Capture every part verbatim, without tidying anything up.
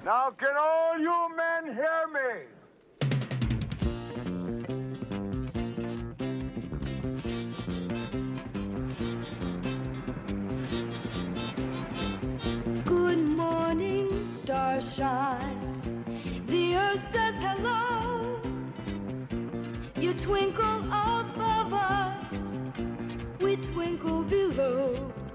Now can all you men hear me? Good morning, starshine. The earth says hello. You twinkle above us, we twinkle below.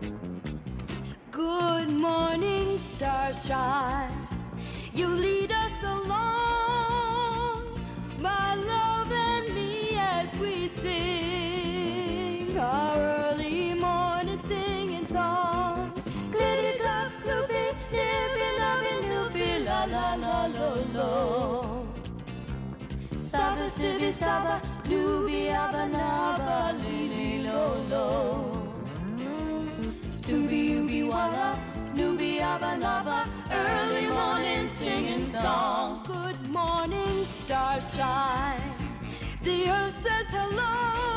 Good morning, starshine. You lead us along, my love and me, as we sing our early morning singing song. Glitty glop gloopy, nippy lovey noopy, la la la lo lo. Saba sibby saba, doobie abba naba, lily lo lo. Doobie ooby walla, doobie abba naba, early morning singing song. Good morning, starshine. The earth says hello.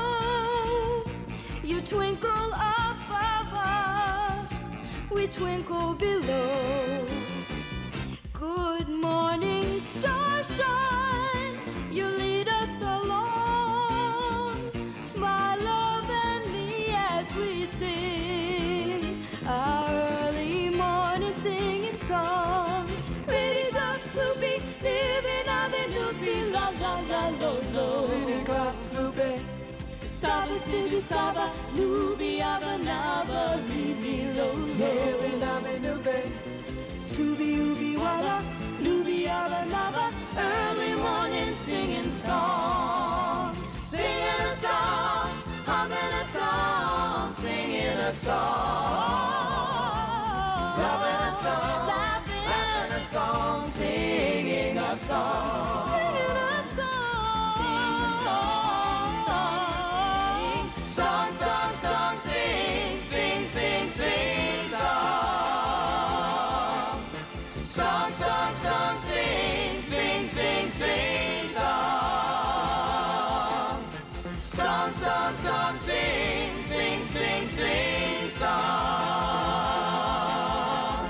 You twinkle above us, we twinkle below. Good morning, starshine. You lead us along, my love and me, as we sing our early morning singing song. Pretty duck, loopy, living on the loopy, la la la lo lo. Pretty duck, loopy, saba sibby saba, loopy abba naba, lily lo lo. Living on the loopy, tooby ooby walla, loopy abba naba, early morning singing song. Singing a song, humming a song, singing a song. Loving a song, laughing a song, singing a song. Singing a song, sing a song, song, song, song, song, sing, sing, sing, sing, song. Song, song, song, sing, sing, sing, sing, song. Song, song, song, sing, sing, sing, sing, song.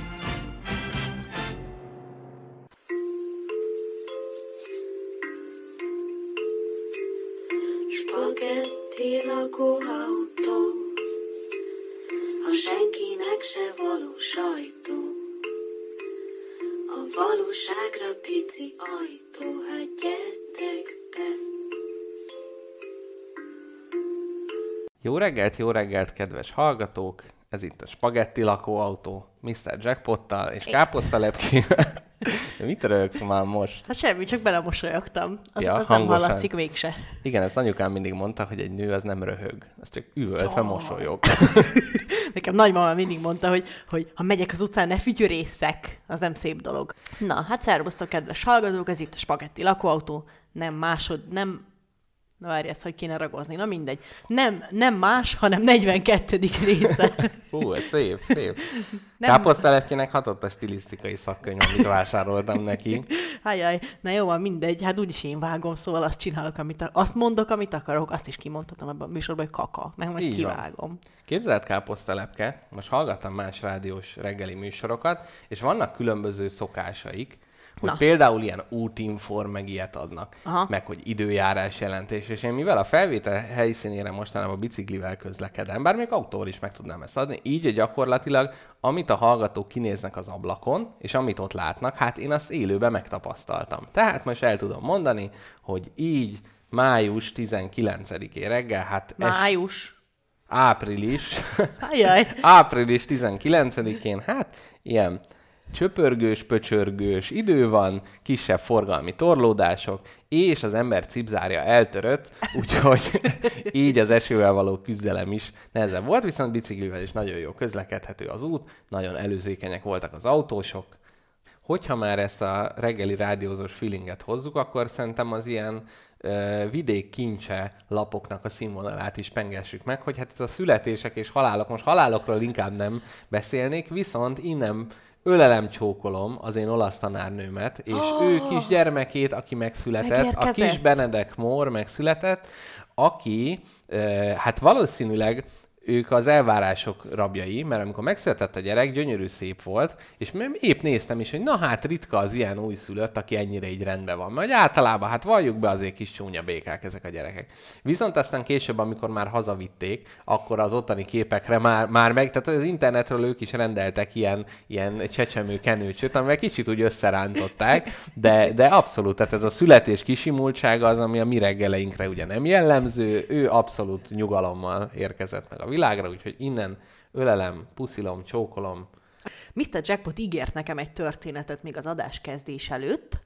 Spagetti lakóautó, a senkinek se való sajtó. A valóságra pici ajtó, hát gyertek be. Jó reggelt, jó reggelt, kedves hallgatók! Ez itt a Spagetti lakóautó, miszter Jackpottal és káposztalepkével. De mit röhögsz már most? Hát semmi, csak belemosolyogtam. Az, Ja, az nem hangosan. hallatszik mégse. Igen, ezt anyukám mindig mondta, hogy egy nő az nem röhög. Az csak üvöltve mosolyog. Nekem nagymamám mindig mondta, hogy, hogy ha megyek az utcán, ne fütyörészek. Az nem szép dolog. Na, hát szervusztok, kedves hallgatók, ez itt a Spagetti lakóautó. Nem másod, nem... Na várj, ezt, hogy kéne ragozni. Na mindegy. Nem, nem más, hanem negyvenkettedik része. Hú, ez szép, szép. Nem. Káposztalepkének hatott a stilisztikai szakkönyv, amit vásároltam neki. Hájjaj, na jó, van, mindegy. Hát úgyis én vágom, szóval azt csinálok, amit a... azt mondok, amit akarok. Azt is kimondhatom ebben a műsorban, hogy kaka. Meg majd Így kivágom. van. Képzeld, káposztalepke, most hallgattam más rádiós reggeli műsorokat, és vannak különböző szokásaik, hogy Na. például ilyen útinform meg ilyet adnak, Aha. meg hogy időjárás jelentés, és én mivel a felvétel helyszínére mostanában biciklivel közlekedem, bár még autóval is meg tudnám ezt adni, így gyakorlatilag, amit a hallgatók kinéznek az ablakon, és amit ott látnak, hát én azt élőben megtapasztaltam. Tehát most el tudom mondani, hogy így május tizenkilencedikén reggel, hát... Május. Es... Április. Ajaj. Április tizenkilencedikén, hát ilyen csöpörgős, pöcsörgős idő van, kisebb forgalmi torlódások, és az ember cipzárja eltörött, úgyhogy így az esővel való küzdelem is nehezebb volt, viszont biciklivel is nagyon jó közlekedhető az út, nagyon előzékenyek voltak az autósok. Hogyha már ezt a reggeli rádiózós feelinget hozzuk, akkor szerintem az ilyen uh, vidék kincse lapoknak a színvonalát is pengessük meg, hogy hát ez a születések és halálok, most halálokról inkább nem beszélnék, viszont innen ölelem csókolom az én olasz tanárnőmet, és oh! ő kis gyermekét, aki megszületett, Megérkezett. a kis Benedek Mór megszületett, aki, uh, hát valószínűleg ők az elvárások rabjai, mert amikor megszületett a gyerek, gyönyörű szép volt, és épp néztem is, hogy na hát ritka az ilyen újszülött, aki ennyire így rendben van. Mert általában, hát valljuk be, azért kis csúnya békák ezek a gyerekek. Viszont aztán később, amikor már hazavitték, akkor az ottani képekre már, már meg, tehát az internetről ők is rendeltek ilyen, ilyen csecsemő kenőcsöt, amivel kicsit úgy összerántották, de, de abszolút, tehát ez a születés kisimultsága az, ami a mi reggeleinkre ugye nem jellemző, ő abszolút nyugalommal érkezett meg a világra, úgyhogy innen ölelem, puszilom, csókolom. miszter Jackpot ígért nekem egy történetet még az adás kezdés előtt.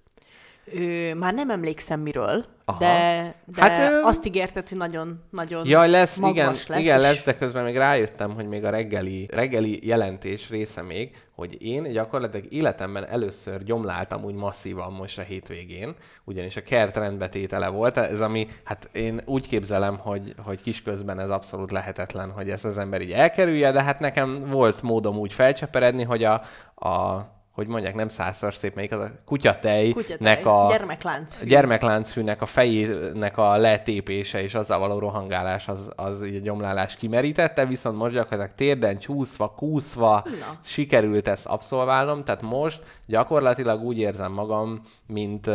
Ő, már nem emlékszem miről, Aha. de, de hát, azt ígérted, hogy nagyon, nagyon Jaj, lesz, igen, lesz. Igen, lesz, de közben még rájöttem, hogy még a reggeli, reggeli jelentés része még, hogy én gyakorlatilag életemben először gyomláltam úgy masszívan most a hétvégén, ugyanis a kert rendbetétele volt. Ez ami, hát én úgy képzelem, hogy, hogy kisközben ez abszolút lehetetlen, hogy ezt az ember így elkerülje, de hát nekem volt módom úgy felcseperedni, hogy a, a hogy mondják, nem százszor szép, melyik az a kutyatejnek a gyermekláncfű. gyermekláncfűnek a fejének a letépése és azzal való rohangálás az, az így a gyomlálás kimerítette, viszont most gyakorlatilag térden csúszva, kúszva Na. sikerült ezt abszolválnom, tehát most gyakorlatilag úgy érzem magam, mint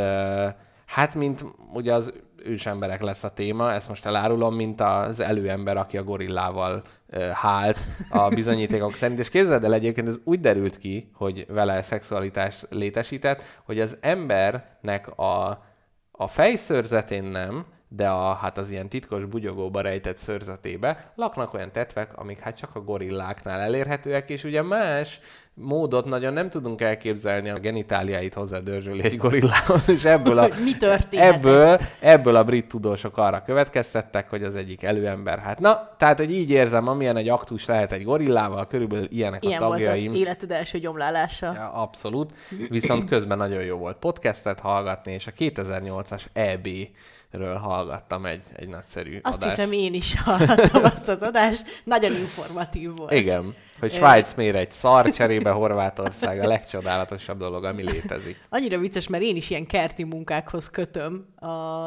hát mint ugye az ősemberek lesz a téma, ezt most elárulom, mint az előember, aki a gorillával uh, hált a bizonyítékok szerint. És képzeld el, egyébként ez úgy derült ki, hogy vele szexualitás létesített, hogy az embernek a, a fejszőrzetén nem, de a, hát az ilyen titkos bugyogóba rejtett szőrzetébe laknak olyan tetvek, amik hát csak a gorilláknál elérhetőek, és ugye más módot nagyon nem tudunk elképzelni, a genitáliáit hozzádörzsöli egy gorillához, és ebből a, Mi ebből, ebből a brit tudósok arra következtettek, hogy az egyik előember. Hát na, tehát, hogy így érzem, amilyen egy aktus lehet egy gorillával, körülbelül ilyenek Ilyen a tagjaim. Ilyen volt életed első gyomlálása. Ja, abszolút. Viszont közben nagyon jó volt podcastet hallgatni, és a kétezer-nyolcas é bé-ről hallgattam egy, egy nagyszerű Azt adást. hiszem, én is hallgattam azt az adást. Nagyon informatív volt. Igen. Hogy Svájc mér egy szar, cserébe Horvátország a legcsodálatosabb dolog, ami létezik. Annyira vicces, mert én is ilyen kerti munkákhoz kötöm a,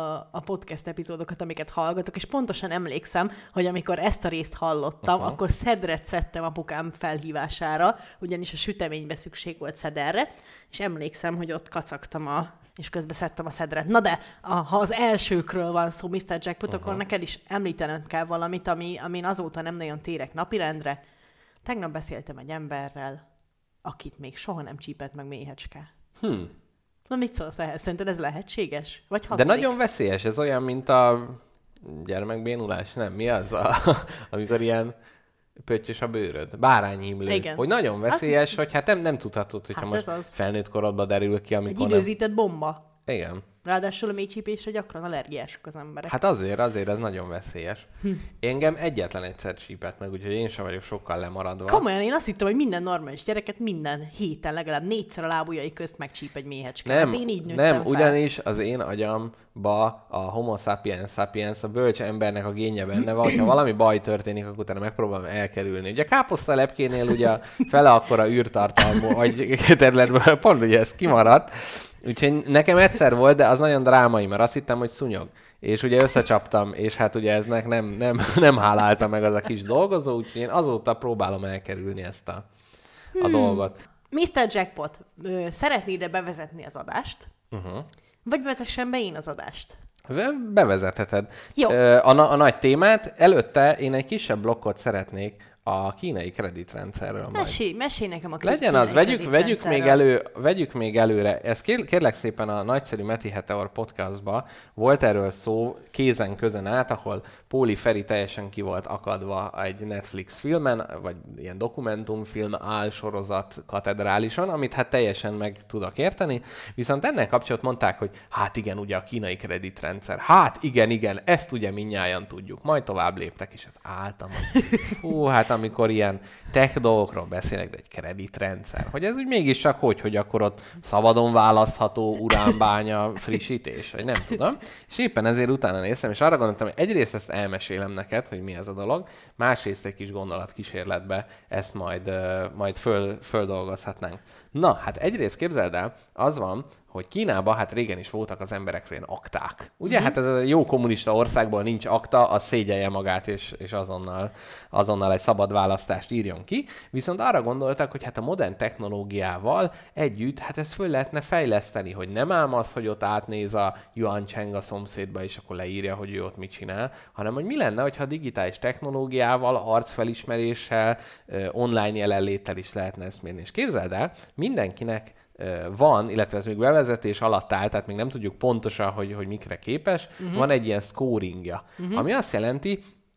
a podcast epizódokat, amiket hallgatok, és pontosan emlékszem, hogy amikor ezt a részt hallottam, Aha. akkor szedret szedtem apukám felhívására, ugyanis a süteménybe szükség volt szederre, és emlékszem, hogy ott kacagtam a és közben szedtem a szedret. Na de, a, ha az elsőkről van szó, miszter Jackpot, Aha. akkor neked is említened kell valamit, ami, amin azóta nem nagyon térek napirendre. Tegnap beszéltem egy emberrel, akit még soha nem csípett meg méhecske. Hmm. Na mit szólsz ehhez? Szerinted ez lehetséges? Vagy hazudik? De nagyon veszélyes, ez olyan, mint a gyermekbénulás, nem? Mi az, a, amikor ilyen pöttyös a bőröd? Bárányhimlő. Igen. Hogy nagyon veszélyes, az... hogy hát nem, nem tudhatod, hogyha hát most az... felnőtt korodba derül ki, amikor... Egy időzített nem... bomba. Igen. Ráadásul a méhcsípésre gyakran allergiások az emberek. Hát azért, azért ez nagyon veszélyes. Hm. Engem egyetlen egyszer csípett meg, úgyhogy én sem vagyok sokkal lemaradva. Komolyan, én azt hittem, hogy minden normális gyereket minden héten legalább négyszer a lábujjai közt megcsíp egy méhecske. Nem, hát én így nőttem nem fel. Ugyanis az én agyamba a homo sapiens sapiens, a bölcs embernek a génje benne van, hogyha valami baj történik, akkor utána megpróbálom elkerülni. Ugye a káposztalepkénél ugye fele akkora űrtartalmú agyterületből pont ugye ez kimaradt. Úgyhogy nekem egyszer volt, de az nagyon drámai, mert azt hittem, hogy szúnyog. És ugye összecsaptam, és hát ugye eznek nem, nem, nem hálálta meg az a kis dolgozó, úgyhogy én azóta próbálom elkerülni ezt a, a hmm. dolgot. miszter Jackpot, szeretnéd-e bevezetni az adást? Uh-huh. Vagy vezessen be én az adást? Bevezetheted. Jó. A, a nagy témát, előtte én egy kisebb blokkot szeretnék a kínai kreditrendszerről majd. Mesélj, mesélj nekem a Legyen az, vegyük, vegyük, még elő, vegyük még előre. Ez kér, kérlek szépen a nagyszerű Meti Heteor podcastban volt erről szó kézen közön át, ahol Póli Feri teljesen ki volt akadva egy Netflix filmen, vagy ilyen dokumentumfilm álsorozat katedrálison, amit hát teljesen meg tudok érteni. Viszont ennek kapcsolatban mondták, hogy hát igen, ugye a kínai kreditrendszer. Hát igen, igen, ezt ugye mindnyájan tudjuk. Majd tovább léptek, és hát álltam. Hú, hát amikor ilyen tech dolgokról beszélek, de egy kreditrendszer, hogy ez úgy mégiscsak hogy, hogy akkor ott szabadon választható uránbánya frissítés, vagy nem tudom. És éppen ezért utána néztem, és arra gondoltam, hogy egyrészt ezt elmesélem neked, hogy mi ez a dolog, másrészt egy kis gondolatkísérletbe ezt majd, uh, majd föl, földolgozhatnánk. Na, hát egyrészt képzeld el, az van, hogy Kínában hát régen is voltak az emberekről ilyen akták. Ugye? Mhm. Hát ez a jó kommunista országból nincs akta, az szégyelje magát, és, és azonnal, azonnal egy szabad választást írjon ki. Viszont arra gondoltak, hogy hát a modern technológiával együtt, hát ezt föl lehetne fejleszteni, hogy nem ám az, hogy ott átnéz a Yuan Cheng a szomszédba, és akkor leírja, hogy ő ott mit csinál, hanem hogy mi lenne, hogyha digitális technológiával, arcfelismeréssel, online jelenléttel is lehetne ezt mérni. És képzeld el, mindenkinek van, illetve ez még bevezetés alatt áll, tehát még nem tudjuk pontosan, hogy, hogy mikre képes, uh-huh. van egy ilyen scoringja, uh-huh. ami azt jelenti,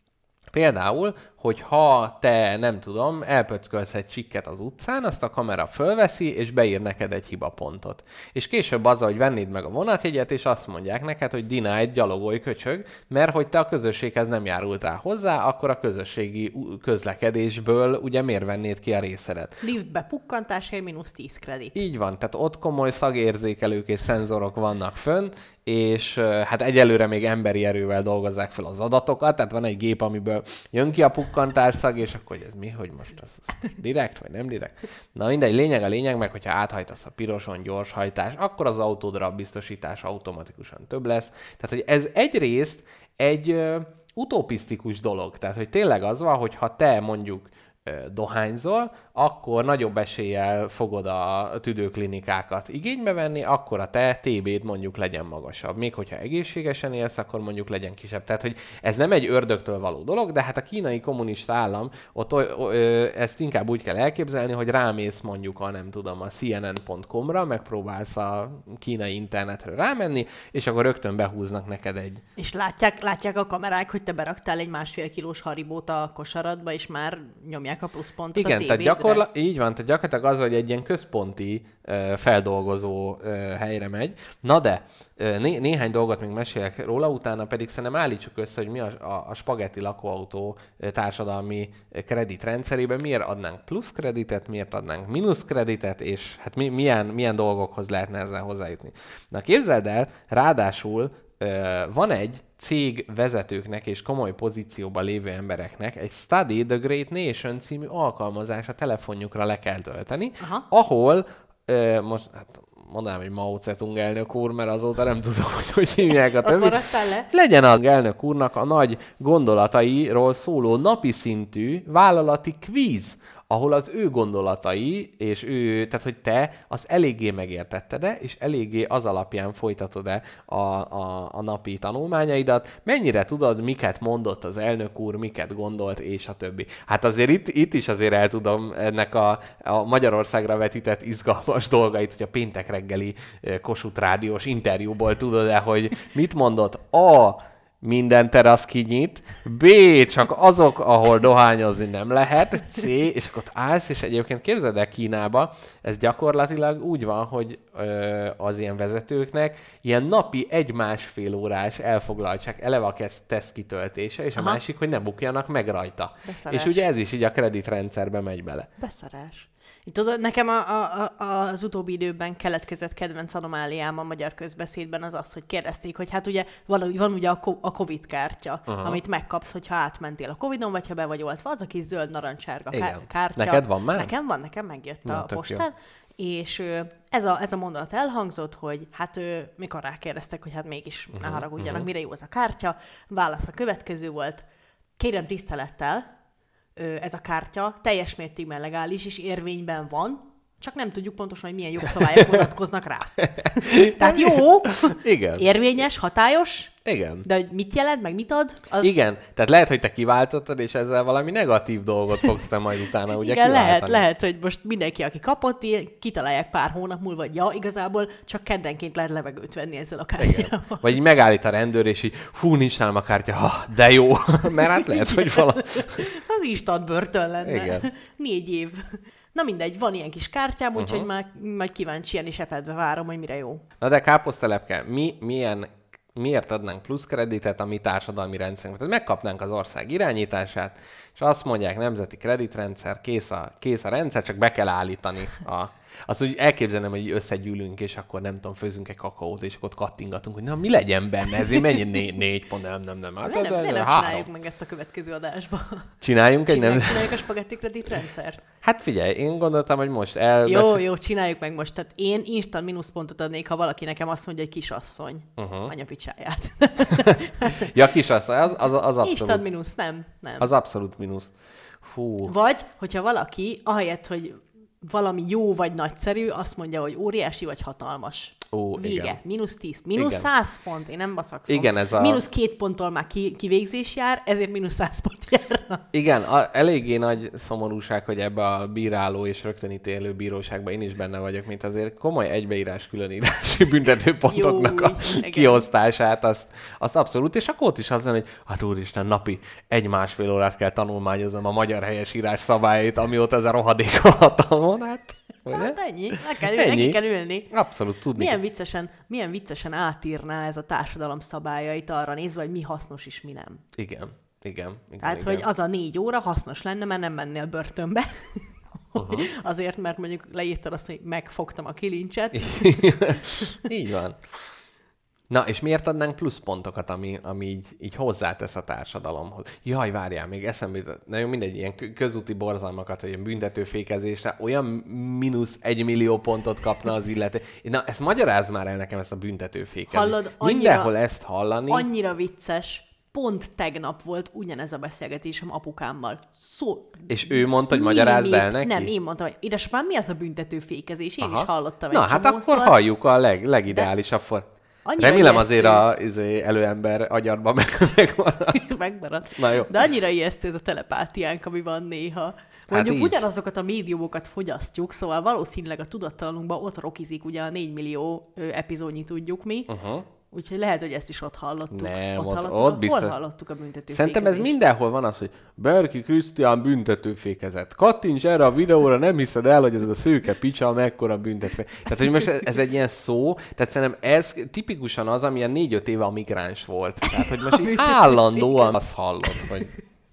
például, hogy ha te, nem tudom, elpöckölsz egy csikket az utcán, azt a kamera fölveszi, és beír neked egy hibapontot. És később azzal, hogy vennéd meg a vonatjegyet, és azt mondják neked, hogy denied, gyalogolj, köcsög, mert hogy te a közösséghez nem járultál hozzá, akkor a közösségi közlekedésből ugye miért vennéd ki a részedet? Liftbe pukkantásért mínusz tíz kredit. Így van, tehát ott komoly szagérzékelők és szenzorok vannak fönn, és hát egyelőre még emberi erővel dolgozzák fel az adatokat, tehát van egy gép, amiből jön ki a pukkantárszag, és akkor hogy ez mi, hogy most az direkt, vagy nem direkt. Na mindegy, lényeg a lényeg, meg hogyha áthajtasz a piroson, gyorshajtás, akkor az autódra a biztosítás automatikusan több lesz. Tehát, hogy ez egyrészt egy ö, utopisztikus dolog. Tehát, hogy tényleg az van, hogy ha te mondjuk dohányzol, akkor nagyobb eséllyel fogod a tüdőklinikákat igénybe venni, akkor a te té béd mondjuk legyen magasabb. Még hogyha egészségesen élsz, akkor mondjuk legyen kisebb. Tehát, hogy ez nem egy ördögtől való dolog, de hát a kínai kommunista állam, ott ö, ö, ezt inkább úgy kell elképzelni, hogy rámész mondjuk a nem tudom, a C N N pont com-ra, megpróbálsz a kínai internetre rámenni, és akkor rögtön behúznak neked egy... És látják, látják a kamerák, hogy te beraktál egy másfél kilós haribót a kosaradba, és már nyomják a pluszpontot. Igen, a té tehát bédre. gyakorla- így van, tehát gyakorlatilag az, hogy egy ilyen központi uh, feldolgozó uh, helyre megy. Na de, uh, né- néhány dolgot még mesélek róla, utána pedig szerintem állítsuk össze, hogy mi a, a, a spagetti lakóautó uh, társadalmi uh, kreditrendszerében miért adnánk plusz kreditet, miért adnánk mínusz kreditet, és hát mi, milyen, milyen dolgokhoz lehetne ezzel hozzájutni. Na képzeld el, ráadásul uh, van egy cég vezetőknek és komoly pozícióban lévő embereknek egy Study the Great Nation című alkalmazás a telefonjukra le kell tölteni, Aha. ahol uh, most hát mondanám, hogy Mao Zedong elnök úr, mert azóta nem tudom, hogy hogy hívják a Ott többi. maradtál le? Legyen az elnök úrnak a nagy gondolatairól szóló napi szintű vállalati kvíz, ahol az ő gondolatai, és ő, tehát hogy te az eléggé megértetted-e, és eléggé az alapján folytatod-e a, a, a napi tanulmányaidat, mennyire tudod, miket mondott az elnök úr, miket gondolt, és a többi. Hát azért itt, itt is azért el tudom ennek a, a Magyarországra vetített izgalmas dolgait, hogy a péntek reggeli Kossuth rádiós interjúból tudod-e, hogy mit mondott a minden terasz kinyit, B, csak azok, ahol dohányozni nem lehet, C, és akkor ott állsz, és egyébként képzeld el Kínába, ez gyakorlatilag úgy van, hogy ö, az ilyen vezetőknek ilyen napi egy-másfél órás elfoglaltság, eleve a teszt kitöltése, és a Aha. másik, hogy ne bukjanak meg rajta. Beszarás. És ugye ez is így a kreditrendszerbe megy bele. Beszarás. Itt tudod, nekem a, a, a, az utóbbi időben keletkezett kedvenc anomáliám a magyar közbeszédben az az, hogy kérdezték, hogy hát ugye valahogy van ugye a, ko- a Covid kártya, Aha. amit megkapsz, hogyha átmentél a Covidon, vagy ha be vagy oltva, az a kis zöld-narancsárga Igen. ká- kártya. Neked van már? Nekem van, nekem megjött Na, a tök postán. És ö, ez a, ez a mondat elhangzott, hogy hát ö, mikor rákérdeztek, hogy hát mégis ne Uh-huh, haragudjanak, uh-huh. mire jó az a kártya, válasz a következő volt, kérem tisztelettel, ez a kártya teljes mértékben legális és érvényben van, csak nem tudjuk pontosan, hogy milyen jogszabályok vonatkoznak rá. Tehát jó, Igen. érvényes, hatályos, Igen. de hogy mit jelent, meg mit ad, az... Igen, tehát lehet, hogy te kiváltottad, és ezzel valami negatív dolgot fogsz te majd utána ugye Igen, kiváltani. lehet, lehet, hogy most mindenki, aki kapott, ilyen, kitalálják pár hónap múlva, hogy ja, igazából csak keddenként lehet levegőt venni ezzel a kártyával. Vagy így megállít a rendőr, és így, hú, nincs nálam a kártya, ha, de jó. Mert hát lehet, hogy valami... Az instant börtön lenne. Igen. Négy év. Na mindegy, van ilyen kis kártyám, úgyhogy Uh-huh. már majd kíváncsian és epedve várom, hogy mire jó. Na de káposztelepke, mi, milyen, miért adnánk plusz kreditet a mi társadalmi rendszerünkbe? Tehát megkapnánk az ország irányítását, és azt mondják, nemzeti kreditrendszer, kész a, kész a rendszer, csak be kell állítani a Azt úgy elképzelem, hogy összegyűlünk, és akkor nem tudom, főzünk egy kakaót, és akkor ott kattingatunk, hogy na, mi legyen benne, ezért mennyi né- négy pont, nem, nem, nem. Hát, Miért nem, miért nem három. csináljuk meg ezt a következő adásba? Csináljunk egy nem... Csináljuk a spagetti kredit rendszert? Hát figyelj, én gondoltam, hogy most el... Jó, jó, csináljuk meg most. Tehát én instant mínuszpontot adnék, ha valaki nekem azt mondja, hogy kisasszony. Uh-huh. Anyapicsáját. Ja, kisasszony, az, az, az abszolút. Instant mínusz, nem, nem. Az abszolút mínusz. Fú. Vagy, hogyha valaki, ahelyett, hogy valami jó vagy nagyszerű, azt mondja, hogy óriási vagy hatalmas. Ó, Vége. igen. Mínusz tíz. Mínusz Igen. száz pont. Én nem baszakszom. Igen, ez a... Mínusz két ponttól már ki, kivégzés jár, ezért mínusz száz pont járna. Igen, a, eléggé nagy szomorúság, hogy ebbe a bíráló és rögtönítélő bíróságban én is benne vagyok, mint azért komoly egybeírás különírási büntetőpontoknak Jó, a igen. kiosztását, azt, azt abszolút, és akkor ott is az van, hogy hát úristen, napi egy-másfél órát kell tanulmányoznom a magyar helyesírás szabályait, amióta ez a rohadék hatalmon, hát... Hát ennyi, le kell, ülni, Ennyi. neki kell ülni. Abszolút tudni. Milyen viccesen, milyen viccesen átírná ez a társadalom szabályait arra nézve, hogy mi hasznos és mi nem. Igen, igen. igen Tehát, igen. hogy az a négy óra hasznos lenne, mert nem mennél börtönbe. Uh-huh. Azért, mert mondjuk leírtad azt, hogy megfogtam a kilincset. Így van. Na, és miért adnánk pluszpontokat, ami, ami így, így hozzátesz a társadalomhoz? Jaj, várjál, még eszembe jutott. Na jó, mindegy, ilyen közúti borzalmakat, vagy ilyen büntetőfékezésre olyan mínusz egy millió pontot kapna az illető. Na, ezt magyarázd már el nekem, ezt a büntetőfékezést. Hallod, annyira, Mindenhol ezt hallani. Annyira vicces. Pont tegnap volt ugyanez a beszélgetésem apukámmal. Szó... És ő mondta, hogy magyarázd el neki? Nem, én mondtam, hogy édesapám, mi az a büntetőfékezés? Én Aha. is hallottam Na, egy hát csomószor. akkor halljuk a leg, legideálisabb for. Annyira Remélem ijesztő. azért a izé, előember agyarban meg, megmaradt. Megmaradt. Na jó. De annyira ijesztő ez a telepátiánk, ami van néha. Mondjuk így. ugyanazokat a médiumokat fogyasztjuk, szóval valószínűleg a tudattalanunkban ott rokizik, ugye a négy millió ö, epizódnyi tudjuk mi, Uh-huh. úgyhogy lehet, hogy ezt is ott hallottuk. Nem, ott, ott- hallottuk, ott a- biztos. Hol hallottuk a büntető Szerintem ez mindenhol van az, hogy Berki Krisztián büntetőfékezett. Kattints erre a videóra, nem hiszed el, hogy ez a szőke picsa, mekkora büntetőfékezet. Tehát, hogy most ez, ez egy ilyen szó, tehát szerintem ez tipikusan az, amilyen négy-öt éve a migráns volt. Tehát, hogy most így állandóan azt hallod, hogy...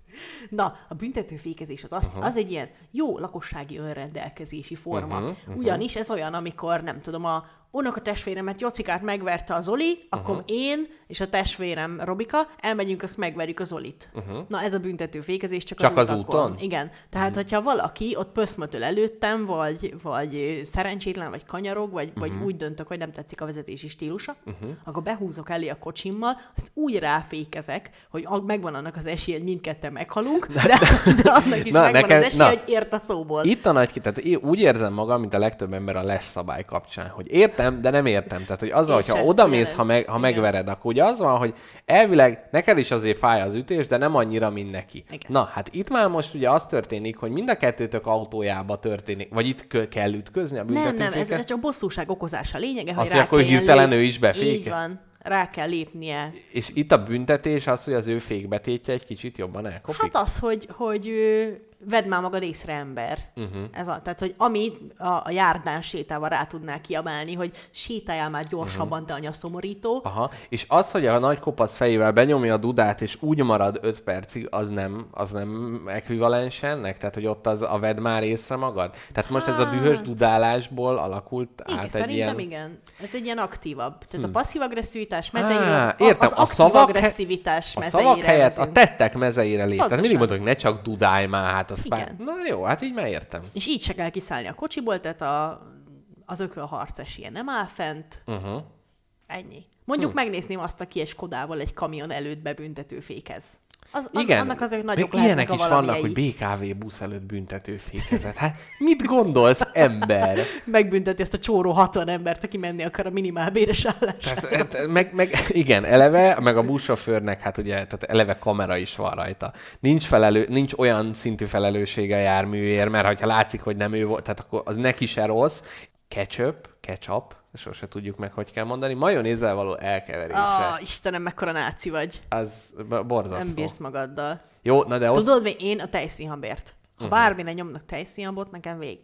Na, a büntetőfékezés az, az, uh-huh. az egy ilyen jó lakossági önrendelkezési forma. Uh-huh, Uh-huh. uh-huh. Ugyanis ez olyan, amikor, nem tudom, a unokatestvéremet, Jocikát megverte a Zoli, akkor uh-huh. én és a testvérem Robika elmegyünk, azt megverjük a Zolit. Uh-huh. Na, ez a büntetőfékezés csak, Csak az, az utakon. úton? Igen. Tehát, uh-huh. hogyha valaki ott pöszmötöl előttem, vagy, vagy szerencsétlen, vagy kanyarog, vagy, uh-huh. vagy úgy döntök, hogy nem tetszik a vezetési stílusa, uh-huh. akkor behúzok elé a kocsimmal, azt úgy ráfékezek, hogy megvan annak az esélye, hogy mindketten meghalunk, de, de annak is Na, megvan nekem- az esélye, na. hogy ért a szóból. Itt a nagy, tehát én úgy érzem magam, mint a legtöbb ember a les szabály kapcsán, hogy értem, de nem értem. Tehát, hogy az, Én hogyha sem. odamész, Ugyanez. ha, meg, ha Igen. megvered, akkor ugye az van, hogy elvileg neked is azért fáj az ütés, de nem annyira, mint neki. Igen. Na, hát itt már most ugye az történik, hogy mind a kettőtök autójába történik, vagy itt kö- kell ütközni a Nem, nem, ez, büntetőféket. ez csak bosszúság okozása. Lényege, hogy Azt, rá hogy akkor kelljen hirtelen lép- ő is befékel? Így van. Rá kell lépnie. És itt a büntetés az, hogy az ő fékbetétje egy kicsit jobban elkopik. Hát az, hogy, hogy ö, vedd már magad észre, ember. Uh-huh. Ez a, tehát, hogy ami a, a járdán sétával rá tudnál kiabálni, hogy sétáljál már gyorsabban, uh-huh. te anya szomorító. Aha, és az, hogy a nagy kopasz fejével benyomja a dudát, és úgy marad öt percig, az nem, az nem ekvivalens ennek? Tehát, hogy ott az a vedd már észre magad? Tehát most ez a dühös dudálásból alakult Igen, át egy szerintem ilyen... igen. Ez egy ilyen aktívabb. Tehát hmm. a passzív agresszivitás mezeire, Á, az, értem, az a aktív szavak he- agresszivitás A mezeire szavak helyett a vezünk. tettek mezeire lép. Tehát Pontosan. mindig mondod, hogy ne csak dudálj már, hát az Igen. pár... Na jó, hát így már értem. És így se kell kiszállni a kocsiból, tehát a, az ökölharc esélye nem áll fent. Uh-huh. Ennyi. Mondjuk Hm. megnézném azt, aki egy Skodával egy kamion előtt bebüntető fékez. Az, az, Igen, annak azért még nagyok ilyenek lehetnek a is vannak, valamiei. hogy bé ká vé busz előtt büntető fékezet. Hát mit gondolsz, ember? Megbünteti ezt a csóró hatvan embert, aki menni akar a minimálbéres állására. Tehát, hát, meg, meg, igen, eleve, meg a buszsofőrnek, hát ugye, tehát eleve kamera is van rajta. Nincs, felelő, nincs olyan szintű felelőssége a járműért, mert ha látszik, hogy nem ő volt, tehát akkor az neki se rossz. Ketchup, ketchup, sose tudjuk meg, hogy kell mondani, majonézzel való elkeverése. Ah, Istenem, mekkora náci vagy. Az b- borzasztó. Nem bírsz magaddal. Jó, na de az... Tudod, mi én a tejszínhambért. Ha Uh-huh. bármire nyomnak tejszínhambot, nekem végem.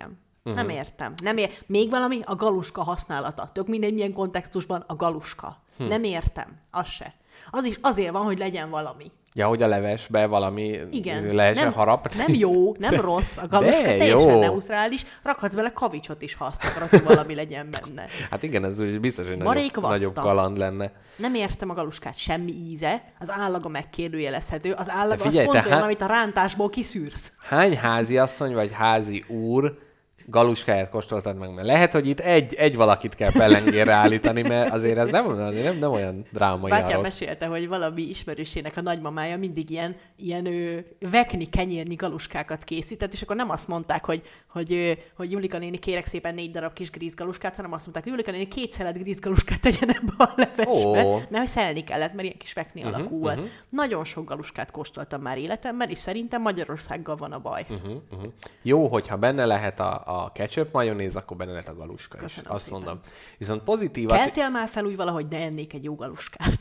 Uh-huh. Nem értem. Nem ér... Még valami a galuska használata. Tök mindegy milyen kontextusban a galuska. Hm. Nem értem. Az se. Az is azért van, hogy legyen valami. Ja, hogy a levesbe valami igen. lehessen nem, harapni. Nem jó, nem de, rossz. A galuska teljesen jó. Neutrális. Rakhatsz bele kavicsot is, ha azt akarod, hogy valami legyen benne. Hát igen, ez biztos, hogy nagyobb, nagyobb kaland lenne. Nem értem a galuskát. Semmi íze. Az állaga megkérdőjelezhető. Az állaga az pont olyan, há... amit a rántásból kiszűrsz. Hány háziasszony vagy házi úr galuskáját kóstoltad meg? Mert lehet, hogy itt egy, egy valakit kell pellengérre állítani, mert azért ez nem, nem, nem olyan drámai. Bátyám mesélte, hogy valami ismerősének a nagymamája mindig ilyen, ilyen ő, vekni, kenyérnyi galuskákat készített, és akkor nem azt mondták, hogy, hogy, hogy Julika néni, kérek szépen négy darab kis grízgaluskát, hanem azt mondták, hogy Julika néni, két szelet grízgaluskát tegyen ebbe a levesbe. Oh. Mert hogy szelni kellett, mert ilyen kis vekni uh-huh, alakú volt. Uh-huh. Nagyon sok galuskát kóstoltam már életemben, és szerintem Magyarországgal van a baj. Uh-huh, uh-huh. Jó, hogyha benne lehet a, a a ketchup majonéz, akkor benne lett a galuska is. Azt szépen. Mondom. Viszont pozitívat... Keltél már fel úgy valahogy, de ennék egy jó galuskát.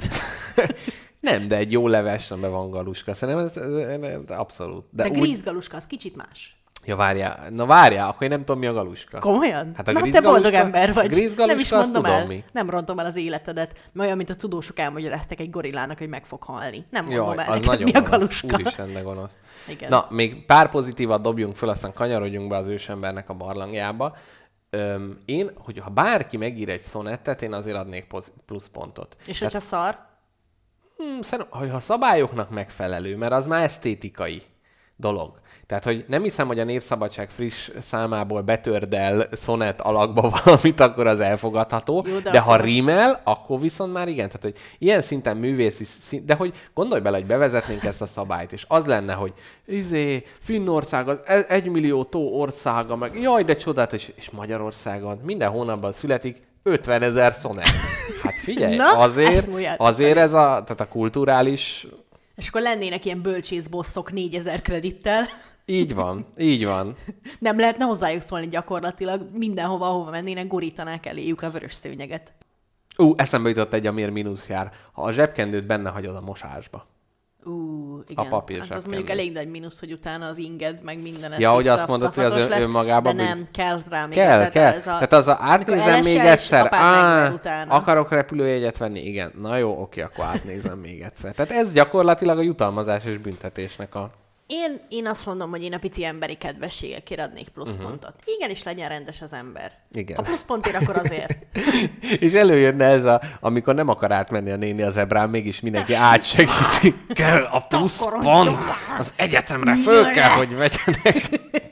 Nem, de egy jó leves, amiben van galuska. Szerintem ez, ez, ez abszolút. De, de grízgaluska, az kicsit más. Ja, várjál. Na várjál, akkor én nem tudom, mi a galuska. Komolyan? Hát a Na, te boldog ember vagy. Grízgaluska, nem is mondom tudom el. Mi. Nem rontom el az életedet. Olyan, mint a tudósok elmagyarázták egy gorillának, hogy meg fog halni. Nem mondom Jaj, el neked, mi a galuska. Úristen, de gonosz. Igen. Na, még pár pozitívat dobjunk föl, aztán kanyarodjunk be az ősembernek a barlangjába. Öm, én, hogyha bárki megír egy szonettet, én azért adnék pluszpontot. És Tehát, hogyha szar? Hmm, szerintem, hogyha szabályoknak megfelelő, mert az már esztétikai dolog. Tehát, hogy nem hiszem, hogy a Népszabadság friss számából betördel szonett alakba valamit, akkor az elfogadható. Jó, de de ha rímel, akkor viszont már igen. Tehát, hogy ilyen szinten művészi szint, de hogy gondolj bele, hogy bevezetnénk ezt a szabályt, és az lenne, hogy izé, Finnország az egymillió tó országa, meg jaj, de csodálatos, és Magyarországon minden hónapban születik ötvenezer szonett. Hát figyelj, Na, azért, azért ez a, tehát a kulturális... És akkor lennének ilyen bölcsészbosszok négyezer kredittel. Így van, így van. Nem lehetne hozzájuk szólni gyakorlatilag. Mindenhova, ahova mennének, gurítanák eléjük a vörös szőnyeget. Ú, eszembe jutott egy, amiért mínusz jár. Ha a zsebkendőt benne hagyod a mosásba. Ú, igen. A papír hát az mondjuk elég nagy mínusz, hogy utána az inged, meg mindenet ja, hogy azt mondod, hogy az ön, önmagában... De nem, kell rá még. Kell, tehát kell. Ez a, tehát az a átnézem még egyszer. Á, akarok repülőjegyet venni? Igen. Na jó, oké, akkor átnézem még egyszer. Tehát ez gyakorlatilag a jutalmazás és büntetésnek a... Én, én azt mondom, hogy én a pici emberi kedvességekért adnék pluszpontot. Uh-huh. Igenis legyen rendes az ember. Igen. Ha pluszpontért, akkor azért. És előjönne ez, a, amikor nem akar átmenni a néni az ebrán, mégis mindenki átsegíti. Kell a pluszpont! Az egyetemre föl kell, hogy vegyenek.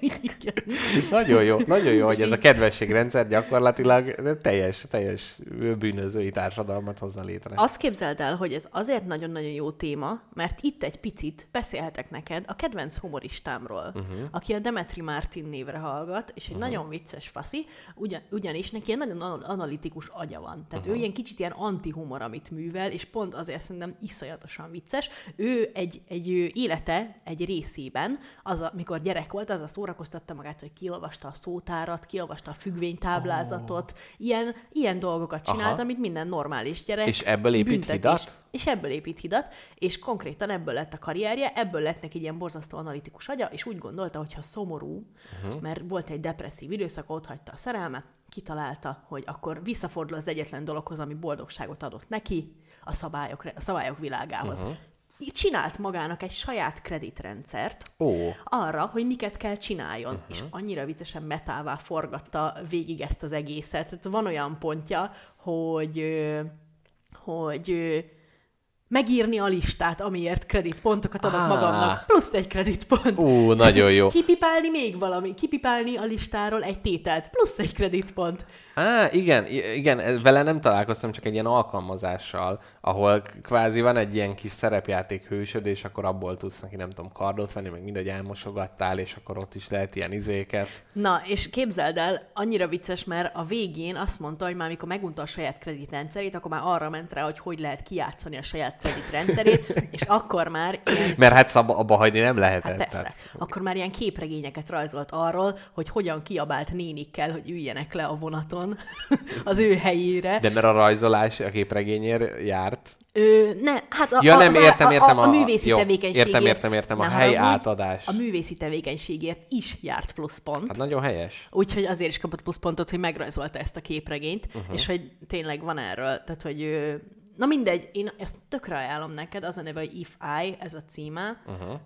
Nagyon jó, nagyon jó, hogy ez a kedvességrendszer gyakorlatilag teljes, teljes bűnözői társadalmat hozna létre. Azt képzeld el, hogy ez azért nagyon-nagyon jó téma, mert itt egy picit beszélhetek neked a kedvenc humoristámról, uh-huh. aki a Demetri Mártin névre hallgat, és egy uh-huh. nagyon vicces faszi, ugyan, ugyanis neki egy nagyon analitikus agya van. Tehát uh-huh. ő ilyen kicsit ilyen antihumor, amit művel, és pont azért szerintem iszonyatosan vicces. Ő egy, egy ő élete egy részében, az a, mikor gyerek volt, az a szórakoztatta magát, hogy kiolvasta a szótárat, kiolvasta a függvénytáblázatot, oh. ilyen, ilyen dolgokat csinált, Aha. amit minden normális gyerek. És ebből épít büntetés. hidat? És ebből épít hidat, és konkrétan ebből lett a karrierje, ebből lett neki ilyen borzasztó analitikus agya, és úgy gondolta, hogy ha szomorú, uh-huh. mert volt egy depresszív időszak, ott hagyta a szerelmet, kitalálta, hogy akkor visszafordul az egyetlen dologhoz, ami boldogságot adott neki, a szabályok, a szabályok világához. Uh-huh. Csinált magának egy saját kreditrendszert oh. arra, hogy miket kell csináljon. Uh-huh. És annyira viccesen metává forgatta végig ezt az egészet. Tehát van olyan pontja, hogy, hogy megírni a listát, amiért kreditpontokat adok ah. magamnak, plusz egy kreditpont. Ú, nagyon jó. Kipipálni még valami, kipipálni a listáról egy tételt, plusz egy kreditpont. Á, igen, igen, vele nem találkoztam, csak egy ilyen alkalmazással, ahol kvázi van egy ilyen kis szerepjáték hősöd, és akkor abból tudsz neki, nem tudom, kardot venni, meg mindegy elmosogattál, és akkor ott is lehet ilyen izéket. Na, és képzeld el, annyira vicces, mert a végén azt mondta, hogy már mikor megunta a saját kreditrendszerét, akkor már arra ment rá, hogy hogy lehet kijátszani a saját kreditrendszerét, és akkor már ilyen... Mert hát szabba, abba hagyni nem lehetett. Hát persze. Tehát... Akkor már ilyen képregényeket rajzolt arról, hogy hogyan kiabált nénikkel, hogy üljenek le a vonaton az ő helyére. De mert a rajzolás a képregényért járt. Ö, ne, hát a, ja, nem, az, értem, értem. A, a, a művészi jó, tevékenységért. Értem, értem, értem. A hely átadás. A művészi tevékenységért is járt pluszpont. Hát nagyon helyes. Úgyhogy azért is kapott pluszpontot, hogy megrajzolta ezt a képregényt, uh-huh. és hogy tényleg van erről, tehát hogy... Na mindegy, én ezt tökre ajánlom neked, az a neve, hogy If I, ez a címe, uh-huh.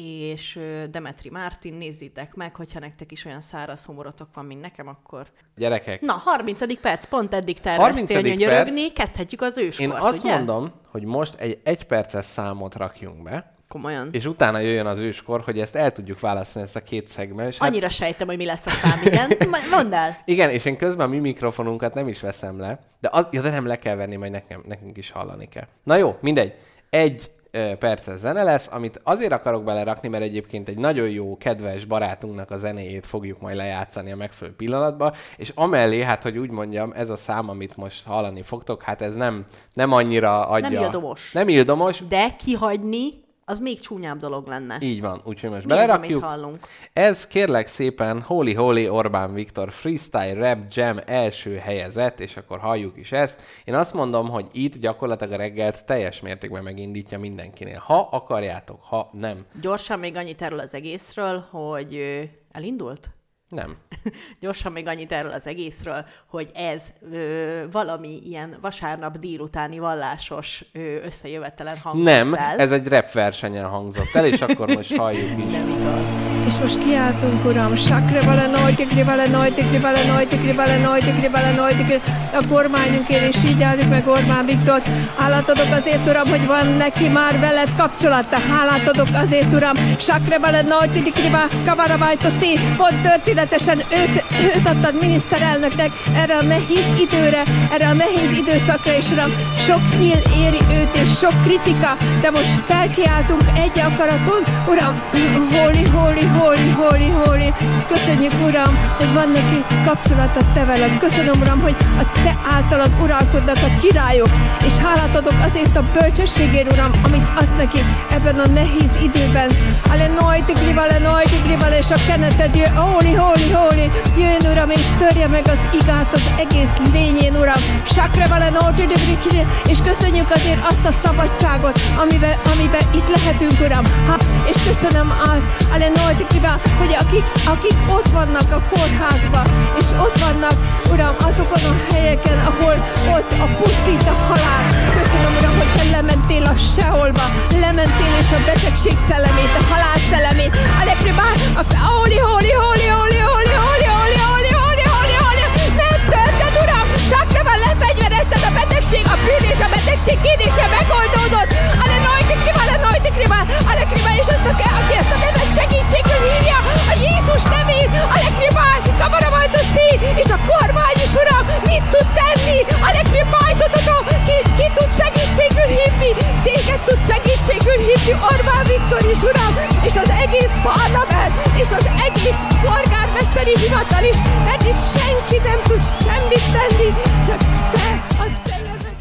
és Demetri Mártin, nézzétek meg, hogyha nektek is olyan száraz humorotok van, mint nekem, akkor... Gyerekek. Na, harmincadik perc, pont eddig terveztél nyönyörögni, perc. Kezdhetjük az őskort, Én azt ugye? mondom, hogy most egy egyperces számot rakjunk be, komolyan. És utána jöjjön az őskor, hogy ezt el tudjuk választani, ezt a két szegmens. Hát... Annyira sejtem, hogy mi lesz a szám, igen. Mondd el! Igen, és én közben a mi mikrofonunkat nem is veszem le, de, az, ja, de nem le kell venni, majd nekem, nekünk is hallani kell. Na jó, mindegy. Egy ö, perces zene lesz, amit azért akarok belerakni, mert egyébként egy nagyon jó, kedves barátunknak a zenéjét fogjuk majd lejátszani a megfelelő pillanatban, és amellé, hát, hogy úgy mondjam, ez a szám, amit most hallani fogtok, hát ez nem, nem annyira adja... Nem ildomos. Nem ildomos. De kihagyni az még csúnyább dolog lenne. Így van, úgyhogy most mi belerakjuk. Ez, hallunk? Ez kérlek szépen Holy Holy Orbán Viktor Freestyle Rap Jam első helyezett, és akkor halljuk is ezt. Én azt mondom, hogy itt gyakorlatilag a reggelt teljes mértékben megindítja mindenkinél. Ha akarjátok, ha nem. Gyorsan még annyit erről az egészről, hogy elindult? Nem. Gyorsan még annyit erről az egészről, hogy ez ö, valami ilyen vasárnap délutáni vallásos ö, összejövetelen hangzott Nem, el. ez egy rap versenyen hangzott el, és akkor most halljuk is. Nem igaz. És most kiáltunk, Uram, sakre vele najtikri, vele najtikri, vele najtikri, vele najtikri, vele najtikri, a kormányunkért, és így álljuk meg Orbán Viktort. Hálát adok azért, Uram, hogy van neki már veled kapcsolata. Hálát adok azért, Uram, sakre vele najtikri, kavarabájtoszi, pont történetesen őt, őt adtad miniszterelnöknek erre a nehéz időre, erre a nehéz időszakra, és Uram, sok nyíl éri őt, és sok kritika, de most felkiáltunk egy akaraton, Uram, holy, holy, holy, holy, holy. Köszönjük, Uram, hogy van neki kapcsolata te veled. Köszönöm, Uram, hogy a te általad uralkodnak a királyok, és hálát adok azért a bölcsességért, Uram, amit ad neki ebben a nehéz időben. Ale najtikri vele, najtikri vele, és a keneted jön, holy, holy, holy. Jöjjön, Uram, és törje meg az igát az egész lényén, Uram. Sakre vele, najtikri, és köszönjük azért azt a szabadságot, amiben, amiben itt lehetünk, Uram. Ha, és köszönöm azt, ale najtikriba, hogy akik, akik ott vannak a kórházban, és ott vannak, Uram, azokon a helyeken, ahol ott a pusztít a halál. Köszönöm, Uram, hogy te lementél a seholba, lementél, és a betegség szellemét, a halál szellemét, ale priba, a holy, holy, holy, holy, holy, holy, holy, holy, holy, holy, holy, megtörted, Uram, sakreban lefegyverezted a betegség, a bűn és a betegség kérdése megoldódott, ale najtikriba, ale najtikriba, ale kriba, és azt, aki ezt a nevet segítségül hívja, a Jézus nevét, ale kriba, kamarabajtoszi, és a kormány is, Uram, mit tud tenni, ale kriba, ki, ki tud segítségül hívni, téged tud segítségül hívni, Orbán Viktor is, Uram, és az egész parlament, és az egész polgármesteri hivatal is, mert itt senki nem tud semmit tenni, csak te, a te neved.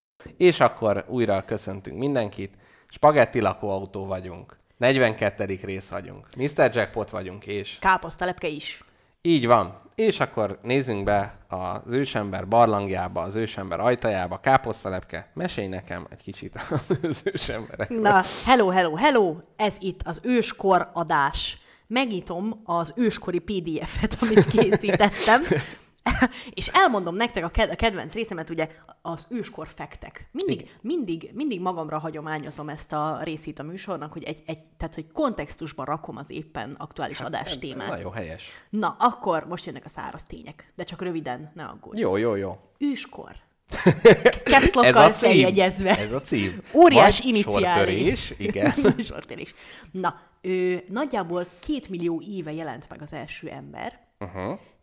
És akkor újra köszöntünk mindenkit. Spagetti lakóautó vagyunk. negyvenkettedik rész vagyunk. miszter Jackpot vagyunk, és... Káposztalepke is. Így van. És akkor nézzünk be az ősember barlangjába, az ősember ajtajába. Káposztalepke, mesélj nekem egy kicsit az ősemberekről. Na, hello, hello, hello! Ez itt az őskor adás. Megnyitom az őskori pé dé ef-et, amit készítettem. És elmondom nektek a, ked- a kedvenc részemet, ugye az őskor fektek. Mindig, mindig, mindig magamra hagyományozom ezt a részét a műsornak, hogy egy, egy, tehát, hogy kontextusban rakom az éppen aktuális hát, adás témát. Nagyon helyes. Na, akkor most jönnek a száraz tények, de csak röviden, ne aggódj. Jó, jó, jó. Őskor. Capslokkal feljegyezve. Ez a cím. Óriás Vagy iniciális. sortörés, igen. Sortörés. Na, ő, nagyjából két millió éve jelent meg az első ember, uh-huh.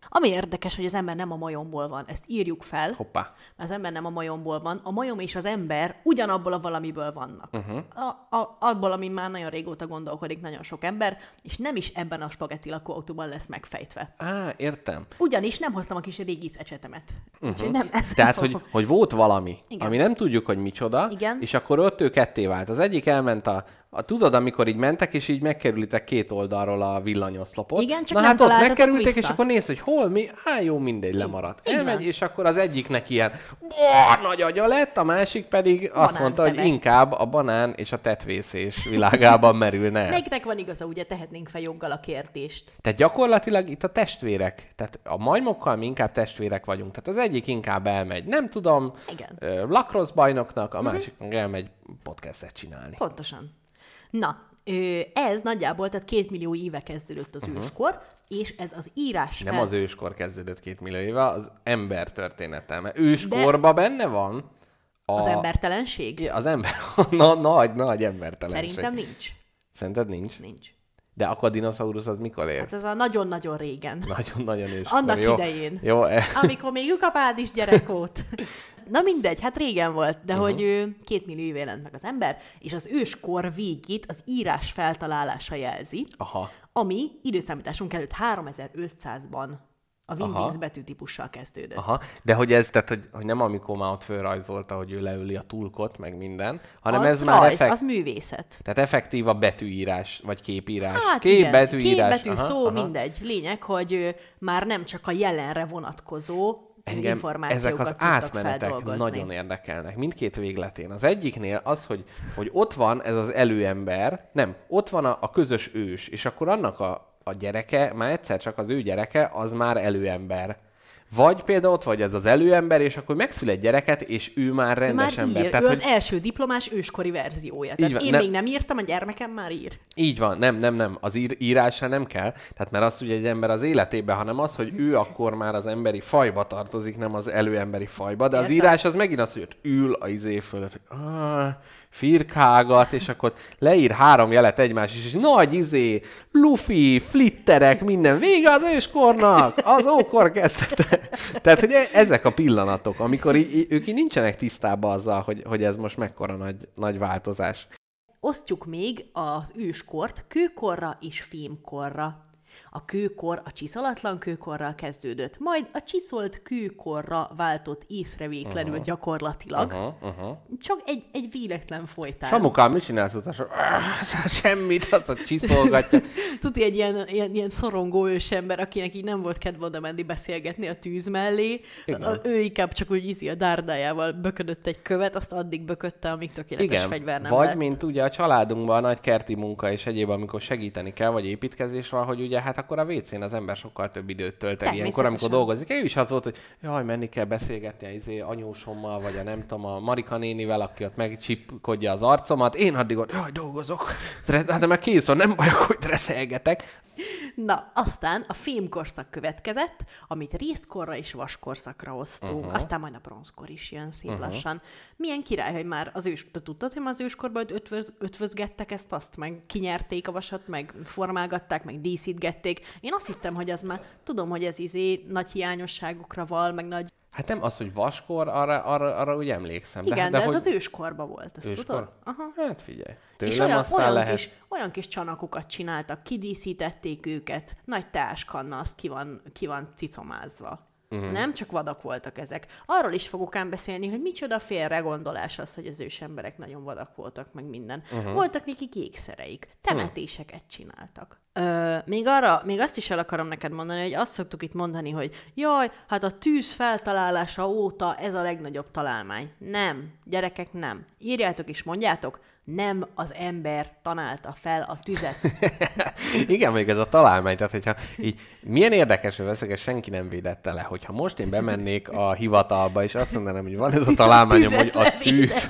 Ami érdekes, hogy az ember nem a majomból van. Ezt írjuk fel. Hoppá. Mert az ember nem a majomból van. A majom és az ember ugyanabból a valamiből vannak. Uh-huh. A, a, abból, ami már nagyon régóta gondolkodik nagyon sok ember, és nem is ebben a spagetti lakóautóban lesz megfejtve. Á, értem. Ugyanis nem hoztam a kis régi ecsetemet. Uh-huh. Úgyhogy nem ez. Tehát, hogy, hogy volt valami, Igen. ami nem tudjuk, hogy micsoda, Igen. és akkor ott ő ketté vált. Az egyik elment a, a tudod, amikor így mentek, és így megkerülitek két oldalról a villanyoszlopot. Igen, csak Na nem hát ott találtatok megkerültek, vissza. és akkor néz, hogy hol, mi, hát jó, mindegy, lemaradt. így Elmegy, van. és akkor az egyiknek ilyen boh, nagy agya lett, a másik pedig azt Banán mondta, hogy tevett. inkább a banán és a tettvészés világában merülne el. Melyiknek van igaza, ugye tehetnénk fel joggal a kérdést. Tehát gyakorlatilag itt a testvérek, tehát a majmokkal mi inkább testvérek vagyunk. Tehát az egyik inkább elmegy, nem tudom, Igen. ö, lacrosse bajnoknak, a másik meg elmegy podcastet csinálni. Pontosan. Na, ö, ez nagyjából, tehát két millió éve kezdődött az uh-huh. őskor, és ez az írás Nem fel... az őskor kezdődött két millió éve, az ember története. Mert őskorban benne van a... Az embertelenség? Az ember... Na, nagy, nagy embertelenség. Szerintem nincs. Szerinted nincs? Nincs. De akkor a dinoszaurusz az mikor ér? Hát az a nagyon-nagyon régen. Nagyon-nagyon őskor. Annak jó? idején. Jó, e... Amikor még Lukapád is gyerek volt. Na mindegy, hát régen volt, de uh-huh. hogy ő, két millió éve jelent meg az ember, és az őskor végét az írás feltalálása jelzi, Aha. ami időszámításunk előtt háromezer-ötszázban a Wingdix Aha. betűtípussal kezdődött. Aha, de hogy ez, tehát, hogy, hogy nem amikor már ott fölrajzolta, hogy ő leüli a tulkot, meg minden, hanem az ez rajz, már effekt... az művészet. Tehát effektív a betűírás, vagy képírás. Hát Kép, igen, betűírás. kép, betű, aha, szó, aha. mindegy. Lényeg, hogy ő, már nem csak a jelenre vonatkozó Engem információkat ezek az tudtak átmenetek feldolgozni. nagyon érdekelnek, mindkét végletén. Az egyiknél az, hogy, hogy ott van ez az előember, nem, ott van a, a közös ős, és akkor annak a, a gyereke, már egyszer csak az ő gyereke, az már előember. Vagy például ott vagy ez az előember, és akkor megszül egy gyereket, és ő már rendes már ember. ír. Tehát, ő hogy... az első diplomás őskori verziója. Tehát van, én nem- még nem írtam, a gyermekem már ír. Így van, nem, nem, nem. Az ír, írása nem kell. Tehát mert azt ugye egy ember az életében, hanem az, hogy ő akkor már az emberi fajba tartozik, nem az előemberi fajba. De az Értem. írás az megint az, hogy ott ül a izé fölött, hogy ah, firkágat, és akkor leír három jelet egymás is, és nagy izé, lufi, flitterek, minden. Vége az őskornak! Az ókor kezdete. Tehát, hogy e- ezek a pillanatok, amikor így, így, ők így nincsenek tisztában azzal, hogy, hogy ez most mekkora nagy, nagy változás. Osztjuk még az őskort kőkorra és fémkorra. A kőkor a csiszolatlan kőkorral kezdődött, majd a csiszolt kőkorra váltott észrevétlenül uh-huh. gyakorlatilag. Uh-huh, uh-huh. Csak egy, egy véletlen folytás. Samukám, mit csinálsz utána? Semmit, azt a csiszolgatja. Tudja, egy ilyen, ilyen, ilyen szorongó ősember, akinek így nem volt kedve oda menni beszélgetni a tűz mellé. A, ő inkább csak úgy izi a dárdájával böködött egy követ, azt addig böködte, amíg tökéletes Igen, fegyver nem vagy lett. mint ugye a családunkban a nagy kerti munka és egyéb, amikor segíteni kell, vagy építkezés van, hogy ugye hát akkor a vécén az ember sokkal több időt tölt el ilyenkor, amikor dolgozik. Ő is az volt, hogy jaj, menni kell beszélgetni a izé anyósommal, vagy a nem tudom, a Marika nénivel, aki ott megcsipkodja az arcomat. Én addig ott, jaj, dolgozok. Hát de már kész van, nem baj, hogy reszelgetek. Na, aztán a fémkorszak következett, amit részkorra és vaskorszakra osztunk. Uh-huh. Aztán majd a bronzkor is jön szép uh-huh. lassan. Milyen király, hogy már az ős... Te tudtad, hogy már az őskorban ötvöz, ötvözgettek ezt, azt, meg kinyerték a vasat, meg formálgatták, meg díszítgették. Én azt hittem, hogy az már... Tudom, hogy ez izé nagy hiányosságokra val, meg nagy... Hát nem az, hogy vaskor, arra, arra, arra úgy emlékszem. Igen, de, hát, de, de ez hogy... az őskorban volt, azt Őskor? tudod? Aha. Hát figyelj. Tőlem És olyan, aztán olyan, lehet... kis, olyan kis csanakokat csináltak, kidíszítették őket, nagy teáskanna, az ki van, ki van cicomázva. Uh-huh. Nem csak vadak voltak ezek. Arról is fogok ám beszélni, hogy micsoda félregondolás az, hogy az ősemberek nagyon vadak voltak, meg minden. Uh-huh. Voltak nekik ékszereik, temetéseket csináltak. Ö, még, arra, még azt is el akarom neked mondani, hogy azt szoktuk itt mondani, hogy jaj, hát a tűz feltalálása óta ez a legnagyobb találmány. Nem, gyerekek, nem. Írjátok és mondjátok, nem az ember találta fel a tüzet. Igen, még ez a találmány, tehát hogyha így, milyen érdekes, hogy veszek, senki nem védette le, hogyha most én bemennék a hivatalba, és azt mondanám, hogy van ez a találmányom, hogy a tűz.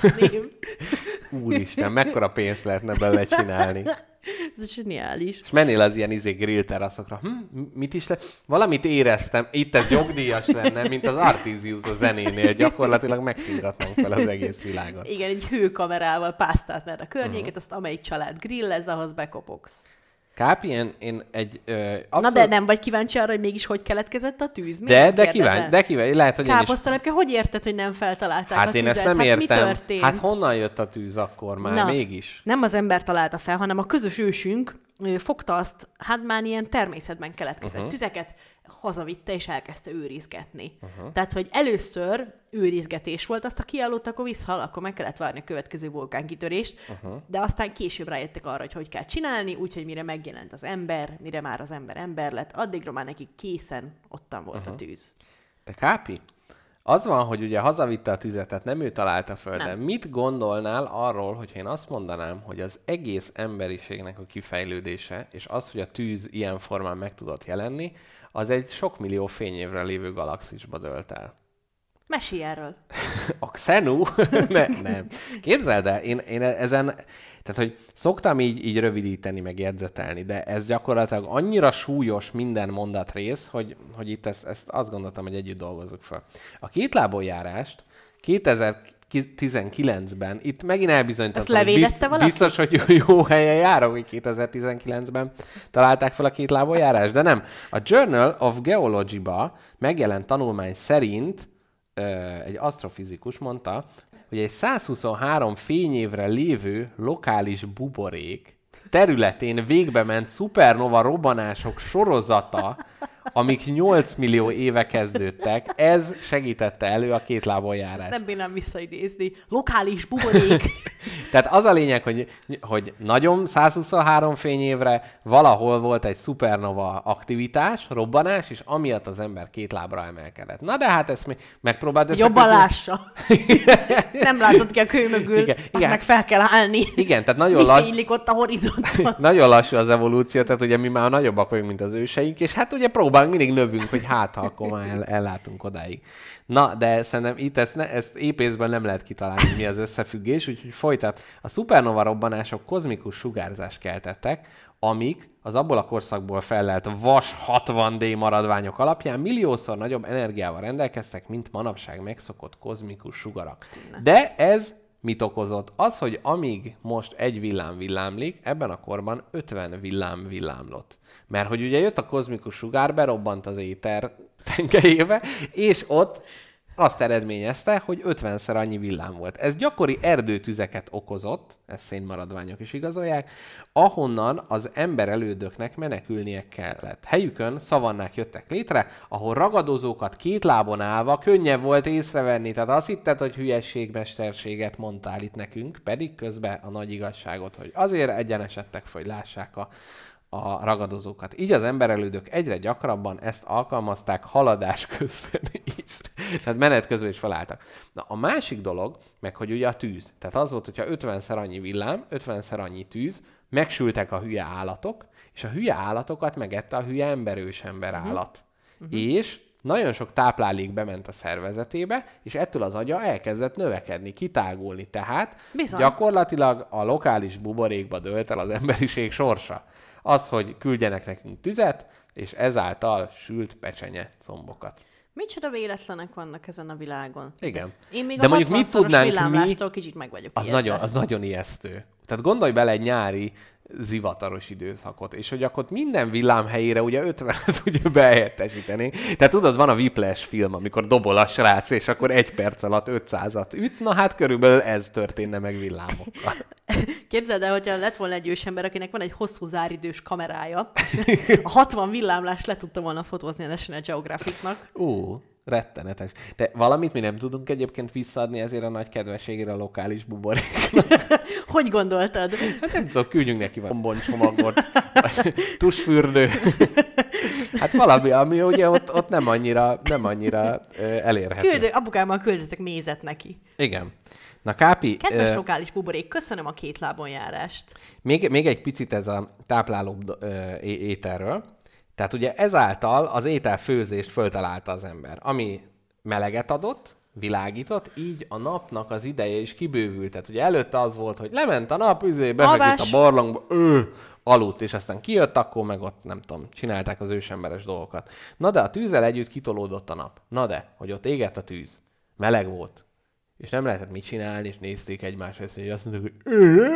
Úristen, mekkora pénzt lehetne bele csinálni. Ez zseniális. És mennél az ilyen izé grill teraszokra. Hm, mit is le? Valamit éreztem. Itt ez jogdíjas lenne, mint az Artisius a zenénél. Gyakorlatilag megfingatnánk fel az egész világot. Igen, egy hőkamerával pásztáznád a környéket, uh-huh. azt amelyik család grillez, ahhoz bekopogsz. Kápi, én, én egy... Ö, abszolút... Na de nem vagy kíváncsi arra, hogy mégis hogy keletkezett a tűz? Miért de, de kíváncsi, de kíváncsi, lehet, hogy Káposztalepke, hogy érted, hogy nem feltalálták hát a tüzet? Hát én ezt nem hát értem. Mi történt? Hát honnan jött a tűz akkor már, Na, mégis? Nem az ember találta fel, hanem a közös ősünk ő, fogta azt, hát már ilyen természetben keletkezett uh-huh. tüzeket, hazavitte és elkezdte őrizgetni. Uh-huh. Tehát, hogy először őrizgetés volt, azt a kiállót, akkor visszahal, akkor meg kellett várni a következő vulkánkitörést, uh-huh. de aztán később rájöttek arra, hogy hogy kell csinálni, úgyhogy mire megjelent az ember, mire már az ember ember lett, addigra már nekik készen ottan volt uh-huh. a tűz. De Kápi, az van, hogy ugye hazavitte a tüzet, tehát nem ő találta föl, de nem. Mit gondolnál arról, hogyha én azt mondanám, hogy az egész emberiségnek a kifejlődése, és az, hogy a tűz ilyen formán meg tudott jelenni, az egy sok millió fényévre lévő galaxisba dőlt el. Mesélj erről. A Xenu? ne, nem. Képzeld el, én, én ezen, tehát hogy szoktam így, így rövidíteni, meg jegyzetelni, de ez gyakorlatilag annyira súlyos minden mondatrész, hogy, hogy itt ezt, ezt azt gondoltam, hogy együtt dolgozzuk fel. A kétlábon járást kétezer-tizenkilencben, itt megint elbizonyítottam, hogy bizt, biztos, hogy jó helyen járok, hogy kétezer-tizenkilencben találták fel a kétlábon járást, de nem. A Journal of Geology-ba megjelent tanulmány szerint egy asztrofizikus mondta, hogy egy százhuszonhárom fényévre lévő lokális buborék területén végbe ment szupernova robbanások sorozata, amik nyolc millió éve kezdődtek, ez segítette elő a kétlábon járást. Ezt nem bírnám visszaidézni. Lokális buborék. Tehát az a lényeg, hogy, hogy nagyon százhuszonhárom fényévre valahol volt egy szupernova aktivitás, robbanás, és amiatt az ember két lábra emelkedett. Na de hát ezt mi megpróbáld összekötni. Jobban lássa. Nem látod ki a kő mögül, igen, azt igen. meg fel kell állni. Igen, tehát nagyon lassú. Mi ott a horizonton? Nagyon lassú az evolúció, tehát ugye mi már nagyobbak vagyunk, mint az őseink, és hát ugye próbálunk, mindig növünk, hogy hát ha akkor már el, ellátunk odáig. Na, de szerintem itt ezt, ne, ezt épészben nem lehet kitalálni, mi az összefüggés, úgyhogy folytat. A szupernova robbanások kozmikus sugárzást keltettek, amik az abból a korszakból fellelt vas hatvan dé maradványok alapján milliószor nagyobb energiával rendelkeztek, mint manapság megszokott kozmikus sugarak. De ez mit okozott? Az, hogy amíg most egy villám villámlik, ebben a korban ötven villám villámlott. Mert hogy ugye jött a kozmikus sugár, berobbant az éter tengelyébe, és ott azt eredményezte, hogy ötvenszer annyi villám volt. Ez gyakori erdőtüzeket okozott, ezt szénmaradványok is igazolják, ahonnan az ember elődöknek menekülnie kellett. Helyükön szavannák jöttek létre, ahol ragadozókat két lábon állva könnyebb volt észrevenni. Tehát azt hitted, hogy hülyességmesterséget mondtál itt nekünk, pedig közben a nagy igazságot, hogy azért egyenesedtek fel, hogy lássák a a ragadozókat. Így az emberelődök egyre gyakrabban ezt alkalmazták haladás közben is. Tehát menet közben is felálltak. Na a másik dolog, meg hogy ugye a tűz. Tehát az volt, hogyha ötvenszer annyi villám, ötvenszer annyi tűz, megsültek a hülye állatok, és a hülye állatokat megette a hülye emberős ember állat. Uh-huh. És nagyon sok táplálék bement a szervezetébe, és ettől az agya elkezdett növekedni, kitágulni. Tehát Bizony. Gyakorlatilag a lokális buborékba dőlt el az emberiség sorsa. Az, hogy küldjenek nekünk tüzet, és ezáltal sült pecsenye combokat. Micsoda véletlenek vannak ezen a világon. Igen. Én még de a mondjuk mit tudnánk villámlástól kicsit meg vagyok az nagyon, az nagyon ijesztő. Tehát gondolj bele egy nyári zivataros időszakot, és hogy akkor minden villám helyére ugye ötvenet ugye behelyettesíteni. Tehát tudod, van a Whiplash film, amikor dobol a srác, és akkor egy perc alatt ötszázat üt, na hát körülbelül ez történne meg villámokkal. Képzeld el, hogyha lett volna egy ősember, akinek van egy hosszú záridős kamerája, a hatvan villámlást le tudta volna fotózni a National Geographicnak. Ú, rettenetes. De valamit mi nem tudunk egyébként visszaadni ezért a nagy kedveségére a lokális buboréknak. Hogy gondoltad? Hát nem tudom, küldjünk neki bomboncsomagot, vagy tusfürdő. Hát valami, ami ugye ott, ott nem annyira, nem annyira elérhető. Küldő, apukámmal küldetek mézet neki. Igen. Na Kápi... Kedves uh, lokális buborék, köszönöm a két lábon járást. Még, még egy picit ez a tápláló uh, ételről. Tehát ugye ezáltal az ételfőzést föltalálta az ember, ami meleget adott, világított, így a napnak az ideje is kibővült. Tehát ugye előtte az volt, hogy lement a nap, befeküdt a barlangba, ő aludt, és aztán kijött, akkor meg ott, nem tudom, csinálták az ősemberes dolgokat. Na de a tűzzel együtt kitolódott a nap. Na de, hogy ott égett a tűz, meleg volt, és nem lehetett mit csinálni, és nézték egymásra, és azt mondták, hogy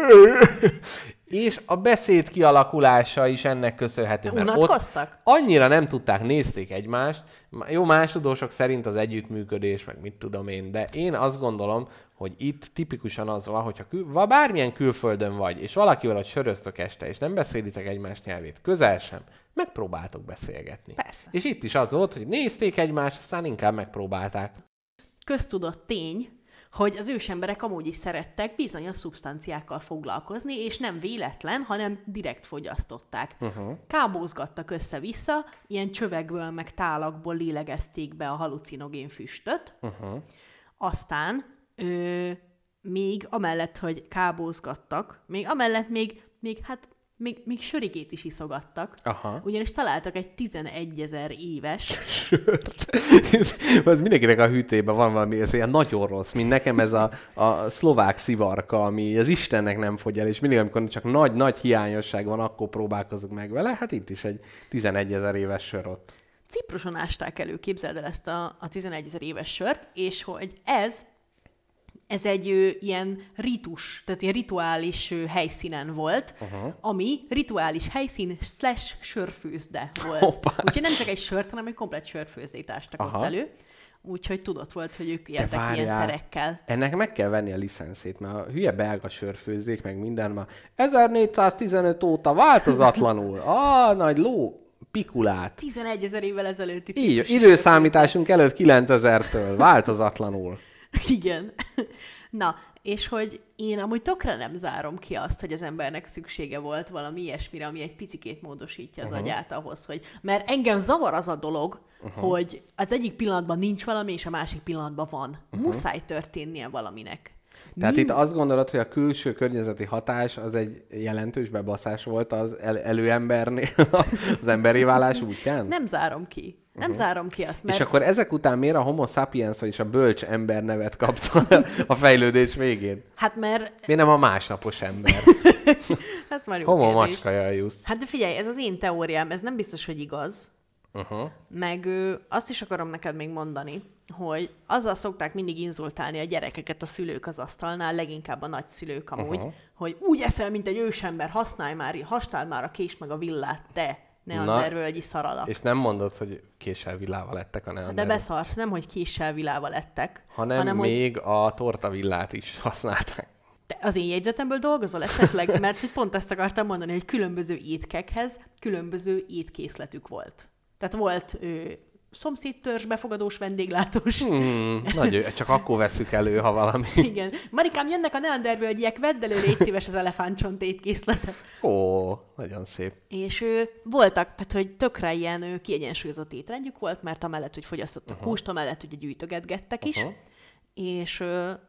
és a beszéd kialakulása is ennek köszönhető. Mert unatkoztak? Annyira nem tudták, nézték egymást. Jó, más tudósok szerint az együttműködés, meg mit tudom én, de én azt gondolom, hogy itt tipikusan az van, hogyha kül- bármilyen külföldön vagy, és valakivel ott söröztök este, és nem beszélitek egymás nyelvét, közel sem, megpróbáltok beszélgetni. Persze. És itt is az volt, hogy nézték egymást, aztán inkább megpróbálták. Köztudott tény, hogy az ősemberek amúgy is szerettek bizonyos szubstanciákkal foglalkozni, és nem véletlen, hanem direkt fogyasztották. Uh-huh. Kábózgattak össze-vissza, ilyen csövekből meg tálakból lélegezték be a halucinogén füstöt. Uh-huh. Aztán ö, még amellett, hogy kábózgattak, még amellett még, még hát Még, még sörigét is iszogattak. Aha. Ugyanis találtak egy tizenegyezer éves sört. Az mindenkinek a hűtében van valami, ez ilyen nagyon rossz, mint nekem ez a, a szlovák szivarka, ami az Istennek nem fogy el, és mindig, amikor csak nagy-nagy hiányosság van, akkor próbálkozok meg vele. Hát itt is egy tizenegyezer éves sör ott. Cipruson ásták elő, képzeld el ezt a, a tizenegyezer éves sört, és hogy ez Ez egy ö, ilyen ritus, tehát ilyen rituális ö, helyszínen volt, uh-huh. ami rituális helyszín slash sörfőzde volt. Hoppá. Úgyhogy nem csak egy sört, hanem egy komplett sörfőzdét ástak Aha. ott elő. Úgyhogy tudott volt, hogy ők éltek ilyen szerekkel. Ennek meg kell venni a licenszét, mert a hülye belga sörfőzdék, meg minden már ezernégyszáztizenöt óta változatlanul. Ah, nagy ló. Pikulát. tizenegyezer évvel ezelőtti. Így, időszámításunk előtt kilencezertől, változatlanul. Igen. Na, és hogy én amúgy tökre nem zárom ki azt, hogy az embernek szüksége volt valami ilyesmire, ami egy picikét módosítja az uh-huh. agyát ahhoz, hogy... Mert engem zavar az a dolog, uh-huh. hogy az egyik pillanatban nincs valami, és a másik pillanatban van. Uh-huh. Muszáj történnie valaminek. Tehát Mind... itt azt gondolod, hogy a külső környezeti hatás az egy jelentős bebaszás volt az el- előembernél, az emberi válás útján? Nem zárom ki. Nem uh-huh. zárom ki azt, mert... És akkor ezek után miért a homo sapiens, vagyis a bölcs ember nevet kapta a fejlődés végén? Hát mert... Miért nem a másnapos ember? Ez már jó homo kérdés. macska jajusz. Hát de figyelj, ez az én teóriám, ez nem biztos, hogy igaz. Uh-huh. Meg ö, azt is akarom neked még mondani, hogy azzal szokták mindig inzultálni a gyerekeket a szülők az asztalnál, leginkább a nagyszülők amúgy, uh-huh. hogy úgy eszel, mint egy ősember, használj már, használ már a kést meg a villát, te neandervölgyi szaralak. És nem mondod, hogy késsel villával lettek a neandervölgyek. De beszarsz, nem, hogy késsel villával lettek. Hanem, hanem még hogy... a tortavillát is használták. De az én jegyzetemből dolgozol esetleg, mert hogy pont ezt akartam mondani, hogy különböző étkekhez különböző étkészletük volt. Tehát volt ő, szomszédtörzs, befogadós, vendéglátós. Hmm, nagy, csak akkor veszük elő, ha valami. Igen. Marikám, jönnek a neandervölgyiek, vedd elő, légy szíves az elefántcsont étkészletet. Ó, nagyon szép. És ő, voltak, tehát hogy tökre ilyen ő, kiegyensúlyozott étrendjük volt, mert amellett, hogy fogyasztottak uh-huh. húst, amellett ugye gyűjtögetgettek is, uh-huh. és,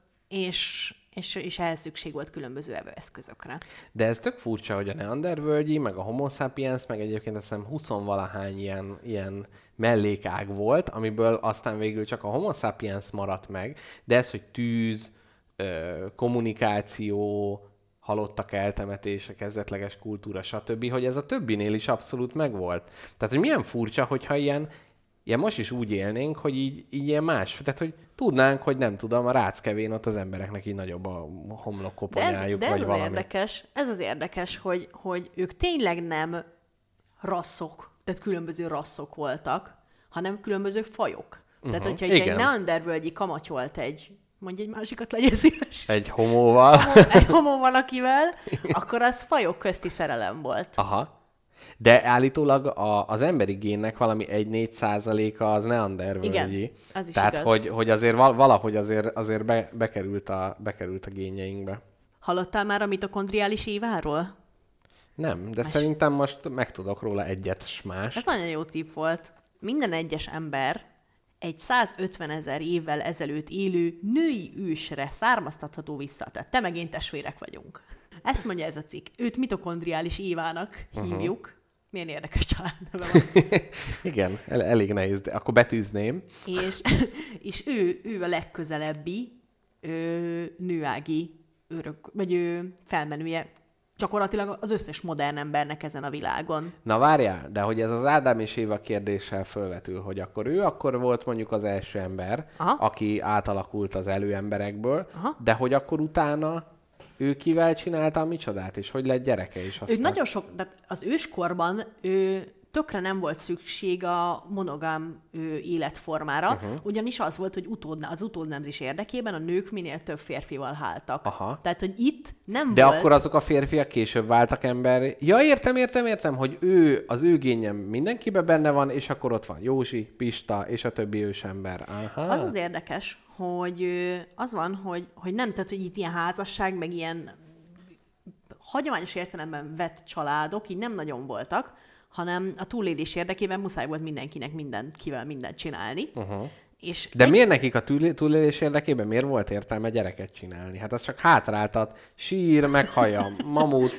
és És, és ehhez szükség volt különböző eszközökre. De ez tök furcsa, hogy a neandervölgyi, meg a homo sapiens, meg egyébként azt hiszem huszonvalahány ilyen, ilyen mellékág volt, amiből aztán végül csak a homo sapiens maradt meg, de ez, hogy tűz, kommunikáció, halottak eltemetése, kezdetleges kultúra, stb., hogy ez a többinél is abszolút megvolt. Tehát, hogy milyen furcsa, hogyha ilyen ilyen most is úgy élnénk, hogy így, így ilyen más. Tehát, hogy tudnánk, hogy nem tudom, a ráckevén ott az embereknek így nagyobb a homlokkoponyájuk, de ez, vagy de ez valami. Az érdekes, ez az érdekes, hogy, hogy ők tényleg nem rasszok, tehát különböző rasszok voltak, hanem különböző fajok. Tehát, uh-huh. hogyha egy neandervölgyi kamatyolt egy, mondj egy másikat, legyen szíves. Egy homóval. Egy homó valakivel, akkor az fajok közti szerelem volt. Aha. De állítólag a, az emberi génnek valami egy-négy százaléka az neandervölgyi. Igen, az is Tehát, igaz. hogy, hogy azért valahogy azért, azért be, bekerült, a, bekerült a génjeinkbe. Hallottál már a mitokondriális Éváról? Nem, de Más. szerintem most megtudok róla egyet s mást. Ez nagyon jó tipp volt. Minden egyes ember egy százötvenezer évvel ezelőtt élő női ősre származtatható vissza. Tehát te meg én testvérek vagyunk. Ezt mondja ez a cikk. Őt mitokondriális Évának hívjuk. Uh-huh. Milyen érdekes családneve van. Igen, el- elég nehéz, de akkor betűzném. És, és ő, ő a legközelebbi ő, nőági örök, vagy ő felmenője gyakorlatilag az összes modern embernek ezen a világon. Na várjál, de hogy ez az Ádám és Éva kérdéssel fölvetül, hogy akkor ő akkor volt mondjuk az első ember, Aha. aki átalakult az előemberekből, Aha. de hogy akkor utána ő kivel csinálta a micsodát, és hogy lett gyereke is aztán? Ő nagyon sok, de az őskorban ő tökre nem volt szükség a monogám ő, életformára, uh-huh. ugyanis az volt, hogy utód, az utódnemzés érdekében a nők minél több férfival háltak. Aha. Tehát, hogy itt nem De volt... akkor azok a férfiak később váltak ember. Ja, értem, értem, értem, hogy ő, az ő génje mindenkiben benne van, és akkor ott van Józsi, Pista, és a többi ősember. Aha. Az az érdekes, hogy az van, hogy, hogy nem, tehát, hogy itt ilyen házasság, meg ilyen hagyományos értelemben vett családok így nem nagyon voltak, hanem a túlélés érdekében muszáj volt mindenkinek mindenkivel mindent csinálni. Uh-huh. És De egy... miért nekik a túlélés érdekében miért volt értelme gyereket csinálni? Hát az csak hátráltat. Sír, meghallja, mamut.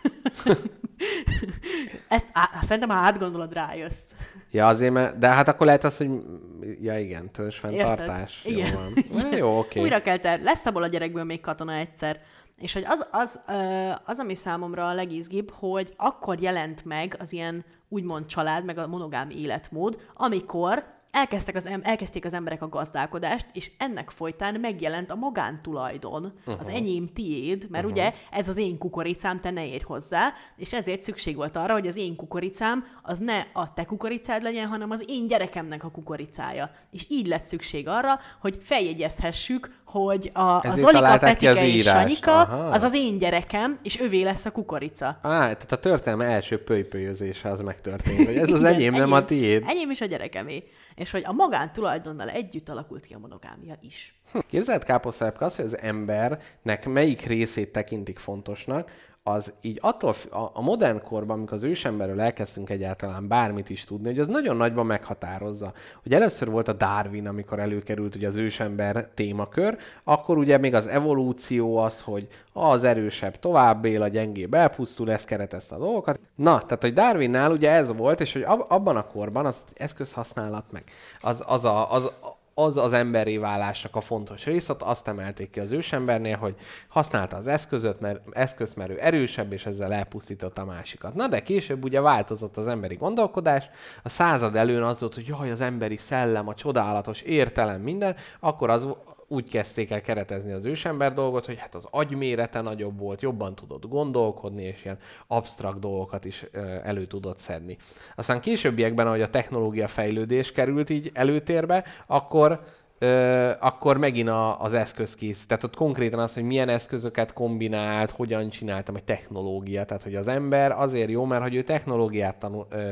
Ezt á, szerintem, ha átgondolod, rájössz. Ja, azért, mert... De hát akkor lehet az, hogy... Ja, igen, törzsfenntartás. Jó igen. van. Na, jó, oké. Okay. Újra kell ter... Lesz abból a gyerekből még katona egyszer. És hogy az, az, az, ami számomra a legizgibb, hogy akkor jelent meg az ilyen úgymond család, meg a monogám életmód, amikor elkezdtek az, elkezdték az emberek a gazdálkodást, és ennek folytán megjelent a magántulajdon, uh-huh. az enyém tiéd, mert uh-huh. ugye ez az én kukoricám, te ne érj hozzá, és ezért szükség volt arra, hogy az én kukoricám az ne a te kukoricád legyen, hanem az én gyerekemnek a kukoricája. És így lett szükség arra, hogy feljegyezhessük, hogy a, a Zolika, Petike és Sanyika az az én gyerekem, és övé lesz a kukorica. Á, tehát a történelme első pölypölyözése az megtörtént, hogy ez az enyém, nem a tiéd. Enyém is a gyerekemé. És hogy a magántulajdonnal együtt alakult ki a monogámia is. Képzeld, káposztelepke, az, hogy az embernek melyik részét tekintik fontosnak, az így attól, a, a modern korban, amikor az ősemberről elkezdtünk egyáltalán bármit is tudni, hogy az nagyon nagyban meghatározza. Hogy először volt a Darwin, amikor előkerült ugye az ősember témakör, akkor ugye még az evolúció az, hogy az erősebb tovább él, a gyengébb elpusztul, ez keretezte a dolgokat. Na, tehát hogy Darwinnál ugye ez volt, és hogy ab, abban a korban az eszközhasználat meg, az az, a, az az az emberi válásnak a fontos rész, ott azt emelték ki az ősembernél, hogy használta az eszközöt, mert eszközt, mert ő erősebb, és ezzel elpusztította a másikat. Na de később ugye változott az emberi gondolkodás, a század előn az volt, hogy jaj, az emberi szellem, a csodálatos értelem, minden, akkor az úgy kezdték el keretezni az ősember dolgot, hogy hát az agymérete nagyobb volt, jobban tudott gondolkodni, és ilyen absztrakt dolgokat is elő tudott szedni. Aztán későbbiekben, ahogy a technológia fejlődés került így előtérbe, akkor, ö, akkor megint a, az eszközkész. Tehát ott konkrétan az, hogy milyen eszközöket kombinált, hogyan csináltam, egy technológia. Tehát, hogy az ember azért jó, mert hogy ő technológiát tanul, ö,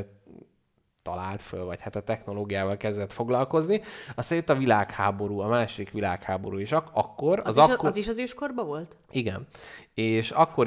talált föl, vagy hát a technológiával kezdett foglalkozni. Aztán jött a világháború, a második világháború, és ak- akkor... Az, az, is, akkor... az is az őskorban volt? Igen. És akkor...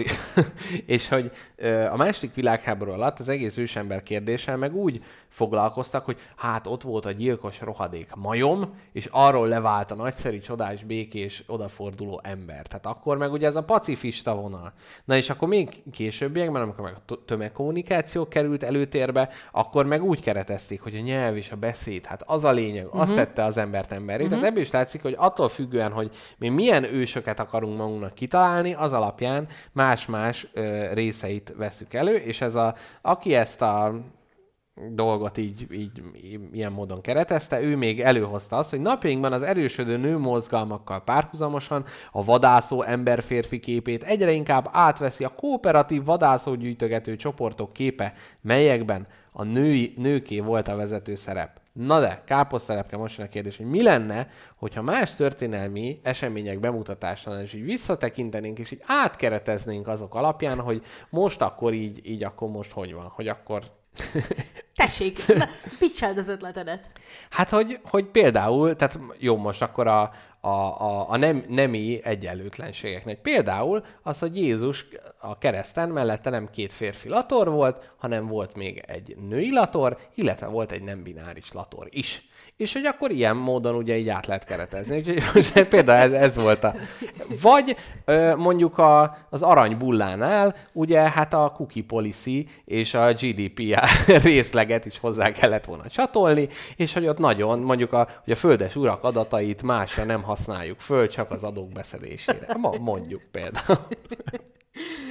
és hogy a második világháború alatt az egész ősember kérdéssel meg úgy foglalkoztak, hogy hát ott volt a gyilkos rohadék majom, és arról levált a nagyszerű, csodás, békés, odaforduló ember. Tehát akkor meg ugye ez a pacifista vonal. Na és akkor még későbbiekben, amikor meg a tömegkommunikáció került előtérbe, akkor meg úgy keretezték, hogy a nyelv és a beszéd, hát az a lényeg, uh-huh. azt tette az embert emberé. Uh-huh. Tehát ebből is látszik, hogy attól függően, hogy mi milyen ősöket akarunk magunknak kitalálni, az alapján más-más ö, részeit veszük elő, és ez a, aki ezt a dolgot így, így ilyen módon keretezte, ő még előhozta azt, hogy napjainkban az erősödő nőmozgalmakkal párhuzamosan a vadászó ember-férfi képét egyre inkább átveszi a kooperatív vadászógyűjtögető csoportok képe, melyekben a női, nőké volt a vezető szerep. Na de, káposztelepke, most jön a kérdés, hogy mi lenne, hogyha más történelmi események bemutatásánál is így visszatekintenénk, és így átkereteznénk azok alapján, hogy most akkor így, így akkor most hogy van, hogy akkor... Tessék, pitcheld az ötletedet. Hát, hogy, hogy például, tehát jó, most akkor a, a, a, a nem, nemi egyenlőtlenségeknek. Például az, hogy Jézus a kereszten mellette nem két férfi lator volt, hanem volt még egy női lator, illetve volt egy nem bináris lator is. És hogy akkor ilyen módon ugye így át lehet keretezni. Úgyhogy például ez, ez volt a... Vagy mondjuk a, az aranybullánál ugye hát a cookie policy és a gé dé pé er részleget is hozzá kellett volna csatolni, és hogy ott nagyon mondjuk a, hogy a földes urak adatait másra nem használjuk föl, csak az adók beszedésére. Mondjuk például.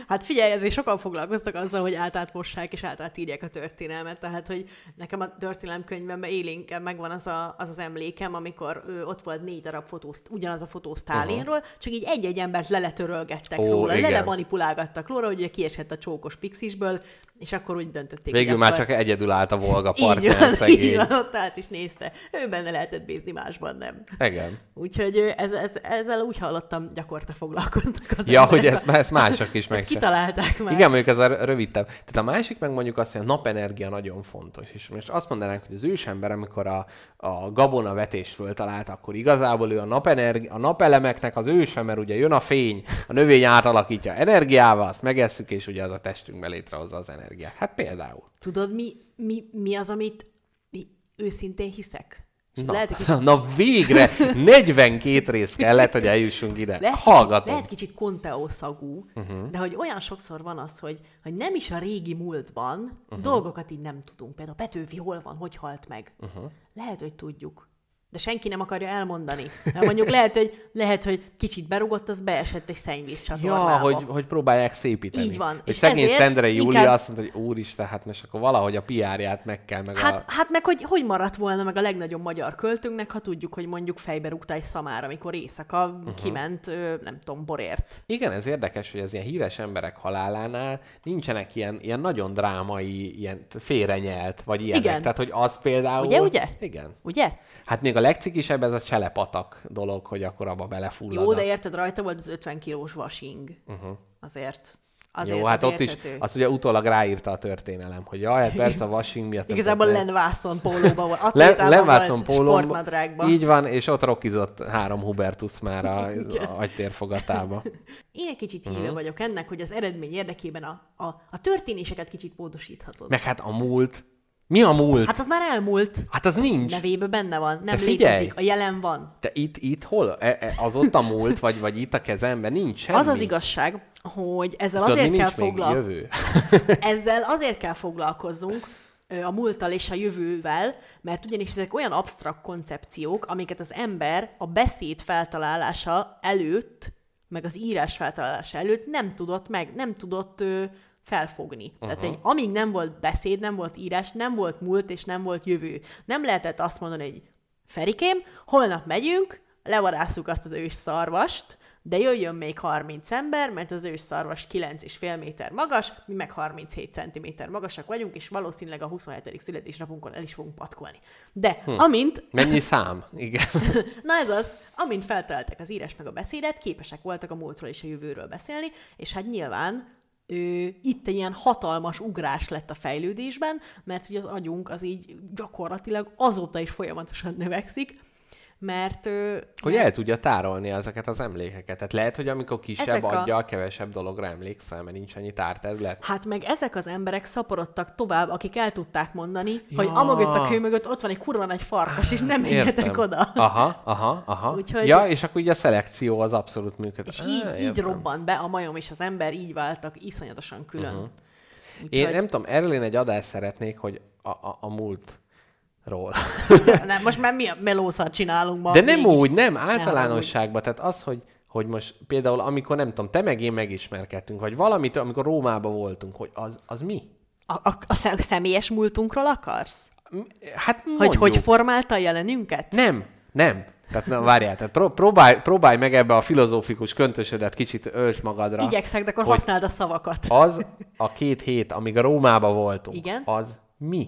Hát figyelj, ezért sokan foglalkoztak azzal, hogy átátmossák és átátírják a történelmet. Tehát, hogy nekem a történelemkönyvemben élénken megvan az, a, az az emlékem, amikor ö, ott volt négy darab fotó, ugyanaz a fotó Sztálinról, uh-huh. csak így egy-egy embert leletörölgettek Ó, róla, igen. lelemanipulálgattak róla, hogy ugye kiesett a csókos pixisből, és akkor úgy döntötték. Végül már akkor... csak egyedül állt a Volga így partján, van, szegény. így van, ott állt is nézte. Ő benne lehetett bízni, másban nem. Igen. Úgyhogy ez, ez, ezzel úgy hallottam, gyakorta foglalkoznak az Ja, emberek. hogy ezt, ezt mások is meg Ezt kitalálták már. Igen, mondjuk ez a rövidebb. Tehát a másik meg mondjuk azt, hogy a napenergia nagyon fontos. És most azt mondanánk, hogy az ősember, amikor a, a gabonavetést föltalálta, akkor igazából ő a, napenergi- a napelemeknek az őse, mert ugye jön a fény, a növény átalakítja energiával, azt megesszük, és ugye az a testünkbe létrehozza az energiát. Hát például. Tudod, mi, mi, mi az, amit mi őszintén hiszek? Na, lehet, hogy na végre negyvenkét rész kellett, hogy eljussunk ide. lehet, Hallgatom. kicsit, lehet kicsit konteó szagú, uh-huh. de hogy olyan sokszor van az, hogy, hogy nem is a régi múltban uh-huh. dolgokat így nem tudunk. Például Petőfi hol van, hogy halt meg. Uh-huh. Lehet, hogy tudjuk. De senki nem akarja elmondani. Mert mondjuk lehet, hogy, lehet, hogy kicsit berugott, az beesett egy szennyvíz csatornába. Ja, hogy, hogy próbálják szépíteni. Így van. És, És szegény ezért Szendrei Júlia inkább... azt mondta, hogy úristen, hát most akkor valahogy a pé er-ját meg kell, meg Hát, a... hát meg, hogy hogy maradt volna meg a legnagyobb magyar költőnknek, ha tudjuk, hogy mondjuk fejbe rúgta egy szamár, amikor éjszaka uh-huh. kiment, nem tudom, borért. Igen, ez érdekes, hogy az ilyen híres emberek halálánál nincsenek ilyen, ilyen nagyon drámai, ilyen félrenyelt, vagy ilyenek. Igen. Tehát, hogy az például... Ugye, ugye? Igen. Ugye? Hát még a legcikisebb ez a cselepatak dolog, hogy akkor abba belefullad. Jó, de érted, rajta volt az ötven kilós vasing. Uh-huh. Azért. Azért Jó, hát az ott is, érthető. azt ugye utólag ráírta a történelem, hogy jaj, hát persze a washing miatt... Igazából Len Wasson pólóban volt. Len, Atlétában Len Wasson volt, pólóban, sportnadrágban. így van, és ott rockizott három Hubertus már a, a agytérfogatába. Én egy kicsit híve uh-huh. vagyok ennek, hogy az eredmény érdekében a, a, a történéseket kicsit módosíthatod. Meg hát a múlt. Mi a múlt? Hát az már elmúlt. Hát az nincs. Nevében benne van. Nem Te figyelj. létezik. A jelen van. Te itt, itt hol? E, e, az ott a múlt, vagy, vagy itt a kezemben? Nincs semmi. Az az igazság, hogy ezzel Tudod, azért mi kell nincs még foglal... jövő? ezzel azért kell foglalkozzunk a múlttal és a jövővel, mert ugyanis ezek olyan absztrakt koncepciók, amiket az ember a beszéd feltalálása előtt, meg az írás feltalálása előtt nem tudott meg, nem tudott ö, felfogni. Uh-huh. Tehát, hogy amíg nem volt beszéd, nem volt írás, nem volt múlt és nem volt jövő. Nem lehetett azt mondani, hogy Ferikém, holnap megyünk, levarásszuk azt az ős szarvast, de jöjjön még harminc ember, mert az ős szarvas kilenc és fél méter magas, mi meg harminchét centiméter magasak vagyunk, és valószínűleg a huszonhetedik születésnapunkon el is fogunk patkolni. De hm. amint... Mennyi szám? Igen. Na ez az, amint feltalálták az írás meg a beszédet, képesek voltak a múltról és a jövőről beszélni, és hát nyilván ő, itt egy ilyen hatalmas ugrás lett a fejlődésben, mert hogy az agyunk az így gyakorlatilag azóta is folyamatosan növekszik, mert... Hogy mert... el tudja tárolni ezeket az emlékeket. Tehát lehet, hogy amikor kisebb Ezek a... aggyal kevesebb dologra emlékszel, mert nincs annyi tárterület. Hát meg ezek az emberek szaporodtak tovább, akik el tudták mondani, ja. hogy amögött a kő mögött ott van egy kurva nagy farkas, és nem engedtek oda. Aha, aha, aha. Úgyhogy... Ja, és akkor ugye a szelekció az abszolút működik. És így, így robbant be a majom és az ember, így váltak iszonyatosan külön. Uh-huh. Úgyhogy... Én nem tudom, erről én egy adást szeretnék, hogy a, a, a múlt ról. Nem, most már mi a melószat csinálunk ma? De nem úgy, nem, általánosságban. Tehát az, hogy, hogy most például amikor nem tudom, te meg én megismerkedtünk, vagy valamit, amikor Rómában voltunk, hogy az, az mi? A, a, a személyes múltunkról akarsz? Hát mondjuk. Hogy hogy formálta a jelenünket? Nem, nem. Tehát na, várjál, tehát pró- próbálj, próbálj meg ebbe a filozófikus köntösödet kicsit ölts magadra. Igyekszek, de akkor használd a szavakat. Az a két hét, amíg a Rómában voltunk, igen? Az mi?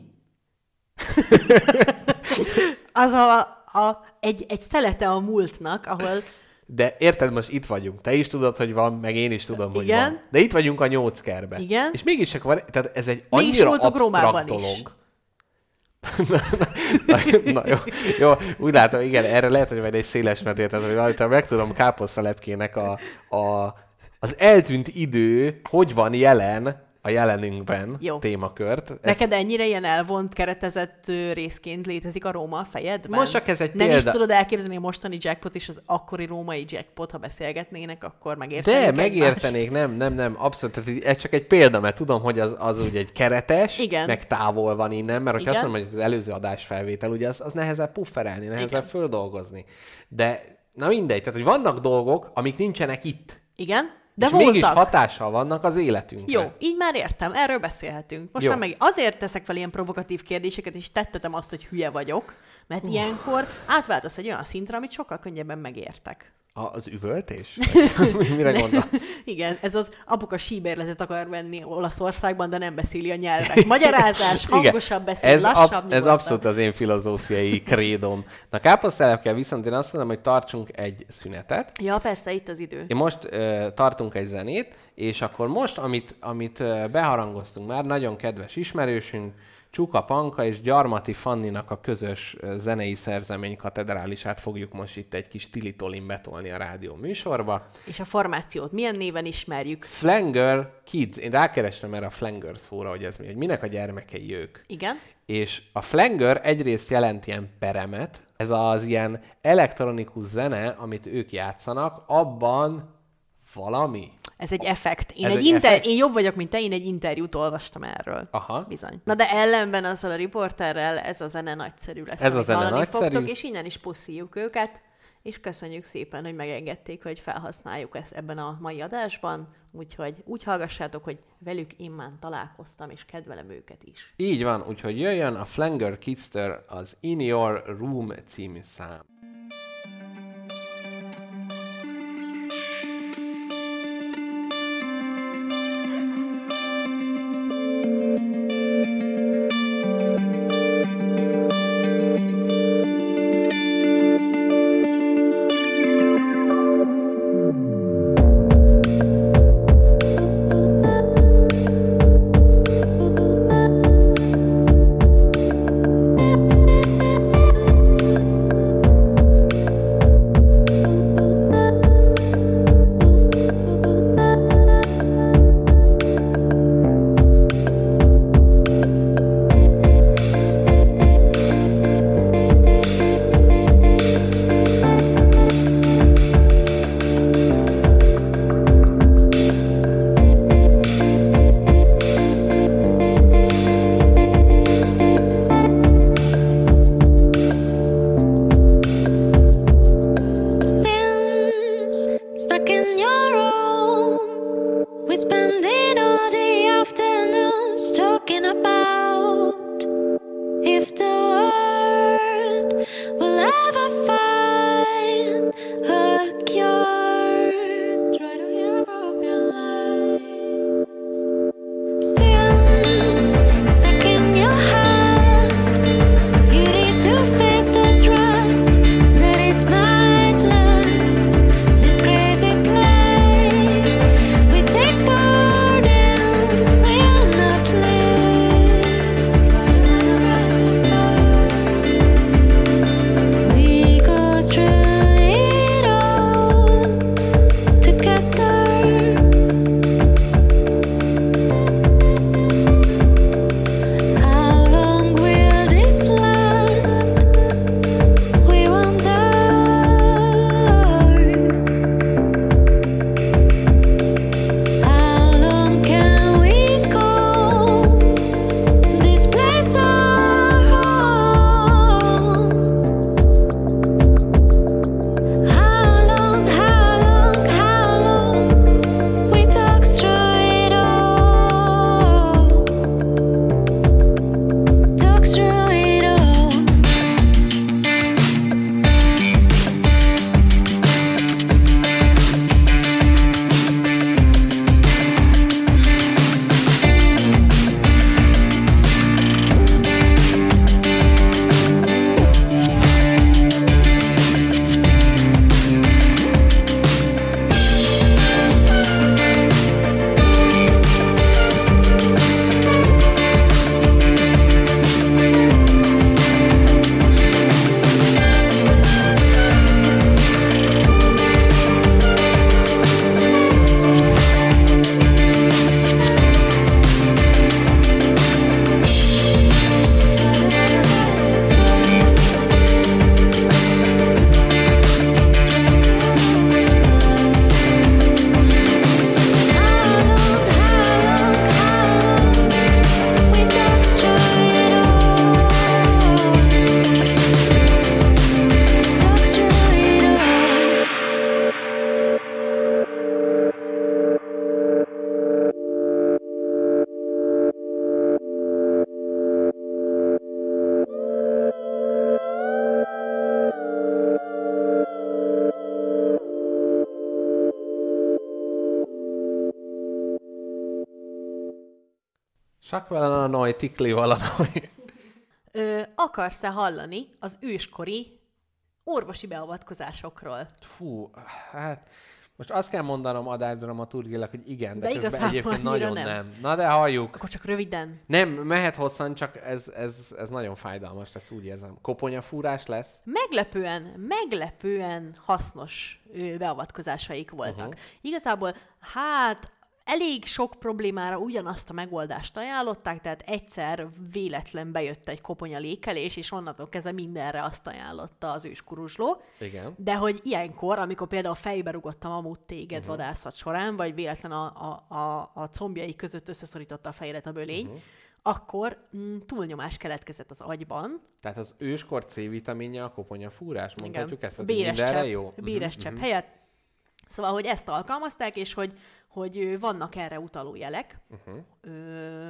Az a, a, egy, egy szelete a múltnak, ahol... De érted, most itt vagyunk. Te is tudod, hogy van, meg én is tudom, hogy igen? van. De itt vagyunk a Nyóckerben. Igen? És mégis csak van, tehát ez egy mégis annyira absztrakt Rómában dolog. Is. na, na, na, jó, jó, úgy látom, igen, erre lehet, hogy majd egy széles metét, hogy rajta megtudom káposztalepkének a, a, az eltűnt idő, hogy van jelen a jelenünkben jó. témakört. Neked ezt... ennyire ilyen elvont, keretezett részként létezik a Róma a fejedben? Most csak ez egy Nem példa. is tudod elképzelni a mostani jackpot és az akkori római jackpot, ha beszélgetnének, akkor megértenék De, megértenék, nem, nem, nem, abszolút. Ez csak egy példa, mert tudom, hogy az, az ugye egy keretes, igen. meg távol van innen, mert hogyha azt mondom, hogy az előző adás felvétel, ugye az, az nehezebb pufferelni, nehezebb igen. földolgozni. De, na mindegy, tehát, hogy vannak dolgok, amik nincsenek itt. Igen. De és voltak. mégis hatással vannak az életünkre. Jó, így már értem, erről beszélhetünk. Most Jó. már meg azért teszek fel ilyen provokatív kérdéseket, és tettetem azt, hogy hülye vagyok, mert uh. ilyenkor átváltasz egy olyan szintre, amit sokkal könnyebben megértek. A, az üvöltés? Mire gondolsz? Igen, ez az apuka síbérletet akar venni Olaszországban, de nem beszéli a nyelvet. Magyarázás, hangosabb beszél, ez lassabb, ab, Ez nyugodtabb. abszolút az én filozófiai krédom. Na káposztelepkel viszont én azt mondom, hogy tartsunk egy szünetet. Ja, persze, itt az idő. Én most uh, tartunk egy zenét, és akkor most, amit, amit uh, beharangoztunk már, nagyon kedves ismerősünk, Csuka Panka és Gyarmati Fanninak a közös uh, zenei szerzemény katedrálisát fogjuk most itt egy kis tilitolin betolni a rádió műsorba. És a formációt milyen néven ismerjük? Flanger Kids. Én rákerestem erre a Flanger szóra, hogy ez mi, hogy minek a gyermekei ők. Igen. És a flanger egyrészt jelent ilyen peremet, ez az ilyen elektronikus zene, amit ők játszanak, abban valami. Ez egy effekt. Én, Ez egy egy inter... effekt? Én jobb vagyok, mint te, én egy interjút olvastam erről. Aha. Bizony. Na de ellenben azzal a riporterrel ez a zene nagyszerű lesz. Ez a amit zene hallani nagyszerű. Fogtok, és innen is puszíjuk őket, és köszönjük szépen, hogy megengedték, hogy felhasználjuk ezt ebben a mai adásban. Úgyhogy úgy hallgassátok, hogy velük én már találkoztam, és kedvelem őket is. Így van, úgyhogy jöjjön a Flanger Kids-től az In Your Room című szám. Thank Sakvalanaj, tikli valanaj. Ö, akarsz-e hallani az őskori orvosi beavatkozásokról? Fú, hát most azt kell mondanom adásdramaturgilag, hogy igen, de, De közben igazából egyébként annyira nagyon nem. nem. Na de halljuk. Akkor csak röviden. Nem, mehet hosszan, csak ez, ez, ez nagyon fájdalmas lesz, úgy érzem. Koponyafúrás lesz? Meglepően, meglepően hasznos ö, beavatkozásaik voltak. Uh-huh. Igazából, hát elég sok problémára ugyanazt a megoldást ajánlották, tehát egyszer véletlen bejött egy koponya lékelés, és onnantól kezdve mindenre azt ajánlotta az őskuruzsló. Igen. De hogy ilyenkor, amikor például fejbe rugott a mamut téged uh-huh. vadászat során, vagy véletlen a, a, a, a combjai között összeszorította a fejedet a bölény, uh-huh. akkor mm, túlnyomás keletkezett az agyban. Tehát az őskor C-vitaminja a koponyafúrás, mondhatjuk ezt? Tehát Béres mindenre csepp, jó? Béres uh-huh. csepp helyett. Szóval, hogy ezt alkalmazták, és hogy, hogy vannak erre utaló jelek, uh-huh. ö,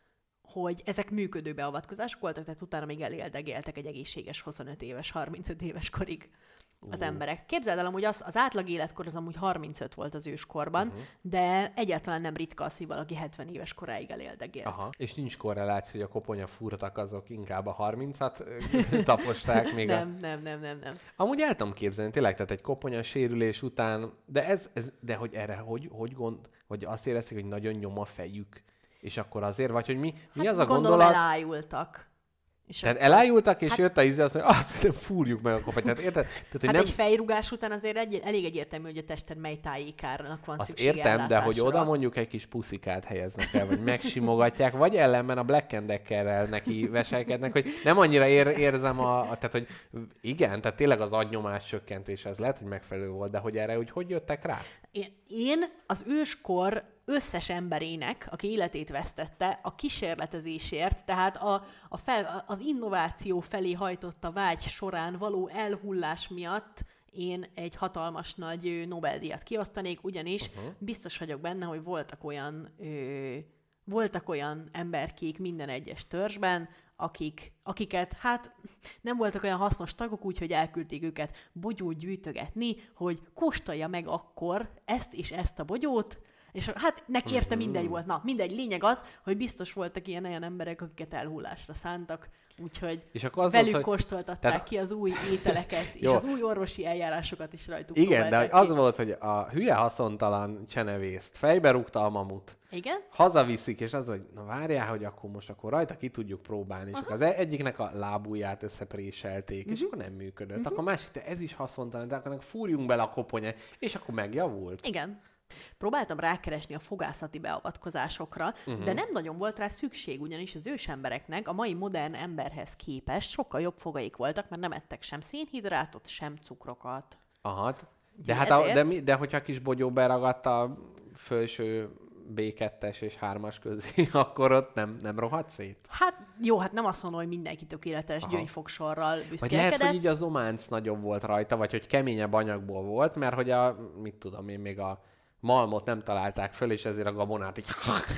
hogy ezek működő beavatkozások voltak, tehát utána még eléldegéltek egy egészséges huszonöt éves, harmincöt éves korig az uh. emberek. Képzeld el, hogy az, az átlag életkor az amúgy harmincöt volt az őskorban, uh-huh. de egyáltalán nem ritka az, hogy valaki hetven éves koráig eléldegélt. Aha. És nincs korreláció, hogy a koponyafúrtak azok inkább a harmincat taposták még nem, a... nem, nem, nem, nem. Amúgy el tudom képzelni, tényleg, tehát egy koponya sérülés után, de ez, ez de hogy erre hogy, hogy gond, hogy azt érezték, hogy nagyon nyom a fejük, és akkor azért, vagy hogy mi, mi hát az a gondolom gondolat... elájultak. És Tehát akkor... elájultak, és hát... jött a íze, azt mondja, azt fúrjuk meg a koponyát. Tehát érted? Tehát, hogy hát nem... egy fejrugás után azért egy, elég egyértelmű, hogy a tested mely tájékának van azt szükség értem, ellátásra. de hogy oda mondjuk egy kis puszikát helyeznek el, vagy megsimogatják, vagy ellenben a Black and Deckerrel neki veselkednek, hogy nem annyira ér, érzem a, a... Tehát, hogy igen, tehát tényleg az agynyomás csökkentés, ez lehet, hogy megfelelő volt, de hogy erre, hogy hogy jöttek rá? Én, én az őskor összes emberének, aki életét vesztette, a kísérletezésért, tehát a, a fel, az innováció felé hajtott a vágy során való elhullás miatt én egy hatalmas nagy Nobel-díjat kiosztanék, ugyanis uh-huh. biztos vagyok benne, hogy voltak olyan, ö, voltak olyan emberkék minden egyes törzsben, akik, akiket hát nem voltak olyan hasznos tagok, úgyhogy elküldték őket bogyót gyűjtögetni, hogy kóstolja meg akkor ezt és ezt a bogyót, és hát neki érte mindegy volt. Na, mindegy. Lényeg az, hogy biztos voltak ilyen olyan emberek, akiket elhullásra szántak, úgyhogy és akkor az velük volt, hogy... kóstoltatták Tehát... ki az új ételeket, és az új orvosi eljárásokat is rajtuk igen, de az ki. volt, hogy a hülye haszontalan csenevészt fejbe rúgta a mamut. Igen? Hazaviszik, és az, hogy na várjál, hogy akkor most akkor rajta ki tudjuk próbálni. És akkor az egyiknek a lábujját összepréselték, uh-huh. és akkor nem működött. Uh-huh. Akkor másik, de ez is haszontalan, de akkor fúrjunk bele a koponyát, és akkor megjavult. Igen. Próbáltam rákeresni a fogászati beavatkozásokra, uh-huh. de nem nagyon volt rá szükség, ugyanis az ősembereknek a mai modern emberhez képest sokkal jobb fogaik voltak, mert nem ettek sem szénhidrátot, sem cukrokat. Aha, de, hát a, de, mi, de hogyha a kis bogyó beragadt a felső bé kettes és hármas közé, akkor ott nem, nem rohadt szét? Hát jó, hát nem azt mondom, hogy mindenki tökéletes gyöngyfogsorral büszkélkedett. Vagy lehet, hogy így a zománc nagyobb volt rajta, vagy hogy keményebb anyagból volt, mert hogy a, mit tudom én, még a malmot nem találták föl, és ezért a gabonát így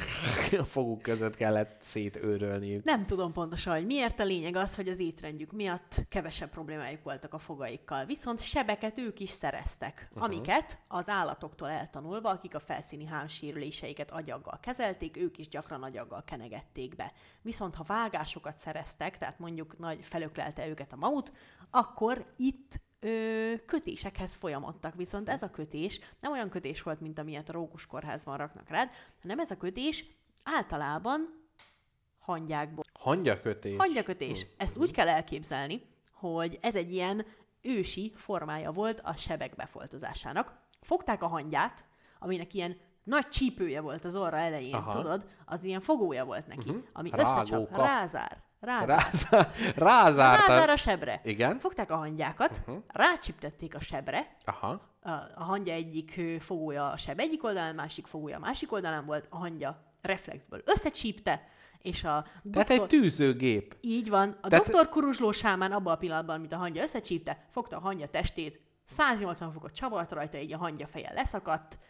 a foguk között kellett szétőrölniük. Nem tudom pontosan, hogy miért. A lényeg az, hogy az étrendjük miatt kevesebb problémájuk voltak a fogaikkal. Viszont sebeket ők is szereztek, uh-huh. amiket az állatoktól eltanulva, akik a felszíni hámsérüléseiket agyaggal kezelték, ők is gyakran agyaggal kenegették be. Viszont ha vágásokat szereztek, tehát mondjuk nagy felöklelte őket a mamut, akkor itt Ö, kötésekhez folyamodtak, viszont ez a kötés nem olyan kötés volt, mint amilyet a Rókus kórházban raknak rád, hanem ez a kötés általában hangyákból. Hangyakötés? Hangyakötés. Uh. Ezt úgy kell elképzelni, hogy ez egy ilyen ősi formája volt a sebek befoltozásának. Fogták a hangyát, aminek ilyen nagy csípője volt az orra elején, aha. tudod, az ilyen fogója volt neki, uh-huh. ami összecsap, rázár. Rázár. Rázár. Rázár. Rázár a sebre. Igen. Fogták a hangyákat, uh-huh. rácsiptették a sebre. Aha. A, a hangya egyik fogója a seb egyik oldalán, másik fogója a másik oldalán volt, a hangya reflexből összecsípte, és a doktor... Tehát egy tűzőgép. Így van. A Tehát... doktor kuruzsló sámán abban a pillanatban, amit a hangya összecsípte, fogta a hangya testét, száznyolcvan fokot csavart rajta, így a hangya feje leszakadt,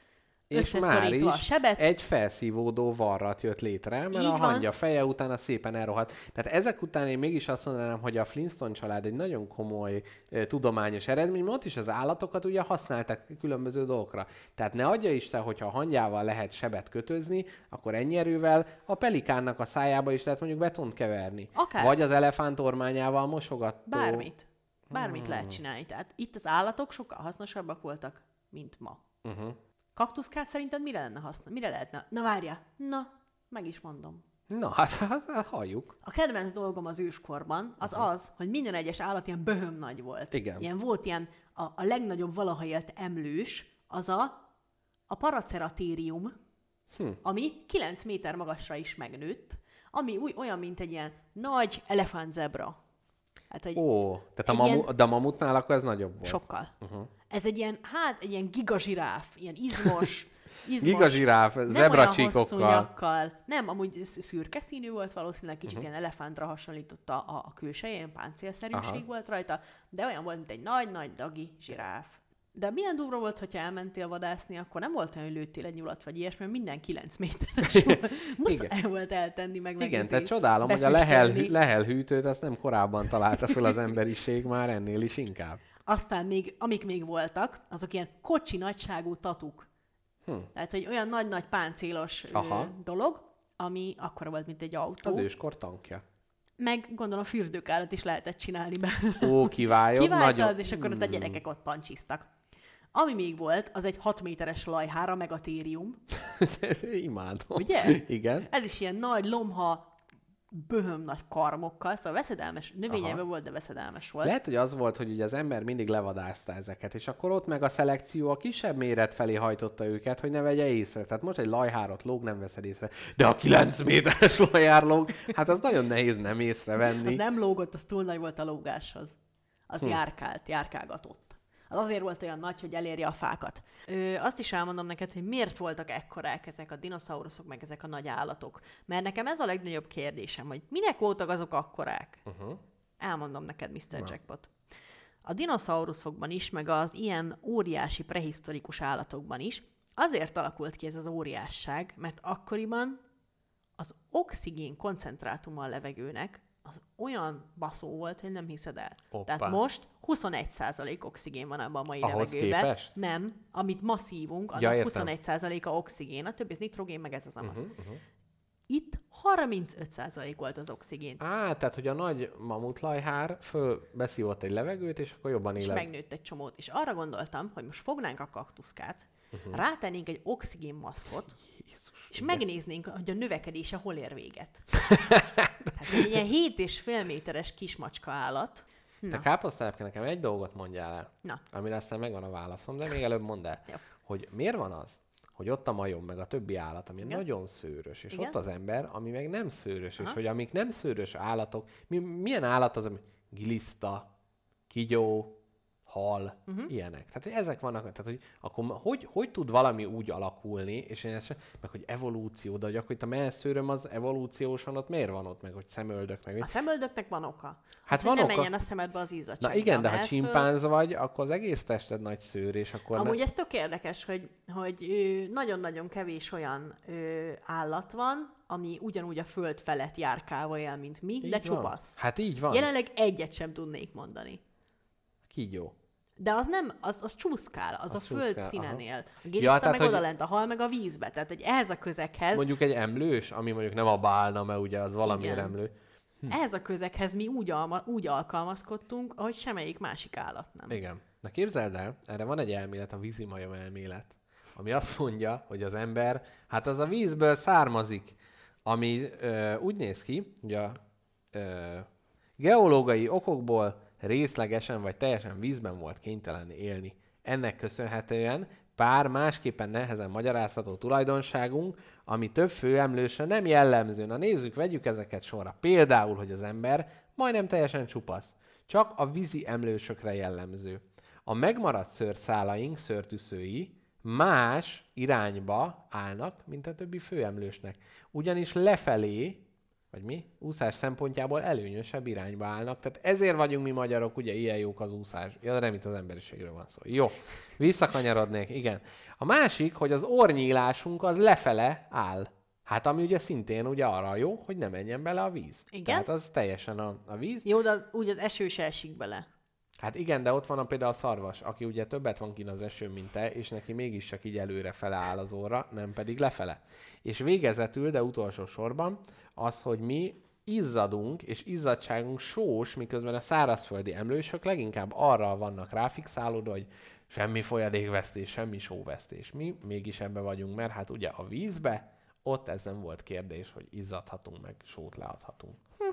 És már összeszorítva a is sebet. egy felszívódó varrat jött létre, mert Így a van. hangya feje utána szépen elrohadt. Tehát ezek után én mégis azt mondanám, hogy a Flintstone család egy nagyon komoly e, tudományos eredmény, mert ott is az állatokat ugye használták különböző dolgokra. Tehát ne adja Isten, hogyha a hangyával lehet sebet kötözni, akkor ennyi erővel a pelikánnak a szájába is lehet mondjuk betont keverni. Akár. Vagy az elefánt ormányával mosogató. Bármit. Bármit hmm. lehet csinálni. Tehát itt az állatok sokkal hasznosabbak voltak, mint ma. Uh-huh. Kaktuszkát szerinted mire lenne haszna? Mire lehetne? Na várja. Na, meg is mondom. Na, hát, hát halljuk. A kedvenc dolgom az őskorban az uh-huh. az, hogy minden egyes állat ilyen böhöm nagy volt. Igen. Ilyen volt ilyen, a, a legnagyobb valaha élt emlős, az a, a Paraceratherium, hm. ami kilenc méter magasra is megnőtt, ami úgy, olyan, mint egy ilyen nagy elefántzebra. Hát, egy, Ó, tehát a, egy mamu, ilyen, de a mamutnál akkor ez nagyobb volt. sokkal. Uh-huh. Ez egy ilyen, hát egy ilyen gigazsiráf, ilyen izmos, izmos Gigazsiráf, zebracsíkokkal. Nem olyan hosszú nyakkal. Nem, amúgy szürke színű volt, valószínűleg kicsit uh-huh. ilyen elefántra hasonlította a, a külseje, ilyen páncélszerűség Aha. volt rajta, de olyan volt, mint egy nagy-nagy dagi zsiráf. De milyen durva volt, hogyha elmentél vadászni, akkor nem volt olyan, hogy lőttél egy nyulat, vagy ilyesmi, mert minden kilenc méteres volt. Muszáj volt eltenni, meg meg Igen, tehát csodálom, hogy a lehel, lehelhűtőt azt nem korábban találta fel az emberiség, már ennél is inkább. Aztán még, amik még voltak, azok ilyen kocsi nagyságú tatuk. Hm. Tehát egy olyan nagy-nagy páncélos ö, dolog, ami akkora volt, mint egy autó. Az őskor tankja. Meg gondolom fürdőkárat is lehetett csinálni belőle. Ó, kivályog. Kiváltad, nagyon... és akkor ott a gyerekek ott pancsiztak. Ami még volt, az egy hat méteres lajhár, a megatérium. Imádom. Ugye? Igen. Ez is ilyen nagy lomha, böhöm nagy karmokkal, szóval veszedelmes, növényeiben volt, de veszedelmes volt. Lehet, hogy az volt, hogy ugye az ember mindig levadázta ezeket, és akkor ott meg a szelekció a kisebb méret felé hajtotta őket, hogy ne vegye észre. Tehát most egy lajhárot lóg, nem veszed észre. De a kilenc méteres lajhár lóg, hát az nagyon nehéz nem észrevenni. Az nem lógott, az túl nagy volt a lógáshoz. Az hm. járkált, járkálgatott. Az azért volt olyan nagy, hogy elérje a fákat. Ö, azt is elmondom neked, hogy miért voltak ekkorák ezek a dinoszauruszok, meg ezek a nagy állatok. Mert nekem ez a legnagyobb kérdésem, hogy minek voltak azok akkorák? Uh-huh. Elmondom neked, miszter Na. Jackpot. A dinoszauruszokban is, meg az ilyen óriási prehisztorikus állatokban is azért alakult ki ez az óriásság, mert akkoriban az oxigén koncentrátuma a levegőnek az olyan baszó volt, hogy nem hiszed el. Oppá. Tehát most huszonegy százalék oxigén van abban a mai Ahhoz levegőben. Képest? Nem, amit ma szívunk, annak ja, huszonegy százaléka oxigén, a többi az nitrogén, meg ez az amaz. Uh-huh, uh-huh. Itt harmincöt százalék volt az oxigén. Á, tehát, hogy a nagy mamutlajhár fölbeszívott egy levegőt, és akkor jobban élet. És megnőtt egy csomót. És arra gondoltam, hogy most fognánk a kaktuszkát, uh-huh. rátennénk egy oxigénmaszkot, Jézus, és igen. megnéznénk, hogy a növekedése hol ér véget. Hát egy ilyen hét és fél méteres kismacska állat. Na. Te káposztálepke, nekem egy dolgot mondjál el, Na. amire aztán megvan a válaszom, de még előbb mondd el, Jó. hogy miért van az, hogy ott a majom, meg a többi állat, ami Igen? nagyon szőrös, és Igen? ott az ember, ami meg nem szőrös, Aha. és hogy amik nem szőrös állatok, mi, milyen állat az, ami giliszta, kígyó, hal, uh-huh. ilyenek. Tehát ezek vannak, tehát hogy akkor hogy, hogy tud valami úgy alakulni, és én ezt, meg hogy evolúció, de hogy akkor itt a mellszőröm az evolúciósan ott miért van ott, meg hogy szemöldök, meg... A szemöldöknek van oka. Hát az, van hogy oka. ne menjen a szemedbe az izzadság. Na igen, de ha csimpánz vagy, akkor az egész tested nagy szőr, és akkor... Amúgy ne... ez tök érdekes, hogy, hogy ö, nagyon-nagyon kevés olyan ö, állat van, ami ugyanúgy a föld felett járkálva él, mint mi, így de van. Csupasz. Hát így van. Jelenleg egyet sem tudnék mondani. Kígyó. De az nem, az, az csúszkál, az, az a föld színen él. A giliszta ja, tehát, meg hogy... odalent, a hal meg a vízbe. Tehát, hogy ehhez a közeghez... Mondjuk egy emlős, ami mondjuk nem a bálna, mert ugye az valamiért emlő. Hm. Ehhez a közeghez mi úgy, alma, úgy alkalmazkodtunk, ahogy semmelyik másik állat nem. Igen. Na képzeld el, erre van egy elmélet, a vízimajom elmélet, ami azt mondja, hogy az ember, hát az a vízből származik, ami ö, úgy néz ki, hogy a ö, geológiai okokból részlegesen vagy teljesen vízben volt kénytelen élni. Ennek köszönhetően pár másképpen nehezen magyarázható tulajdonságunk, ami több főemlősre nem jellemző. Na nézzük, vegyük ezeket sorra. Például, hogy az ember majdnem teljesen csupasz. Csak a vízi emlősökre jellemző. A megmaradt szőrszálaink, szőrtűszői más irányba állnak, mint a többi főemlősnek. Ugyanis lefelé, vagy mi? Úszás szempontjából előnyösebb irányba állnak. Tehát ezért vagyunk mi magyarok, ugye ilyen jók az úszás. Ja, nem itt az emberiségről van szó. Jó, visszakanyarodnék, igen. A másik, hogy az orrnyílásunk az lefele áll. Hát ami ugye szintén ugye arra jó, hogy ne menjen bele a víz. Igen? Tehát az teljesen a, a víz. Jó, de az, úgy az eső se esik bele. Hát igen, de ott van a, például a szarvas, aki ugye többet van kint az esőn, mint te, és neki mégis csak így előre fele áll az orra, nem pedig lefele. És végezetül, de utolsó sorban, az, hogy mi izzadunk, és izzadságunk sós, miközben a szárazföldi emlősök leginkább arra vannak ráfixálódva, hogy semmi folyadékvesztés, semmi sóvesztés. Mi mégis ebbe vagyunk, mert hát ugye a vízbe, ott ez nem volt kérdés, hogy izzadhatunk, meg sót leadhatunk. Hm.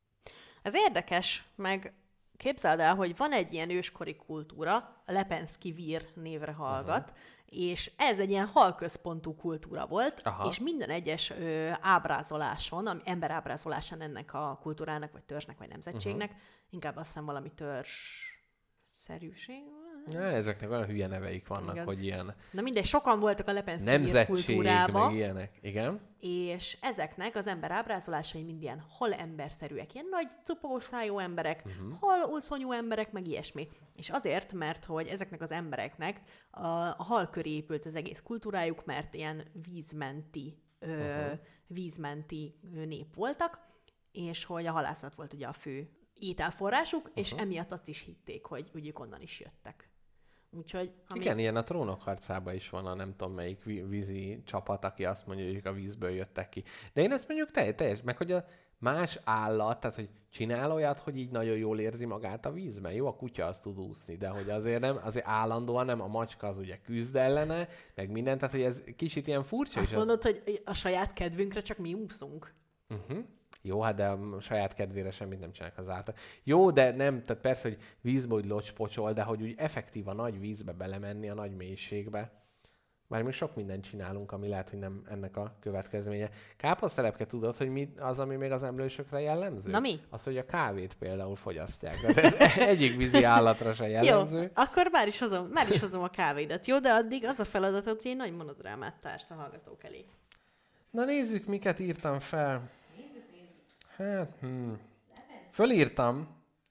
Ez érdekes, meg képzeld el, hogy van egy ilyen őskori kultúra, a Lepenszky vír névre hallgat, uh-huh. és ez egy ilyen halközpontú kultúra volt, Aha. és minden egyes ö, ábrázoláson, ami emberábrázolásán ennek a kultúrának, vagy törzsnek, vagy nemzetségnek, uh-huh. inkább azt hiszem valami törzs-szerűség. Ja, ezeknek olyan hülye neveik vannak, igen. hogy ilyen... Na mindegy, sokan voltak a Lepenszky vír kultúrában. meg ilyenek, igen. És ezeknek az ember ábrázolásai mind ilyen hal emberszerűek, ilyen nagy cupogós szájú emberek, uh-huh. hal ulszonyú emberek, meg ilyesmi. És azért, mert hogy ezeknek az embereknek a, a hal köré épült az egész kultúrájuk, mert ilyen vízmenti, ö, uh-huh. vízmenti nép voltak, és hogy a halászat volt ugye a fő ételforrásuk, uh-huh. és emiatt azt is hitték, hogy úgy ők onnan is jöttek. Úgyhogy, ami... Igen, ilyen a Trónok harcában is van a nem tudom melyik vízi csapat, aki azt mondja, hogy ők a vízből jöttek ki. De én ezt mondjuk teljes, teljes meg hogy a más állat, tehát hogy csinál olyat, hogy így nagyon jól érzi magát a vízben. Jó, a kutya azt tud úszni, de hogy azért nem, azért állandóan nem, a macska az ugye küzd ellene, meg minden, tehát hogy ez kicsit ilyen furcsa. Azt mondod, az... hogy a saját kedvünkre csak mi úszunk. Uh-huh. Jó, hát de a saját kedvére semmit nem csinálnak az által. Jó, de nem, tehát persze, hogy vízbe úgy locspocsol, de hogy úgy effektív a nagy vízbe belemenni, a nagy mélységbe. Már mi sok mindent csinálunk, ami lehet, hogy nem ennek a következménye. Káposztelepke, tudod, hogy mi az, ami még az emlősökre jellemző? Na mi? Az, hogy a kávét például fogyasztják. Ez egyik vízi állatra se jellemző. Jó, akkor már is, hozom, már is hozom a kávédat, jó? De addig az a feladatod, hogy egy nagy monodrámát társz a hallgatók elé. Na nézzük, miket írtam fel. Hát, hm. Fölírtam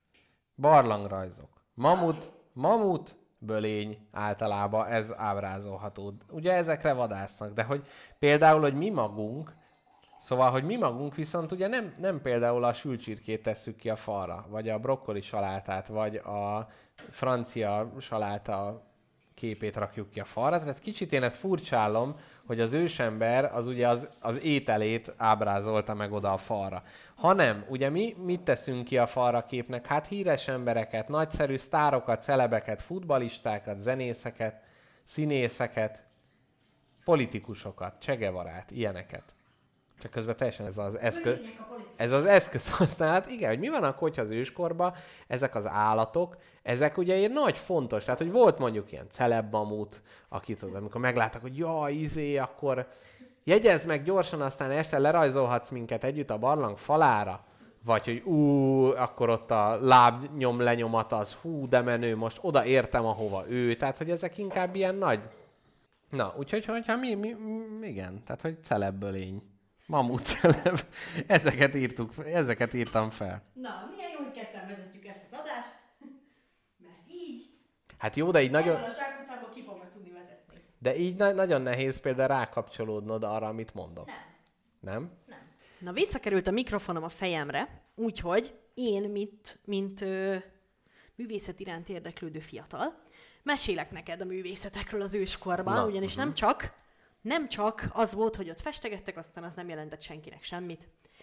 barlangrajzok. Mamut, mamut, bölény általában ez ábrázolható. Ugye ezekre vadásznak, de hogy például, hogy mi magunk, szóval, hogy mi magunk viszont ugye nem, nem például a sülcsirkét tesszük ki a falra, vagy a brokkoli salátát, vagy a francia saláta képét rakjuk ki a falra. Tehát kicsit én ezt furcsálom, hogy az ősember az ugye az, az ételét ábrázolta meg oda a falra. Hanem, ugye mi mit teszünk ki a falra képnek? Hát híres embereket, nagyszerű sztárokat, celebeket, futballistákat, zenészeket, színészeket, politikusokat, Che Guevarát, ilyeneket. Csak közben teljesen ez az eszköz, ez az eszköz használat. Igen, hogy mi van akkor, hogyha az őskorban ezek az állatok, ezek ugye egy nagy fontos, tehát hogy volt mondjuk ilyen celebbamut, akit tudod, amikor megláttak, hogy jaj, izé, akkor jegyezd meg gyorsan, aztán este lerajzolhatsz minket együtt a barlang falára, vagy hogy ú, akkor ott a lábnyom lenyomat az, hú, de menő, most oda értem, ahova ő, tehát hogy ezek inkább ilyen nagy. Na, úgyhogy hogyha mi, mi, mi igen, tehát hogy celebbölény. Mamut celeb. Ezeket írtuk, ezeket írtam fel. Na, milyen jó, hogy ketten vezetjük ezt az adást, mert így... Hát jó, de így nagyon... a zsákutcából ki fognak tudni vezetni. De így na- nagyon nehéz például rákapcsolódnod arra, amit mondok. Nem. Nem? Nem. Na, visszakerült a mikrofonom a fejemre, úgyhogy én, mint, mint ö, művészet iránt érdeklődő fiatal, mesélek neked a művészetekről az őskorban, na, ugyanis uh-huh. nem csak... Nem csak az volt, hogy ott festegettek, aztán az nem jelentett senkinek semmit.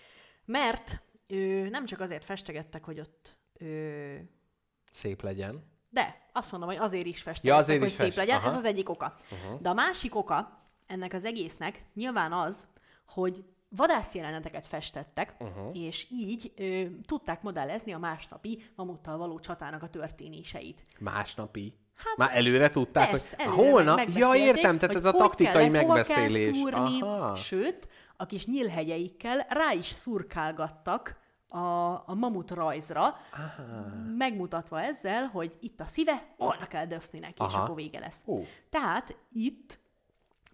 Mert ő, nem csak azért festegettek, hogy ott... Ő, szép legyen. De azt mondom, hogy azért is festegettek, ja, azért hogy is szép fest. legyen. Aha. Ez az egyik oka. Uh-huh. De a másik oka ennek az egésznek nyilván az, hogy vadászjeleneteket festettek, uh-huh. és így ö, tudták modellezni a másnapi mamuttal való csatának a történéseit. Másnapi? Hát, már előre tudták, persze, hogy előre holnap? Meg ja, értem, tehát ez a taktikai kell, megbeszélés. Hova kell szúrni, aha. Sőt, a kis nyílhegyeikkel rá is szurkálgattak a, a mamut rajzra, aha. megmutatva ezzel, hogy itt a szíve, volna kell döfni neki, és akkor vége lesz. Uh. Tehát itt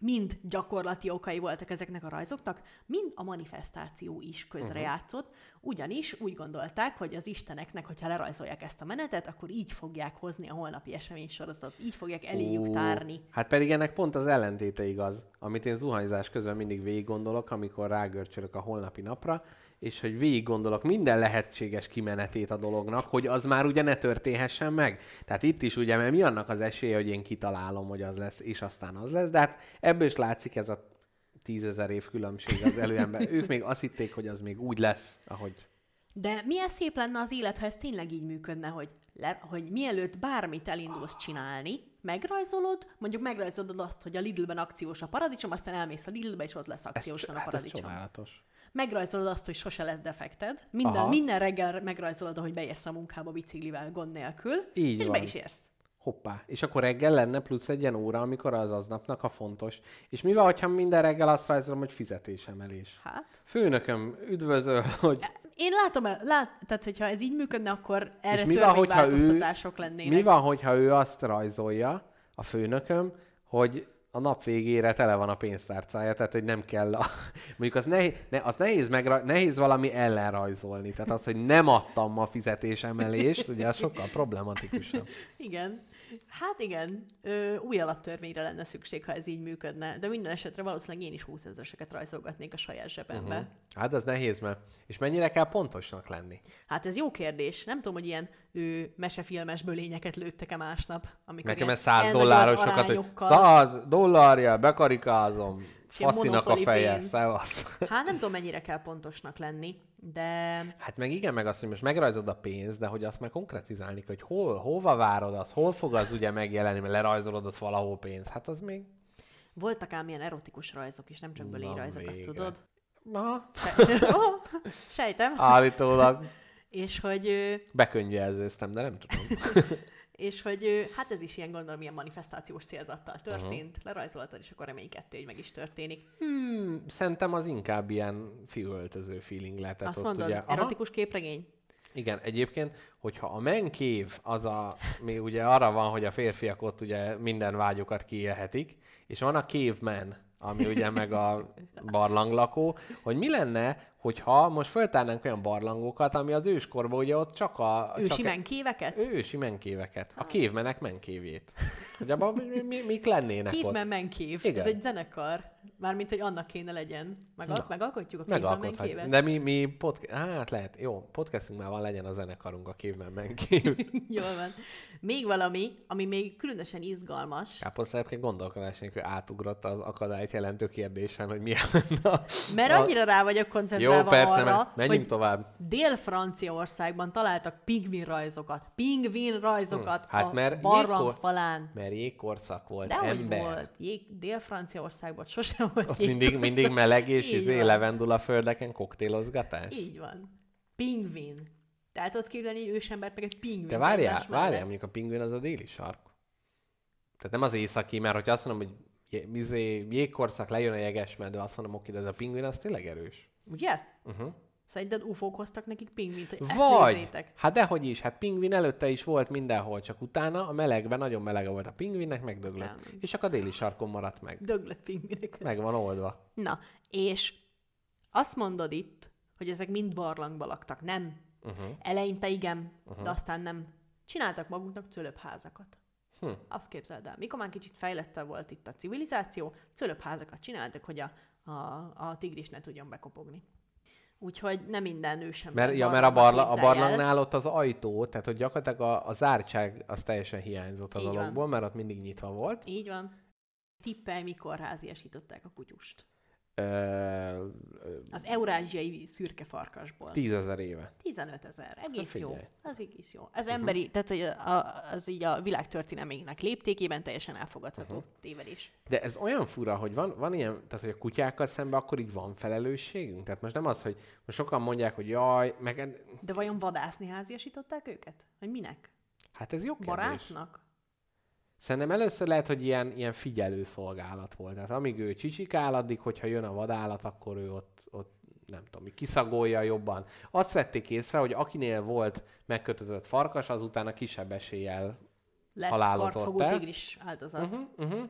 mind gyakorlati okai voltak ezeknek a rajzoknak, mind a manifestáció is közrejátszott, uh-huh. ugyanis úgy gondolták, hogy az isteneknek, hogyha lerajzolják ezt a menetet, akkor így fogják hozni a holnapi eseménysorozatot, így fogják eléjük Ó, tárni. Hát pedig ennek pont az ellentéte igaz, amit én zuhanyzás közben mindig végig gondolok, amikor rágörcsölök a holnapi napra, és hogy végig gondolok minden lehetséges kimenetét a dolognak, hogy az már ugye ne történhessen meg. Tehát itt is ugye, mert mi annak az esélye, hogy én kitalálom, hogy az lesz, és aztán az lesz, de hát ebből is látszik ez a tízezer év különbség az előember. Ők még azt hitték, hogy az még úgy lesz, ahogy... De milyen szép lenne az élet, ha ez tényleg így működne, hogy, le, hogy mielőtt bármit elindulsz csinálni, megrajzolod, mondjuk megrajzolod azt, hogy a Lidlben akciós a paradicsom, aztán elmész a Lidlbe, és ott lesz akciósan a paradicsom. Ez csodálatos. Megrajzolod azt, hogy sose lesz defekted. Minden, minden reggel megrajzolod, hogy beérsz a munkába biciklivel gond nélkül, így és van. be is érsz. Hoppá. És akkor reggel lenne plusz egy ilyen óra, amikor az aznapnak a fontos. És mi van, hogyha minden reggel azt rajzolom, hogy fizetésemelés? Hát? Főnököm, üdvözöl, hogy... Én látom, lát, tehát hogyha ez így működne, akkor erre mi van, törvényváltoztatások lennének. Mi van, hogyha ő azt rajzolja, a főnököm, hogy a nap végére tele van a pénztárcája, tehát hogy nem kell, a... mondjuk az, nehéz, ne, az nehéz, megra... nehéz valami ellen rajzolni, tehát az, hogy nem adtam ma fizetésemelést, ugye az sokkal problematikusabb. Igen. Hát igen, ö, új alaptörvényre lenne szükség, ha ez így működne, de minden esetre valószínűleg én is húszezreseket rajzolgatnék a saját zsebembe. Uh-huh. Hát az nehéz, mert... És mennyire kell pontosnak lenni? Hát ez jó kérdés. Nem tudom, hogy ilyen ő, mesefilmes bölényeket lőttek-e másnap. Nekem ez száz dollárosokat, hogy száz dollárja, bekarikázom, faszinak a feje, szevasz. Hát nem tudom, mennyire kell pontosnak lenni, de... Hát meg igen, meg azt, hogy most megrajzod a pénzt, de hogy azt meg konkretizálni, hogy hol, hova várod az, hol fog az ugye megjelenni, mert lerajzolod az valahol pénz. Hát az még... Voltak ám ilyen erotikus rajzok is, nem csak bölényrajzok, azt tudod? Aha. oh, sejtem. Állítólag. És hogy... Bekönyvelzőztem, de nem tudom. És hogy hát ez is ilyen, gondolom, ilyen manifestációs célzattal történt. Uh-huh. Lerajzoltad, és akkor reménykedtél, hogy meg is történik. Hmm, szerintem az inkább ilyen fiúöltöző feeling lehetett. Azt ott, mondod, ugye. erotikus képregény? Igen, egyébként, hogyha a menkév az a, mi ugye arra van, hogy a férfiak ott ugye minden vágyukat kiélhetik, és van a caveman, ami ugye meg a barlanglakó, hogy mi lenne, hogyha most föltárnánk olyan barlangokat, ami az őskorban ugye ott csak a... Ősi csak menkéveket? Ősi menkéveket. A cavemenek menkévjét. Hogy abban mi, mi, mik lennének Caveman ott? Man Menkév. Igen. Ez egy zenekar. Mármint, hogy annak kéne legyen. Megal- megalkotjuk a Caveman Menkévet? De mi, mi podcast... Hát lehet, jó, podcastünk már van, legyen a zenekarunk a Caveman Menkév. Jól van. Még valami, ami még különösen izgalmas. Káposztelepként gondolkodás nélkül átugrott az akadályt jelentő kérdésen, hogy milyen lenne a... Mert annyira rá vagyok koncentrálva jó, persze, arra, menjünk hogy tovább. Dél-Franciaországban találtak pingvin rajzokat. Pingvin rajzokat hm. hát a mert barlang jégkor... falán. Mert jégkorszak volt, de ember. hogy volt? Jég... Dél-Franciaországban sosem volt ott jégkorszak. mindig, mindig meleg és izé van. levendula földeken koktélozgatás? Így van. Pingvin. Tehát ott képzelni ősembert meg egy pingvin. De várjál, várjál, mondjuk a pingvin az a déli sark. Tehát nem az északi, mert hogyha azt mondom, hogy jé, jégkorszak, lejön a jegesmedve, azt mondom, oké, de ez a pingvin az tényleg erős. Ugye? Uh-huh. Szerinted ufók hoztak nekik pingvint, hogy ezt Vagy, nézzétek? hát dehogy is, hát pingvin előtte is volt mindenhol, csak utána a melegben nagyon melege volt a pingvinnek, megdöglött. Aztán... És csak a déli sarkon maradt meg. Döglött pingvinek. Meg van oldva. Na, és azt mondod itt, hogy ezek mind barlangba laktak, nem? Uh-huh. Eleinte igen, uh-huh. de aztán nem. Csináltak maguknak cölöpházakat. Hm. Azt képzeld el. Mikor már kicsit fejlettebb volt itt a civilizáció, cölöpházakat csináltak, hogy a, a, a tigris ne tudjon bekopogni. Úgyhogy nem minden ősember. Mert, ja, mert a, barla, a barlangnál ott az ajtó, tehát hogy gyakorlatilag a, a zártság az teljesen hiányzott a így dologból, van. mert ott mindig nyitva volt. Így van. Tippelj, mikor háziasították a kutyust. Ö, az eurázsiai szürke farkasból. Tízezer éve. Tizenötezer. Egész hát jó. Az egész jó. Az uh-huh. emberi, tehát hogy a, az így a világtörténelmének léptékében teljesen elfogadható uh-huh. tévedés. De ez olyan fura, hogy van, van ilyen, tehát hogy a kutyákkal szemben akkor így van felelősségünk? Tehát most nem az, hogy most sokan mondják, hogy jaj, meg... De vajon vadászni háziasították őket? Vagy minek? Hát ez jó kérdés. Barátnak? Szerintem először lehet, hogy ilyen, ilyen figyelő szolgálat volt. Tehát amíg ő csicsikál, addig, hogyha jön a vadállat, akkor ő ott, ott nem tudom, kiszagolja jobban. Azt vették észre, hogy akinél volt megkötözött farkas, azután a kisebb eséllyel lett halálozott kartfogó el. tigris áldozat. Uh-huh, uh-huh.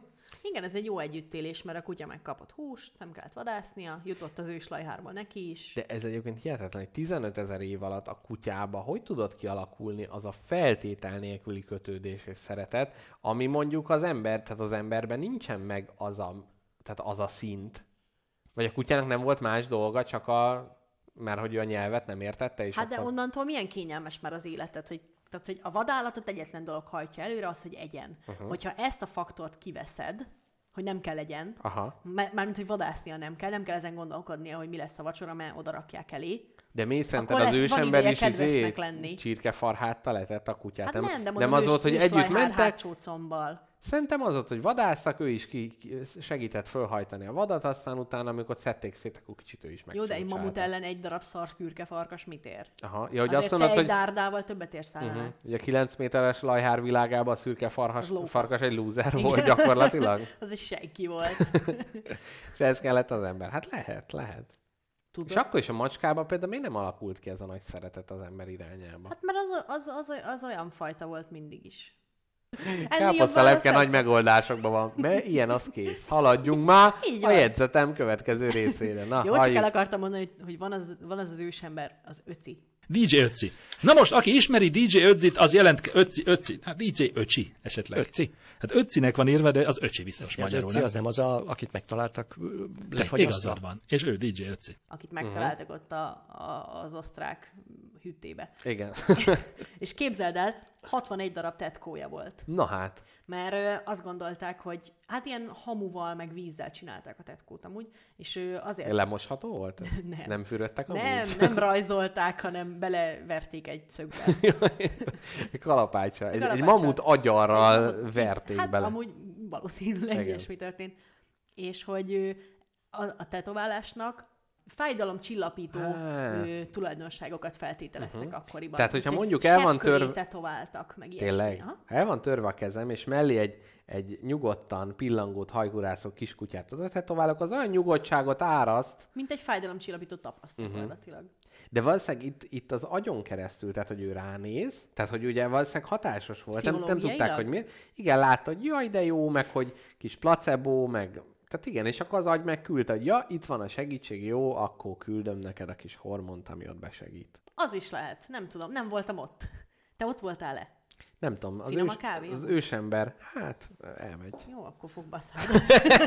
Igen, ez egy jó együttélés, mert a kutya megkapott húst, nem kellett vadásznia, jutott az őslajhárból neki is. De ez egyébként hihetetlen, hogy tizenöt ezer év alatt a kutyába hogy tudott kialakulni az a feltétel nélküli kötődés és szeretet, ami mondjuk az ember, tehát az emberben nincsen meg az a, tehát az a szint. Vagy a kutyának nem volt más dolga, csak a, mert hogy ő a nyelvet nem értette. És hát de akkor... onnantól milyen kényelmes már az életet, hogy tehát, hogy a vadállatot egyetlen dolog hajtja előre, az, hogy egyen. Uh-huh. Hogyha ezt a faktort kiveszed, hogy nem kell legyen, mármint, hogy vadásznia nem kell, nem kell ezen gondolkodnia, hogy mi lesz a vacsora, mert oda rakják elé. De mi szerinted az ősember is izé csirkefarháttal letett a kutyát? Hát nem, nem, de mondom, nem az volt, hogy együtt mentek. Szerintem az ott, hogy vadásztak, ő is ki, ki segített fölhajtani a vadat, aztán utána, amikor szedték szét, akkor kicsit ő is megcsinálta. Jó, de egy mamut ellen egy darab szarszürke farkas mit ér? Aha, ja, hogy azért azt mondod, te hogy... egy dárdával többet érsz el. Uh-huh. Ugye a kilenc méteres lajhár világában a szürke farkas, farkas egy lúzer volt gyakorlatilag. Az egy senki volt. És ez kellett az ember. Hát lehet, lehet. Tudod? És akkor is a macskában például miért nem alakult ki ez a nagy szeretet az ember irányába? Hát mert az, az, az, az olyan fajta volt mindig is. Káposztalepke nagy megoldásokban van. Mert ilyen az kész. Haladjunk már a jegyzetem következő részére. Na, jó, csak el akartam mondani, hogy van az, van az az ősember, az öci. dé dzsé Ötzi. Na most, aki ismeri dé dzsé Ötzit, az jelent Ötzi, Ötzi. Hát dé dzsé Öcsi esetleg. Ötzi. Hát Ötzinek van írva, de az Öcsi biztos az magyarul. Ötzi, nem? az nem az, a, akit megtaláltak lefagyasztva. Igazad van. És ő dé dzsé Ötzi. Akit megtaláltak uh-huh. ott a, a, az osztrák hűtébe. Igen. És képzeld el, hatvanegy darab tetkója volt. Na hát. Mert ö, azt gondolták, hogy hát ilyen hamuval, meg vízzel csinálták a tetkót amúgy, és ö, azért... Lemosható volt? nem. Nem fürödtek amúgy? Nem, nem rajzolták, hanem beleverték egy szögbe. Kalapácsa. Egy, egy mamut agyarral egy mamut, verték hát bele. amúgy valószínűleg ilyesmi történt. És hogy ö, a, a tetoválásnak fájdalomcsillapító ö, tulajdonságokat feltételeztek uh-huh. akkoriban. Tehát, hogyha mondjuk el van törve... tetováltak, meg Tényleg? ilyesmi. Ha el van törve a kezem, és mellé egy, egy nyugodtan pillangót hajkurászó kiskutyát oda tetoválok, az olyan nyugodtságot áraszt. Mint egy fájdalomcsillapító tapaszt uh-huh. gyakorlatilag. De valószínűleg itt, itt az agyon keresztül, tehát, hogy ő ránéz, tehát, hogy ugye valószínűleg hatásos volt. Nem, nem tudták, hogy miért. Igen, látta, hogy jaj, de jó, meg hogy kis placebo, meg... Tehát igen, és akkor az agy megküldte, hogy ja, itt van a segítség, jó, akkor küldöm neked a kis hormont, ami ott besegít. Az is lehet, nem tudom, nem voltam ott. Te ott voltál-e? Nem tudom, az, Finom ős, a kávé, az ősember, hát elmegy. Jó, akkor fog baszálni.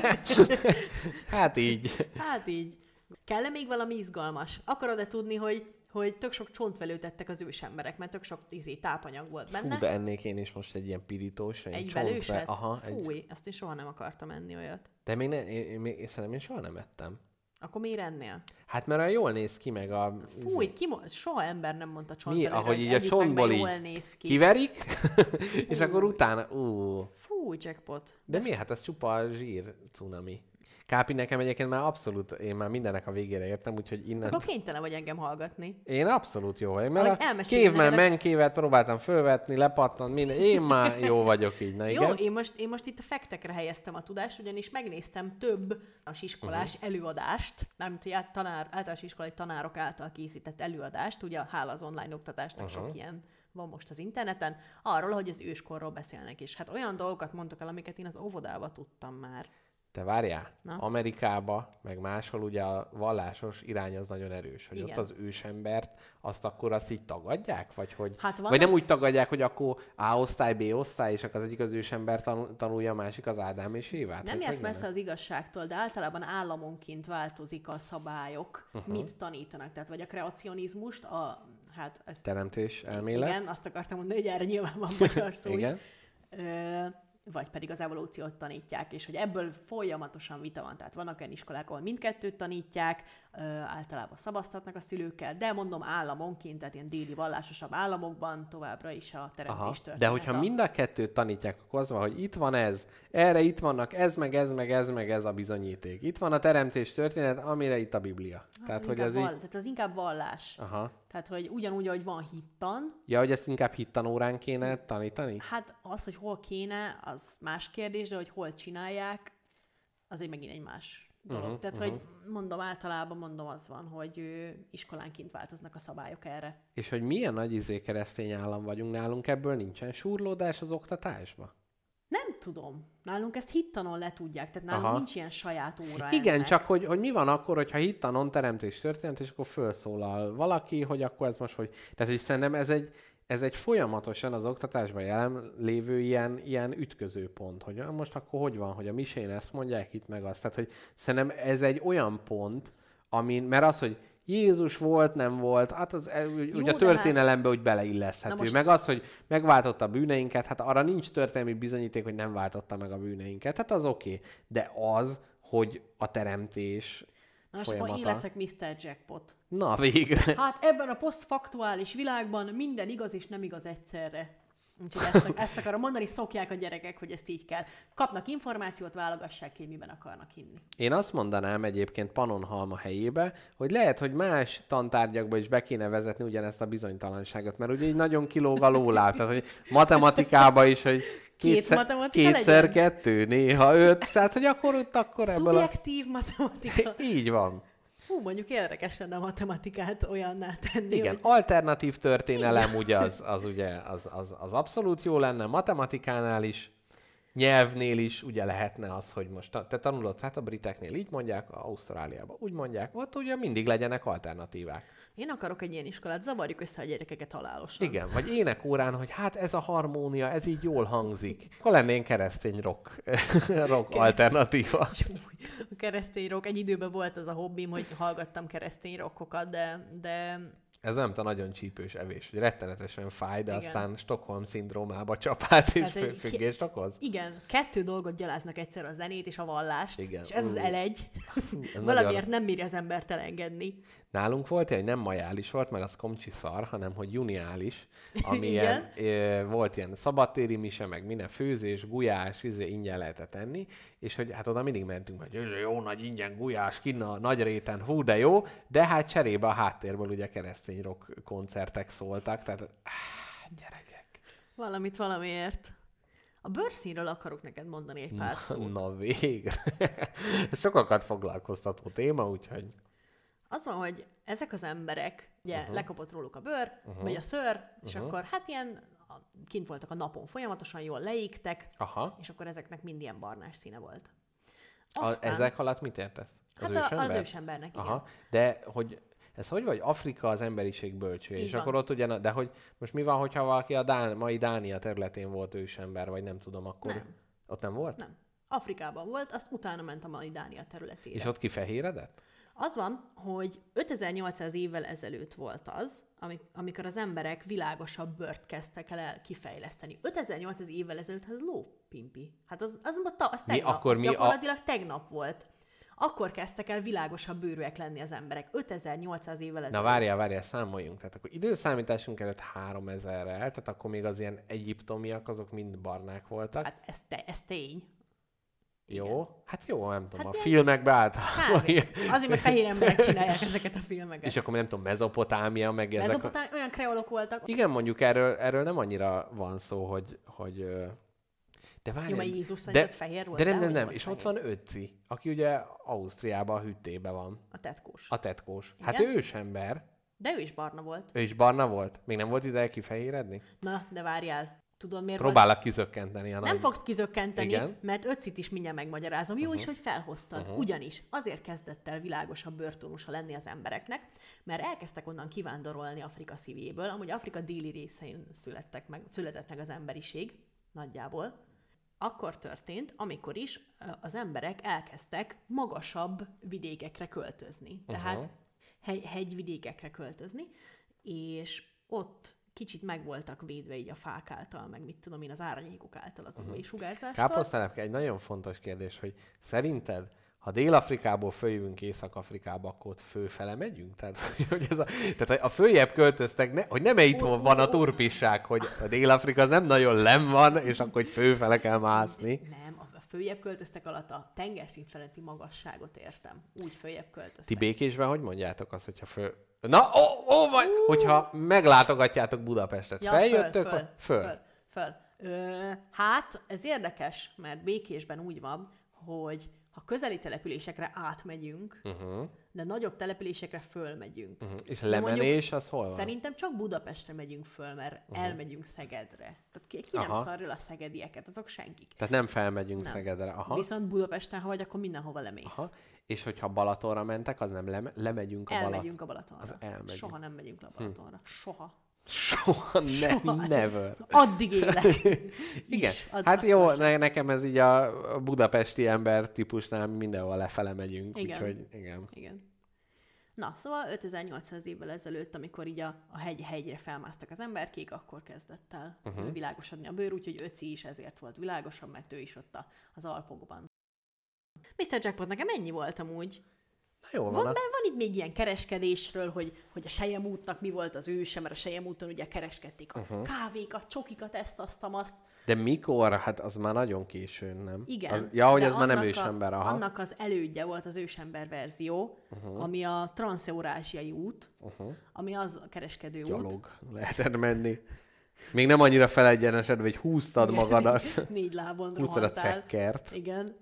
Hát így. Hát így. Kell-e még valami izgalmas? Akarod-e tudni, hogy, hogy tök sok csontvelőt tettek az ősemberek, mert tök sok izé, tápanyag volt benne? Fú, de ennék én is most egy ilyen pirítós, egy, egy csontve... Aha, Fúj, egy... azt én soha nem akartam enni olyat. De még, ne, én, én, még én szerintem én soha nem ettem. Akkor miért ennél? Hát mert olyan jól néz ki, meg a... Fúj, ki mo- soha ember nem mondta csontvelőre, Mi? Ahogy így a csontból így jól néz ki. kiverik, és akkor utána... Ú. Fúj, jackpot. De mi? Hát ez csupa zsír cunami. Kápi, nekem egyébként már abszolút, én már mindennek a végére értem, úgyhogy innen... Akkor kénytelen vagy engem hallgatni. Én abszolút jó vagyok, mert a kévmen menkévet próbáltam fölvetni, lepattant, minden. Én már jó vagyok így, na igen. Jó, én most, én most itt a fektekre helyeztem a tudást, ugyanis megnéztem több iskolás uh-huh. előadást, mármint, hogy tanár, általános iskolai tanárok által készített előadást, ugye hála az online oktatásnak uh-huh. sok ilyen van most az interneten, arról, hogy az őskorról beszélnek is. Hát olyan dolgokat mondtak el, amiket én az óvodában tudtam már. Te várjál, Na? Amerikába, meg máshol ugye a vallásos irány az nagyon erős, hogy Igen. ott az ősembert, azt akkor azt így tagadják? Vagy, hogy, hát vagy nem úgy tagadják, hogy akkor A osztály, B osztály, és akkor az egyik az ősember tanulja, a másik az Ádám és Évát? Nem jársz messze az igazságtól, de általában államonként változik a szabályok, uh-huh. mit tanítanak. Tehát vagy a kreacionizmust, a hát ezt... Teremtés elmélet. Igen, azt akartam mondani, hogy erre nyilván van magyar szó Igen. is. Ö, vagy pedig az evolúciót tanítják, és hogy ebből folyamatosan vita van. Tehát vannak olyan iskolák, ahol mindkettőt tanítják, ö, általában szavaztatnak a szülőkkel, de mondom államonként, tehát ilyen déli vallásosabb államokban továbbra is a teremtés történet. De hogyha a... mind a kettőt tanítják, akkor az van, hogy itt van ez, erre itt vannak ez, meg ez, meg ez, meg ez a bizonyíték. Itt van a teremtés történet, amire itt a Biblia. Az tehát, az hogy ez val... így... tehát az inkább vallás. Aha. Tehát, hogy ugyanúgy, ahogy van hittan. Ja, hogy ezt inkább hittanórán kéne tanítani? Hát az, hogy hol kéne, az más kérdés, de hogy hol csinálják, az egy megint egy más dolog. Uh-huh, Tehát, uh-huh. hogy mondom, általában mondom, az van, hogy ő, iskolánként változnak a szabályok erre. És hogy milyen nagy izé keresztény állam vagyunk nálunk, ebből nincsen súrlódás az oktatásba? Nem tudom. Nálunk ezt hittanon le tudják, tehát nálunk Aha. nincs ilyen saját óra Igen, ennek. csak hogy, hogy mi van akkor, hogyha hittanon teremtés történet, és akkor felszólal valaki, hogy akkor ez most hogy... Tehát hogy szerintem ez egy, ez egy folyamatosan az oktatásban jelen lévő ilyen, ilyen ütköző pont, hogy most akkor hogy van, hogy a misén ezt mondják, itt meg azt. Tehát, hogy szerintem ez egy olyan pont, amin, mert az, hogy Jézus volt, nem volt, hát az Jó, ugye a történelembe hát... úgy beleilleszthető. Most... Meg az, hogy megváltotta a bűneinket, hát arra nincs történelmi bizonyíték, hogy nem váltotta meg a bűneinket. Hát az oké. Okay. De az, hogy a teremtés Na most folyamata... akkor én leszek miszter Jackpot. Na, végre. Hát ebben a posztfaktuális világban minden igaz és nem igaz egyszerre. Úgyhogy ezt, ezt akarom mondani, szokják a gyerekek, hogy ezt így kell. Kapnak információt, válogassák ki, miben akarnak hinni. Én azt mondanám egyébként Pannonhalma helyébe, hogy lehet, hogy más tantárgyakba is be kéne vezetni ugyanezt a bizonytalanságot, mert ugye így nagyon kilóg a lóláb, tehát hogy matematikában is, hogy kétszer, Két kétszer legyen? kettő, néha öt, tehát hogy akkor ott akkor ebből a... Szubjektív matematika. Így van. Hú, mondjuk érdekes lenne a matematikát olyanná tenni. Igen, hogy... alternatív történelem ugye az, az, ugye az, az, az abszolút jó lenne, matematikánál is, nyelvnél is ugye lehetne az, hogy most te tanulod, hát a briteknél így mondják, Ausztráliában úgy mondják, ott ugye mindig legyenek alternatívák. Én akarok egy ilyen iskolát, zavarjuk össze a gyerekeket halálosan. Igen, vagy énekórán, hogy hát ez a harmónia, ez így jól hangzik. Akkor lennénk keresztény rock, rock alternatíva. A keresztény rock, egy időben volt az a hobbim, hogy hallgattam keresztény rockokat, de... de... Ez nem a nagyon csípős evés, hogy rettenetesen fáj, de Igen. aztán Stockholm-szindrómába csapát és Hát egy függést okoz. Igen, kettő dolgot gyaláznak egyszer, a zenét és a vallást, Igen. és ez az Ú. elegy. Ez Valamiért nagyon- nem bírja az embert elengedni. Nálunk volt, hogy nem majális volt, mert az komcsi szar, hanem hogy juniális, ami ilyen, ö, volt ilyen szabadtéri mise, meg minden főzés, gulyás, izé, ingyen lehetett enni, és hogy hát oda mindig mentünk, hogy ez jó nagy ingyen gulyás, kinn a nagy réten, hú, de jó, de hát cserébe a háttérből ugye keresztény rock koncertek szóltak, tehát áh, gyerekek. Valamit valamiért. A bőrszínről akarok neked mondani egy pár Na, szót. na végre. Sokakat foglalkoztató téma, úgyhogy... Az van, hogy ezek az emberek, ugye uh-huh. lekapott róluk a bőr, uh-huh. vagy a szőr, és Uh-huh. akkor hát ilyen a- kint voltak a napon folyamatosan, jól leégtek, Aha. és akkor ezeknek mind ilyen barnás színe volt. A, ezek alatt mit értesz? Az Hát a- ősember? az ősembernek, igen. Aha. De hogy ez hogy vagy? Afrika az emberiség bölcsője, Így és van. akkor ott ugyan, de hogy most mi van, hogyha valaki a Dán, mai Dánia területén volt ősember, vagy nem tudom, akkor Nem. ott nem volt? Nem. Afrikában volt, azt utána ment a mai Dánia területére. És ott kifehéredett? Az van, hogy ötezer-nyolcszáz évvel ezelőtt volt az, amik, amikor az emberek világosabb bőrt kezdtek el, el kifejleszteni. ötezer-nyolcszáz évvel ezelőtt az lópimpi. Hát az, az, az, az Mi tegnap, akkor mi a- gyakorlatilag tegnap volt. Akkor kezdtek el világosabb bőrűek lenni az emberek. ötezer-nyolcszáz évvel ezelőtt. Na várjál, várjál, számoljunk. Tehát akkor időszámításunk előtt háromezerrel, tehát akkor még az ilyen egyiptomiak, azok mind barnák voltak. Hát ez, te, ez tény. Jó? Hát jó, nem tudom, Hát a ilyen- filmekben általában. Kb. Azért, mert fehér emberek csinálják ezeket a filmeket. És akkor nem tudom, Mezopotámia, meg ezek a... Mezopotám, olyan kreolok voltak. Igen, mondjuk erről, erről nem annyira van szó, hogy... hogy ö, de várj, Jó, mert Jézus de, szerinted fehér volt, de nem, de nem, hogy nem. volt És ott fehér? van Ötzi, aki ugye Ausztriában a hüttében van. A tetkós. A tetkós. Hát Igen? ő ősember. De ő is barna volt. Ő is barna volt. Még nem volt ideje kifehéredni? Na, de várjál. Tudod, miért Próbálok kizökkenteni a Nem nagy... fogsz kizökkenteni, Igen. mert Öccit is mindjárt megmagyarázom. Jó Uh-huh. is, hogy felhoztad. Uh-huh. Ugyanis azért kezdett el világosabb bőrtónusa lenni az embereknek, mert elkezdtek onnan kivándorolni Afrika szívéből. Amúgy Afrika déli részein születtek meg, született meg az emberiség, nagyjából. Akkor történt, amikor is ö, az emberek elkezdtek magasabb vidékekre költözni. Tehát Uh-huh. hegy, hegyvidékekre költözni, és ott kicsit meg voltak védve így a fák által, meg mit tudom én, az árnyékok által, az u vé sugárzástól. Káposztelepke, egy nagyon fontos kérdés, hogy szerinted, ha Dél-Afrikából följövünk Észak-Afrikába, akkor ott fölfele megyünk? Tehát, hogy ez a, tehát a följebb költöztek, ne, hogy nem itt Ó, van a ó, turpisság, hogy a Dél-Afrika az nem nagyon len van, és akkor hogy fölfele kell mászni. Nem, a följebb költöztek alatt a tengerszint feletti magasságot értem. Úgy följebb költöztek. Ti Békésben hogy mondjátok azt, hogyha föl... Na, ó, ó, vagy, hogyha meglátogatjátok Budapestet, Ja, feljöttök? föl, vagy- föl, föl. föl. Ö, hát, ez érdekes, mert Békésben úgy van, hogy ha közeli településekre átmegyünk, uh-huh. de nagyobb településekre fölmegyünk. Uh-huh. És lemenés az hol van? Szerintem csak Budapestre megyünk föl, mert uh-huh. elmegyünk Szegedre. Tehát ki, ki nem szarja a szegedieket, azok senkik. Tehát nem felmegyünk nem. Szegedre. Aha. Viszont Budapesten, ha vagy, akkor mindenhova lemész. Aha. És hogyha Balatonra mentek, az nem leme- lemegyünk a Balatonra? Elmegyünk a Balatonra. Az elmegyünk. Soha nem megyünk le a Balatonra. Hm. Soha. Soha, ne, Soha. Never. Addig élek. Igen, Is, hát jó, ne, nekem ez így a budapesti ember típusnál mindenhol lefele megyünk. Igen. Úgyhogy igen. Igen. Na, szóval ötezer-nyolcszáz évvel ezelőtt, amikor így a, a hegy, hegyre felmásztak az emberkék, akkor kezdett el uh-huh. világosodni a bőr, úgyhogy Ötzi is ezért volt világosabb, mert ő is ott a, az Alpokban. miszter Jackpot, nekem ennyi volt amúgy. Jó, van, van, a... van itt még ilyen kereskedésről, hogy, hogy a Selyemútnak mi volt az őse, mert a Selyemúton ugye kereskedték a uh-huh. kávékat, csokikat, ezt, azt, azt. De mikor? Hát az már nagyon későn, nem? Igen. Az, ja, hogy ez már nem a, ősember. Aha. Annak az elődje volt az ősember verzió, uh-huh. ami a transzeurázsiai út, uh-huh. ami az a kereskedő út. Gyalog lehetett menni. Még nem annyira felegyenesedve, hogy húztad magadat. Négy lábon rohantál. Húztad a cekkert. Igen.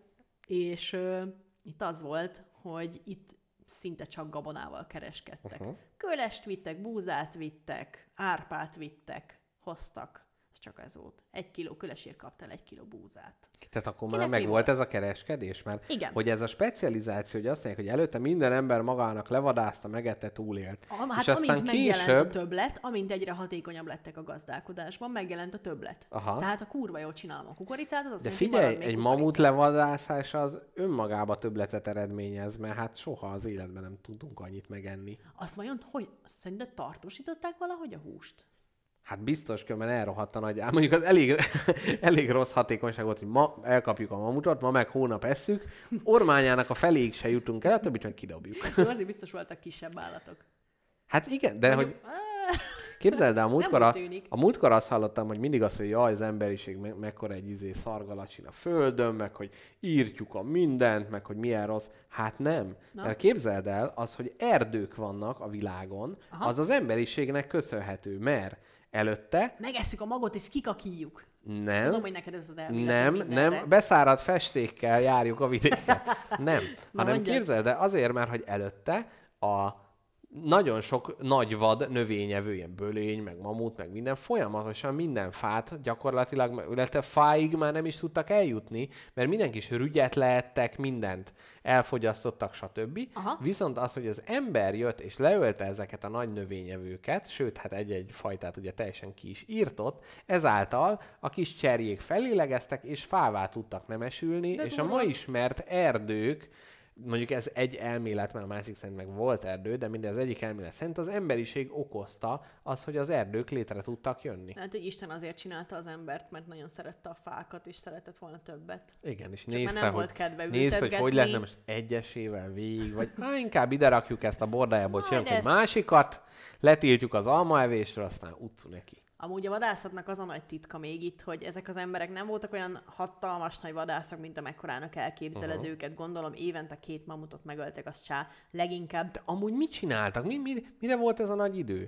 És uh, itt az volt, hogy itt szinte csak gabonával kereskedtek. Uh-huh. Kölest vittek, búzát vittek, árpát vittek, hoztak. Ez csak ez volt. Egy kiló kölesért kaptál egy kiló búzát. Tehát akkor Kinek már meg volt ez a kereskedés? Mert igen. Hogy ez a specializáció, hogy azt mondják, hogy előtte minden ember magának levadázta, megette, túlélt. Ah, hát és amint aztán megjelent később... a többlet, amint egyre hatékonyabb lettek a gazdálkodásban, megjelent a többlet. Aha. Tehát a kurva jól csinálom a kukoricát, az azt de mondja, figyelj, egy mamut levadászás az önmagába többletet eredményez, mert hát soha az életben nem tudunk annyit megenni. Azt vajon, hogy szerinted tartósították valahogy a húst? Hát biztos, különben elrohadt a nagy ám. Mondjuk az elég, elég rossz hatékonyság volt, hogy ma elkapjuk a mamutot, ma meg hónap esszük, ormányának a feléig se jutunk el, a többit meg kidobjuk. Jó, azért biztos voltak kisebb állatok. Hát igen, de Mondjuk, hogy... Képzeld el, a múltkor, a, a múltkor azt hallottam, hogy mindig az, hogy jaj, az emberiség me- mekkora egy izé szargalacsin a földön, meg hogy írtjuk a mindent, meg hogy milyen rossz. Hát nem. Na. Mert képzeld el, az, hogy erdők vannak a világon, aha. az az emberiségnek köszönhető, mert előtte... Megesszük a magot, és kikakíjuk. Nem. Tudom, hogy neked ez az elmélet. Nem, nem. Beszáradt festékkel járjuk a vidéket. Nem. Hanem képzeld el, azért, mert hogy előtte a nagyon sok nagy vad növényevő, ilyen bölény, meg mamut, meg minden, folyamatosan minden fát gyakorlatilag, illetve fáig már nem is tudtak eljutni, mert mindenki is rügyet lehettek, mindent elfogyasztottak, stb. Aha. Viszont az, hogy az ember jött és leölte ezeket a nagy növényevőket, sőt, hát egy-egy fajtát ugye teljesen ki is írtott, ezáltal a kis cserjék felélegeztek, és fává tudtak nemesülni, de és durva. A ma ismert erdők, mondjuk ez egy elmélet, mert a másik szerint meg volt erdő, de minden az egyik elmélet szerint az emberiség okozta az, hogy az erdők létre tudtak jönni. Hát, hogy Isten azért csinálta az embert, mert nagyon szerette a fákat, és szeretett volna többet. Igen, és Csak nézte, nem hogy, volt kedve nézte hogy hogy lehetne most egyesével végig, vagy hát inkább ide rakjuk ezt a bordájából, csinálunk egy másikat, letiltjuk az almaevésről, aztán utcu neki. Amúgy a vadászatnak az a nagy titka még itt, hogy ezek az emberek nem voltak olyan hatalmas nagy vadászok, mint amekkorának elképzeled uh-huh. őket. Gondolom évente két mamutot megöltek, azt csá. Leginkább... De amúgy mit csináltak? Mi, mi, mire volt ez a nagy idő?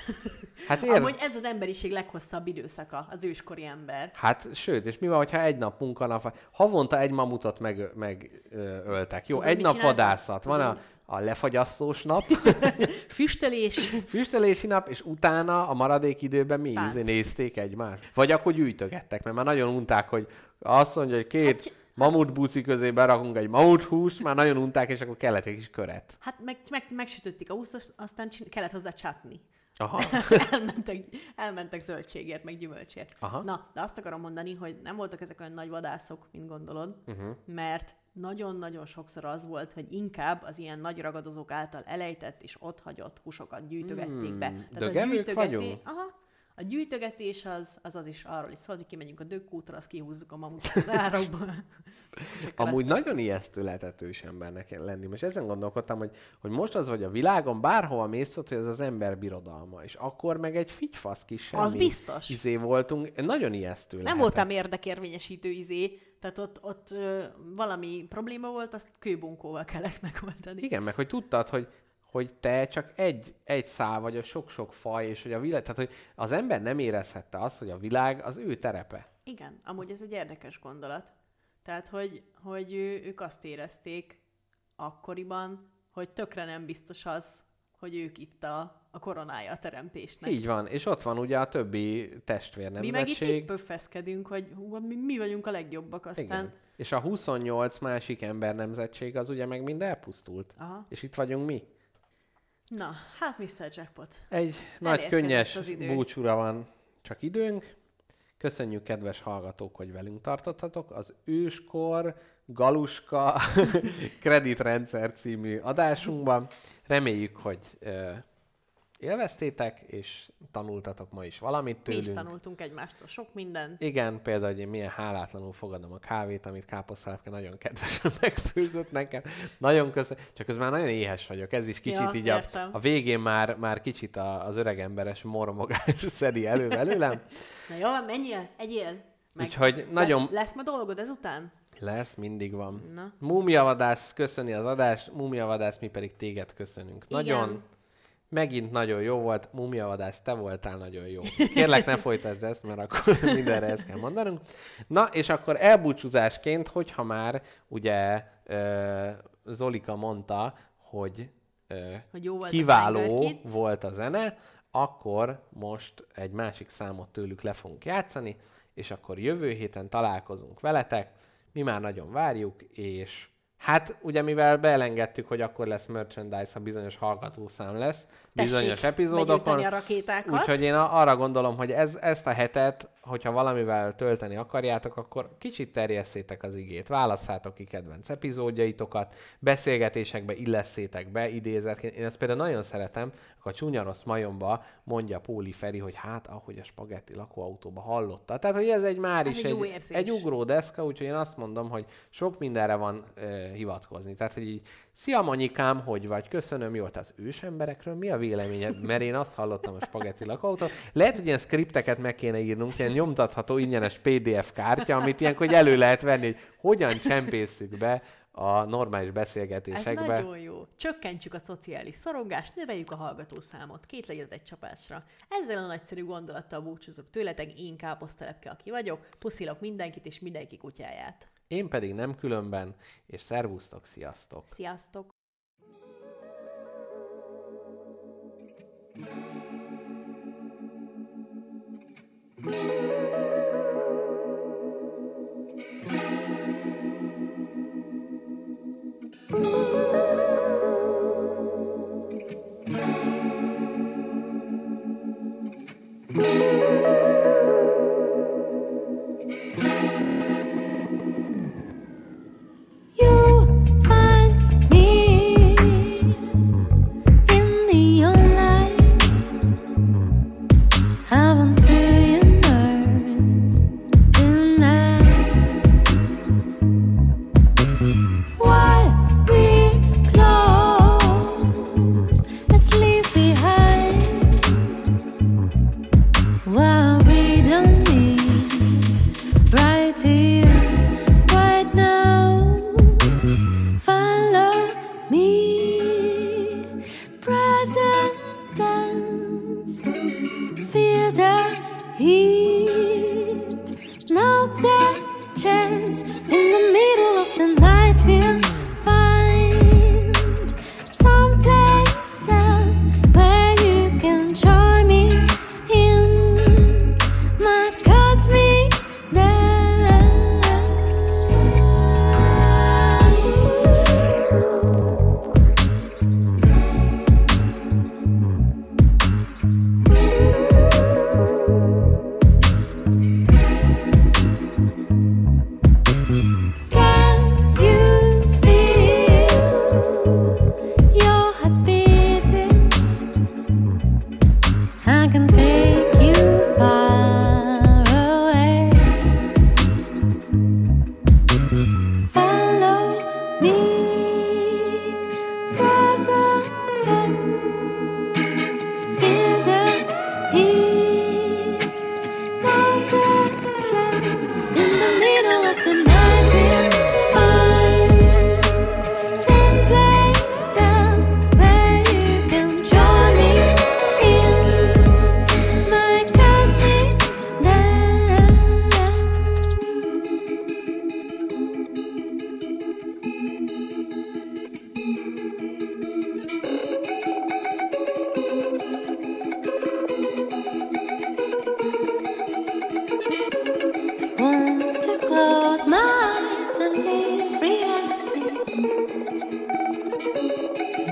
Hát ér... Amúgy ez az emberiség leghosszabb időszaka, az őskori ember. Hát sőt, és mi van, hogyha egy nap munkanap, havonta egy mamutot megöltek. Meg, Jó, Tudod, egy nap csináltak? Vadászat. Tudom. Van a, a lefagyasztós nap. Füstölés. Füstölési nap, és utána a maradék időben mi ízni nézték egymást. Vagy akkor gyűjtögettek, mert már nagyon unták, hogy azt mondja, hogy két hát, mamutbúci közé berakunk egy mamuthúst, már nagyon unták, és akkor kellett egy kis köret. Hát meg, meg, megsütötték a húst, aztán csin- kellett hozzá csatni. Aha. elmentek, elmentek zöldségért, meg gyümölcsért. Aha. Na, de azt akarom mondani, hogy nem voltak ezek olyan nagy vadászok, mint gondolod, uh-huh. mert nagyon-nagyon sokszor az volt, hogy inkább az ilyen nagy ragadozók által elejtett és otthagyott húsokat gyűjtögették be. Hmm, Tehát a gyűjtögetés, aha, a gyűjtögetés az, az az is arról is szól, hogy kimegyünk a dökkútra, azt kihúzzuk a mamutot az árokból. Amúgy nagyon ijesztő lehetett ősembernek lenni. Most ezen gondolkodtam, hogy, hogy most az, hogy a világon bárhova mész ott, hogy ez az ember birodalma. És akkor meg egy figyfasz kis semmi az biztos. Izé voltunk. Nagyon ijesztő Nem lehetett. voltam érdekérvényesítő izé, tehát ott, ott ö, valami probléma volt, azt kőbunkóval kellett megoldani. Igen, meg hogy tudtad, hogy hogy te csak egy, egy szál vagy a sok-sok faj, és hogy a világ, tehát hogy az ember nem érezhette azt, hogy a világ az ő terepe. Igen, amúgy ez egy érdekes gondolat. Tehát, hogy, hogy ő, ők azt érezték akkoriban, hogy tökre nem biztos az, hogy ők itt a, a koronája a teremtésnek. Így van, és ott van ugye a többi testvérnemzetség. Mi meg itt, itt pöffeszkedünk, hogy hú, mi, mi vagyunk a legjobbak, aztán... Igen. És a huszonnyolc másik ember nemzetség az ugye meg mind elpusztult. Aha. És itt vagyunk mi. Na, hát miszter Jackpot. Egy nagy Elérkezett könnyes az idő. búcsúra van csak időnk. Köszönjük, kedves hallgatók, hogy velünk tartottatok. Az Őskor Galuska Kreditrendszer című adásunkban. Reméljük, hogy ö, élveztétek, és tanultatok ma is valamit Mi tőlünk. is tanultunk egymástól sok mindent. Igen, például, hogy én milyen hálátlanul fogadom a kávét, amit Káposztelepke nagyon kedvesen megfőzött nekem. Nagyon köszönöm. Csak közben már nagyon éhes vagyok. Ez is kicsit Ja, így a, értem. a végén már, már kicsit a, az öregemberes mormogás szedi elő belőlem. Na jó, menjél, egyél. Meg Úgyhogy nagyon... Lesz, lesz ma dolgod ezután? Lesz, mindig van. Na. Múmiavadász köszöni az adást, Múmiavadász, mi pedig téged köszönünk. Igen. Nagyon, megint nagyon jó volt. Múmiavadász, te voltál nagyon jó. Kérlek, ne folytasd ezt, mert akkor mindenre ezt kell mondanunk. Na, és akkor elbúcsúzásként, hogyha már ugye ö, Zolika mondta, hogy, ö, Hogy jó volt a kiváló Finger Kids. volt a zene, akkor most egy másik számot tőlük le fogunk játszani, és akkor jövő héten találkozunk veletek. Mi már nagyon várjuk, és hát ugye mivel beelengedtük, hogy akkor lesz merchandise, ha bizonyos hallgatószám lesz, bizonyos Tessék epizódokon. begyűjteni a rakétákat. Úgyhogy én a- arra gondolom, hogy ez, ezt a hetet, hogyha valamivel tölteni akarjátok, akkor kicsit terjesszétek az igét. Válasszátok ki kedvenc epizódjaitokat, beszélgetésekbe illesszétek be idézetként. Én ezt például nagyon szeretem, akkor a Csúnya Rossz Majomba mondja Póli Feri, hogy hát ahogy a spagetti lakóautóba hallotta. Tehát, hogy ez egy már Ez is egy jó egy, érzés. egy ugródeszka, úgyhogy én azt mondom, hogy sok mindenre van e, hivatkozni. Tehát, hogy így, szia Manyikám, hogy vagy? Köszönöm, jó, te az ősemberekről mi a véleményed? Mert én azt hallottam a spagetti lakóautót. Lehet, hogy ilyen skripteket meg kéne írnunk, ilyen nyomtatható ingyenes pé dé ef kártya, amit ilyenkor hogy elő lehet venni, hogy hogyan csempészük be a normális Ez beszélgetésekbe. nagyon jó. Csökkentsük a szociális szorongást, növeljük a hallgatószámot. Két legyen egy csapásra. Ezzel a nagyszerű gondolattal búcsúzok tőletek, én Káposztelepke, aki vagyok. Puszilok mindenkit és mindenki kutyáját. Én pedig nem különben, és szervusztok, sziasztok! Sziasztok! You find me in neon lights. I want to immerse tonight. While we're close, let's leave behind what we don't need right here. Right now, follow me, present tense. Feel the heat. Now's the chance. In the middle of the night, we'll find some places where you can join me in my cosmic dance. Can you feel your heart beating? I can take you far away. Follow me,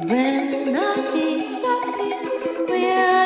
When I disappear, will